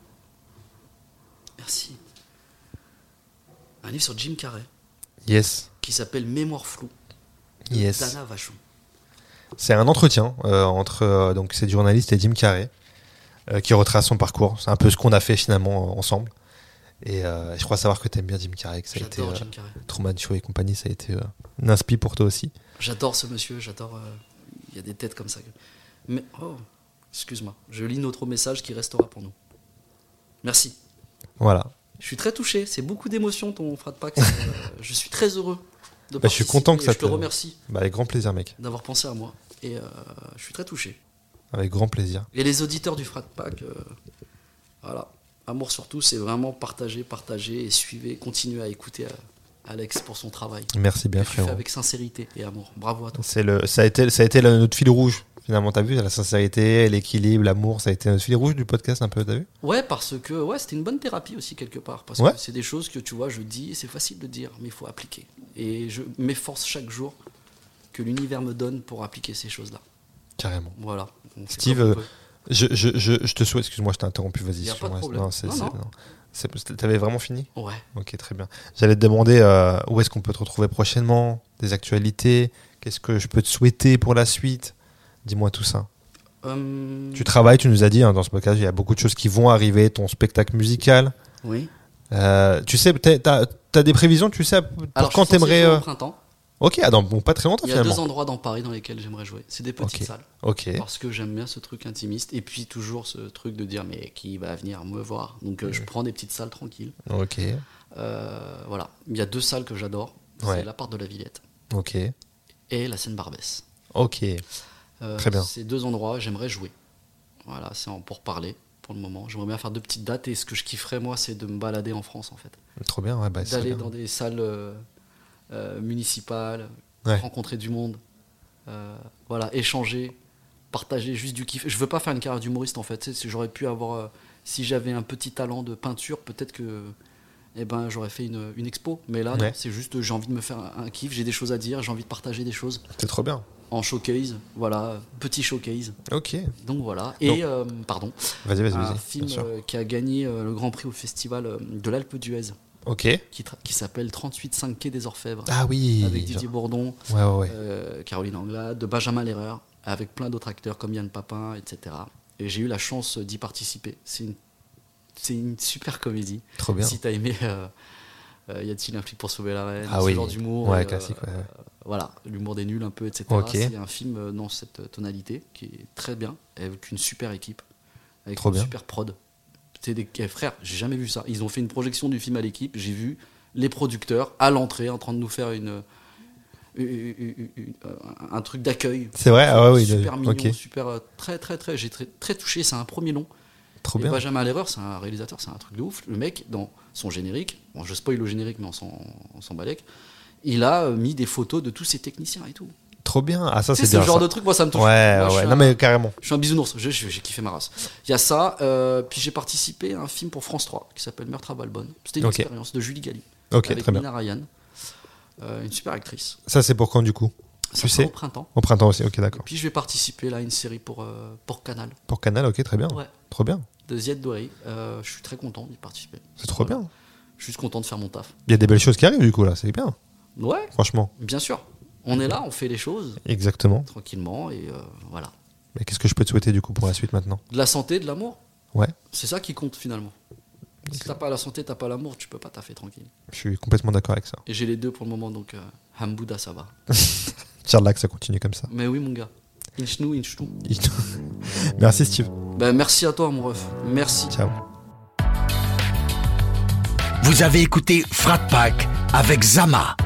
merci. Un livre sur Jim Carrey Yes, qui s'appelle Mémoire floue de yes. Dana Vachon. C'est un entretien euh, entre euh, donc cette journaliste et Jim Carrey euh, qui retrace son parcours. C'est un peu ce qu'on a fait finalement euh, ensemble. Et euh, je crois savoir que t'aimes bien Jim Carrey, que ça a été J'adore euh, Jim Carrey. Truman Show et compagnie, ça a été euh, une inspi pour toi aussi. J'adore ce monsieur, j'adore. euh, Il y a des têtes comme ça. Mais, oh, excuse-moi, je lis notre message qui restera pour nous. Merci. Voilà. Je suis très touché, c'est beaucoup d'émotions ton Frat Pack. Euh, je suis très heureux de Bah, je suis participer content que et ça je te te- remercie Bah, avec grand plaisir, mec. d'avoir pensé à moi. Et euh, je suis très touché. Avec grand plaisir. Et les auditeurs du Frat Pack, euh, voilà. Amour surtout, c'est vraiment partager, partager et suivez, continuez à écouter euh, Alex pour son travail. Merci bien, Que tu fais frérot. avec sincérité et amour. Bravo à toi. C'est le, ça a été, ça a été le- notre fil rouge. Finalement, t'as vu, la sincérité, l'équilibre, l'amour, ça a été notre fil rouge du podcast un peu, t'as vu? Ouais, parce que ouais, c'était une bonne thérapie aussi quelque part. Parce Ouais. que c'est des choses que tu vois, je dis, et c'est facile de dire, mais il faut appliquer. Et je m'efforce chaque jour que l'univers me donne pour appliquer ces choses-là. Carrément. Voilà. Donc, c'est Steve, comme on euh, peut. Je, je, je, je te souhaite, excuse-moi, je t'ai interrompu, vas-y. Y a pas de excuse-moi. problème. Non, c'est- Non, c'est- non. non. C'est, t'avais vraiment fini ? Ouais. Ok, très bien. J'allais te demander euh, où est-ce qu'on peut te retrouver prochainement, des actualités, qu'est-ce que je peux te souhaiter pour la suite ? Dis-moi tout ça. Hum, Tu travailles, tu nous as dit hein, dans ce podcast, il y a beaucoup de choses qui vont arriver, ton spectacle musical. Oui. Euh, tu sais, t'as, t'as des prévisions, tu sais, pour Alors, quand je suis censé t'aimerais. jouer Euh... au printemps. Ok, ah, donc bon, pas très longtemps Il y a finalement. deux endroits dans Paris dans lesquels j'aimerais jouer. C'est des petites Ok. salles. Ok, Parce que j'aime bien ce truc intimiste. Et puis toujours ce truc de dire mais qui va venir me voir. Donc euh, je prends des petites salles tranquilles. ok, Euh, voilà. Il y a deux salles que j'adore. Ouais. C'est l'appart de la Villette ok, et la scène Barbès. ok. Euh, Très bien. Ces deux endroits, j'aimerais jouer. Voilà, c'est en pour parler pour le moment. J'aimerais bien faire deux petites dates et ce que je kifferais moi, c'est de me balader en France en fait. Trop bien, ouais, bah, c'est D'aller bien. dans des salles euh, euh, municipales, Ouais. rencontrer du monde, euh, voilà, échanger, partager juste du kiff. Je veux pas faire une carrière d'humoriste en fait. Tu sais, si j'aurais pu avoir, euh, si j'avais un petit talent de peinture, peut-être que, eh ben, j'aurais fait une, une expo. Mais là, non, Ouais. c'est juste, j'ai envie de me faire un, un kiff. J'ai des choses à dire, j'ai envie de partager des choses C'est trop bien. en showcase. Voilà, petit showcase. Ok, Donc voilà. Donc- Et euh, pardon, vas-y, vas-y, un vas-y. film bien sûr. euh, qui a gagné euh, le Grand Prix au festival euh, de l'Alpe d'Huez, Ok. qui, tra- qui s'appelle trente-huit cinq quai des Orfèvres. Ah oui. Avec Didier Bourdon, Ouais, ouais, ouais. euh, Caroline Anglade, de Benjamin Lerreur, avec plein d'autres acteurs comme Yann Papin, et cetera. Et j'ai eu la chance d'y participer. C'est une, c'est une super comédie. Trop bien. Si t'as aimé euh, euh, Y a-t-il un flic pour sauver la reine, Ah ce oui. genre d'humour. Ouais, et, classique. euh, Ouais. Voilà, l'humour des nuls un peu, et cetera. Ok. C'est un film euh, dans cette tonalité qui est très bien, avec une super équipe, avec Trop une bien. super prod. C'est des eh, frères, j'ai jamais vu ça. Ils ont fait une projection du film à l'équipe. J'ai vu les producteurs à l'entrée en train de nous faire une, une- une- une- un truc d'accueil. C'est vrai. Ah ouais, oui. Super mignon, Ok. super euh, très très très. J'ai très très touché. C'est un premier long. Trop Et bien. Benjamin Lerreur, c'est un réalisateur, c'est un truc de ouf. Le mec, dans son générique, bon, je spoil le générique, mais on s'en, on s'en balèque, il a euh, mis des photos de tous ses techniciens et tout. Trop bien. Ah ça Tu sais, c'est c'est bien. le genre ça. de truc, moi ça me touche. Ouais, Moi, je ouais. suis Non un- mais carrément. Je suis un bisounours, je- je- j'ai kiffé ma race. Il y a ça, euh, puis j'ai participé à un film pour France trois qui s'appelle Meurtre à Valbonne. C'était une Ok. expérience de Julie Galli, Ok, avec très bien. Nina Ryan, euh, une super actrice. Ça c'est pour quand du coup ? Ça Tu sera sais au printemps. Au printemps aussi. Ok, Et d'accord. puis je vais participer là à une série pour, euh, pour Canal, Pour Canal, ok, très bien. Ouais. Trop bien. de Ziad Douari. Euh, je suis très content d'y participer. C'est trop Voilà. bien. Je suis juste content de faire mon taf. Il y a des belles choses qui arrivent du coup là. C'est bien. Ouais, Franchement. bien sûr. On est là, on fait les choses Exactement. tranquillement et euh, voilà. Mais qu'est-ce que je peux te souhaiter du coup pour la suite maintenant ? De la santé, de l'amour. Ouais. C'est ça qui compte finalement. Si t'as pas la santé, t'as pas l'amour, tu peux pas taffer tranquille. Je suis complètement d'accord avec ça. Et j'ai les deux pour le moment, donc euh, Hambouda, ça va. Inch'Allah que ça continue comme ça. Mais oui, mon gars. Inchnou, inchnou. Merci Steve. Ben, merci à toi, mon ref. Merci. Ciao. Vous avez écouté Frat Pack avec Zama.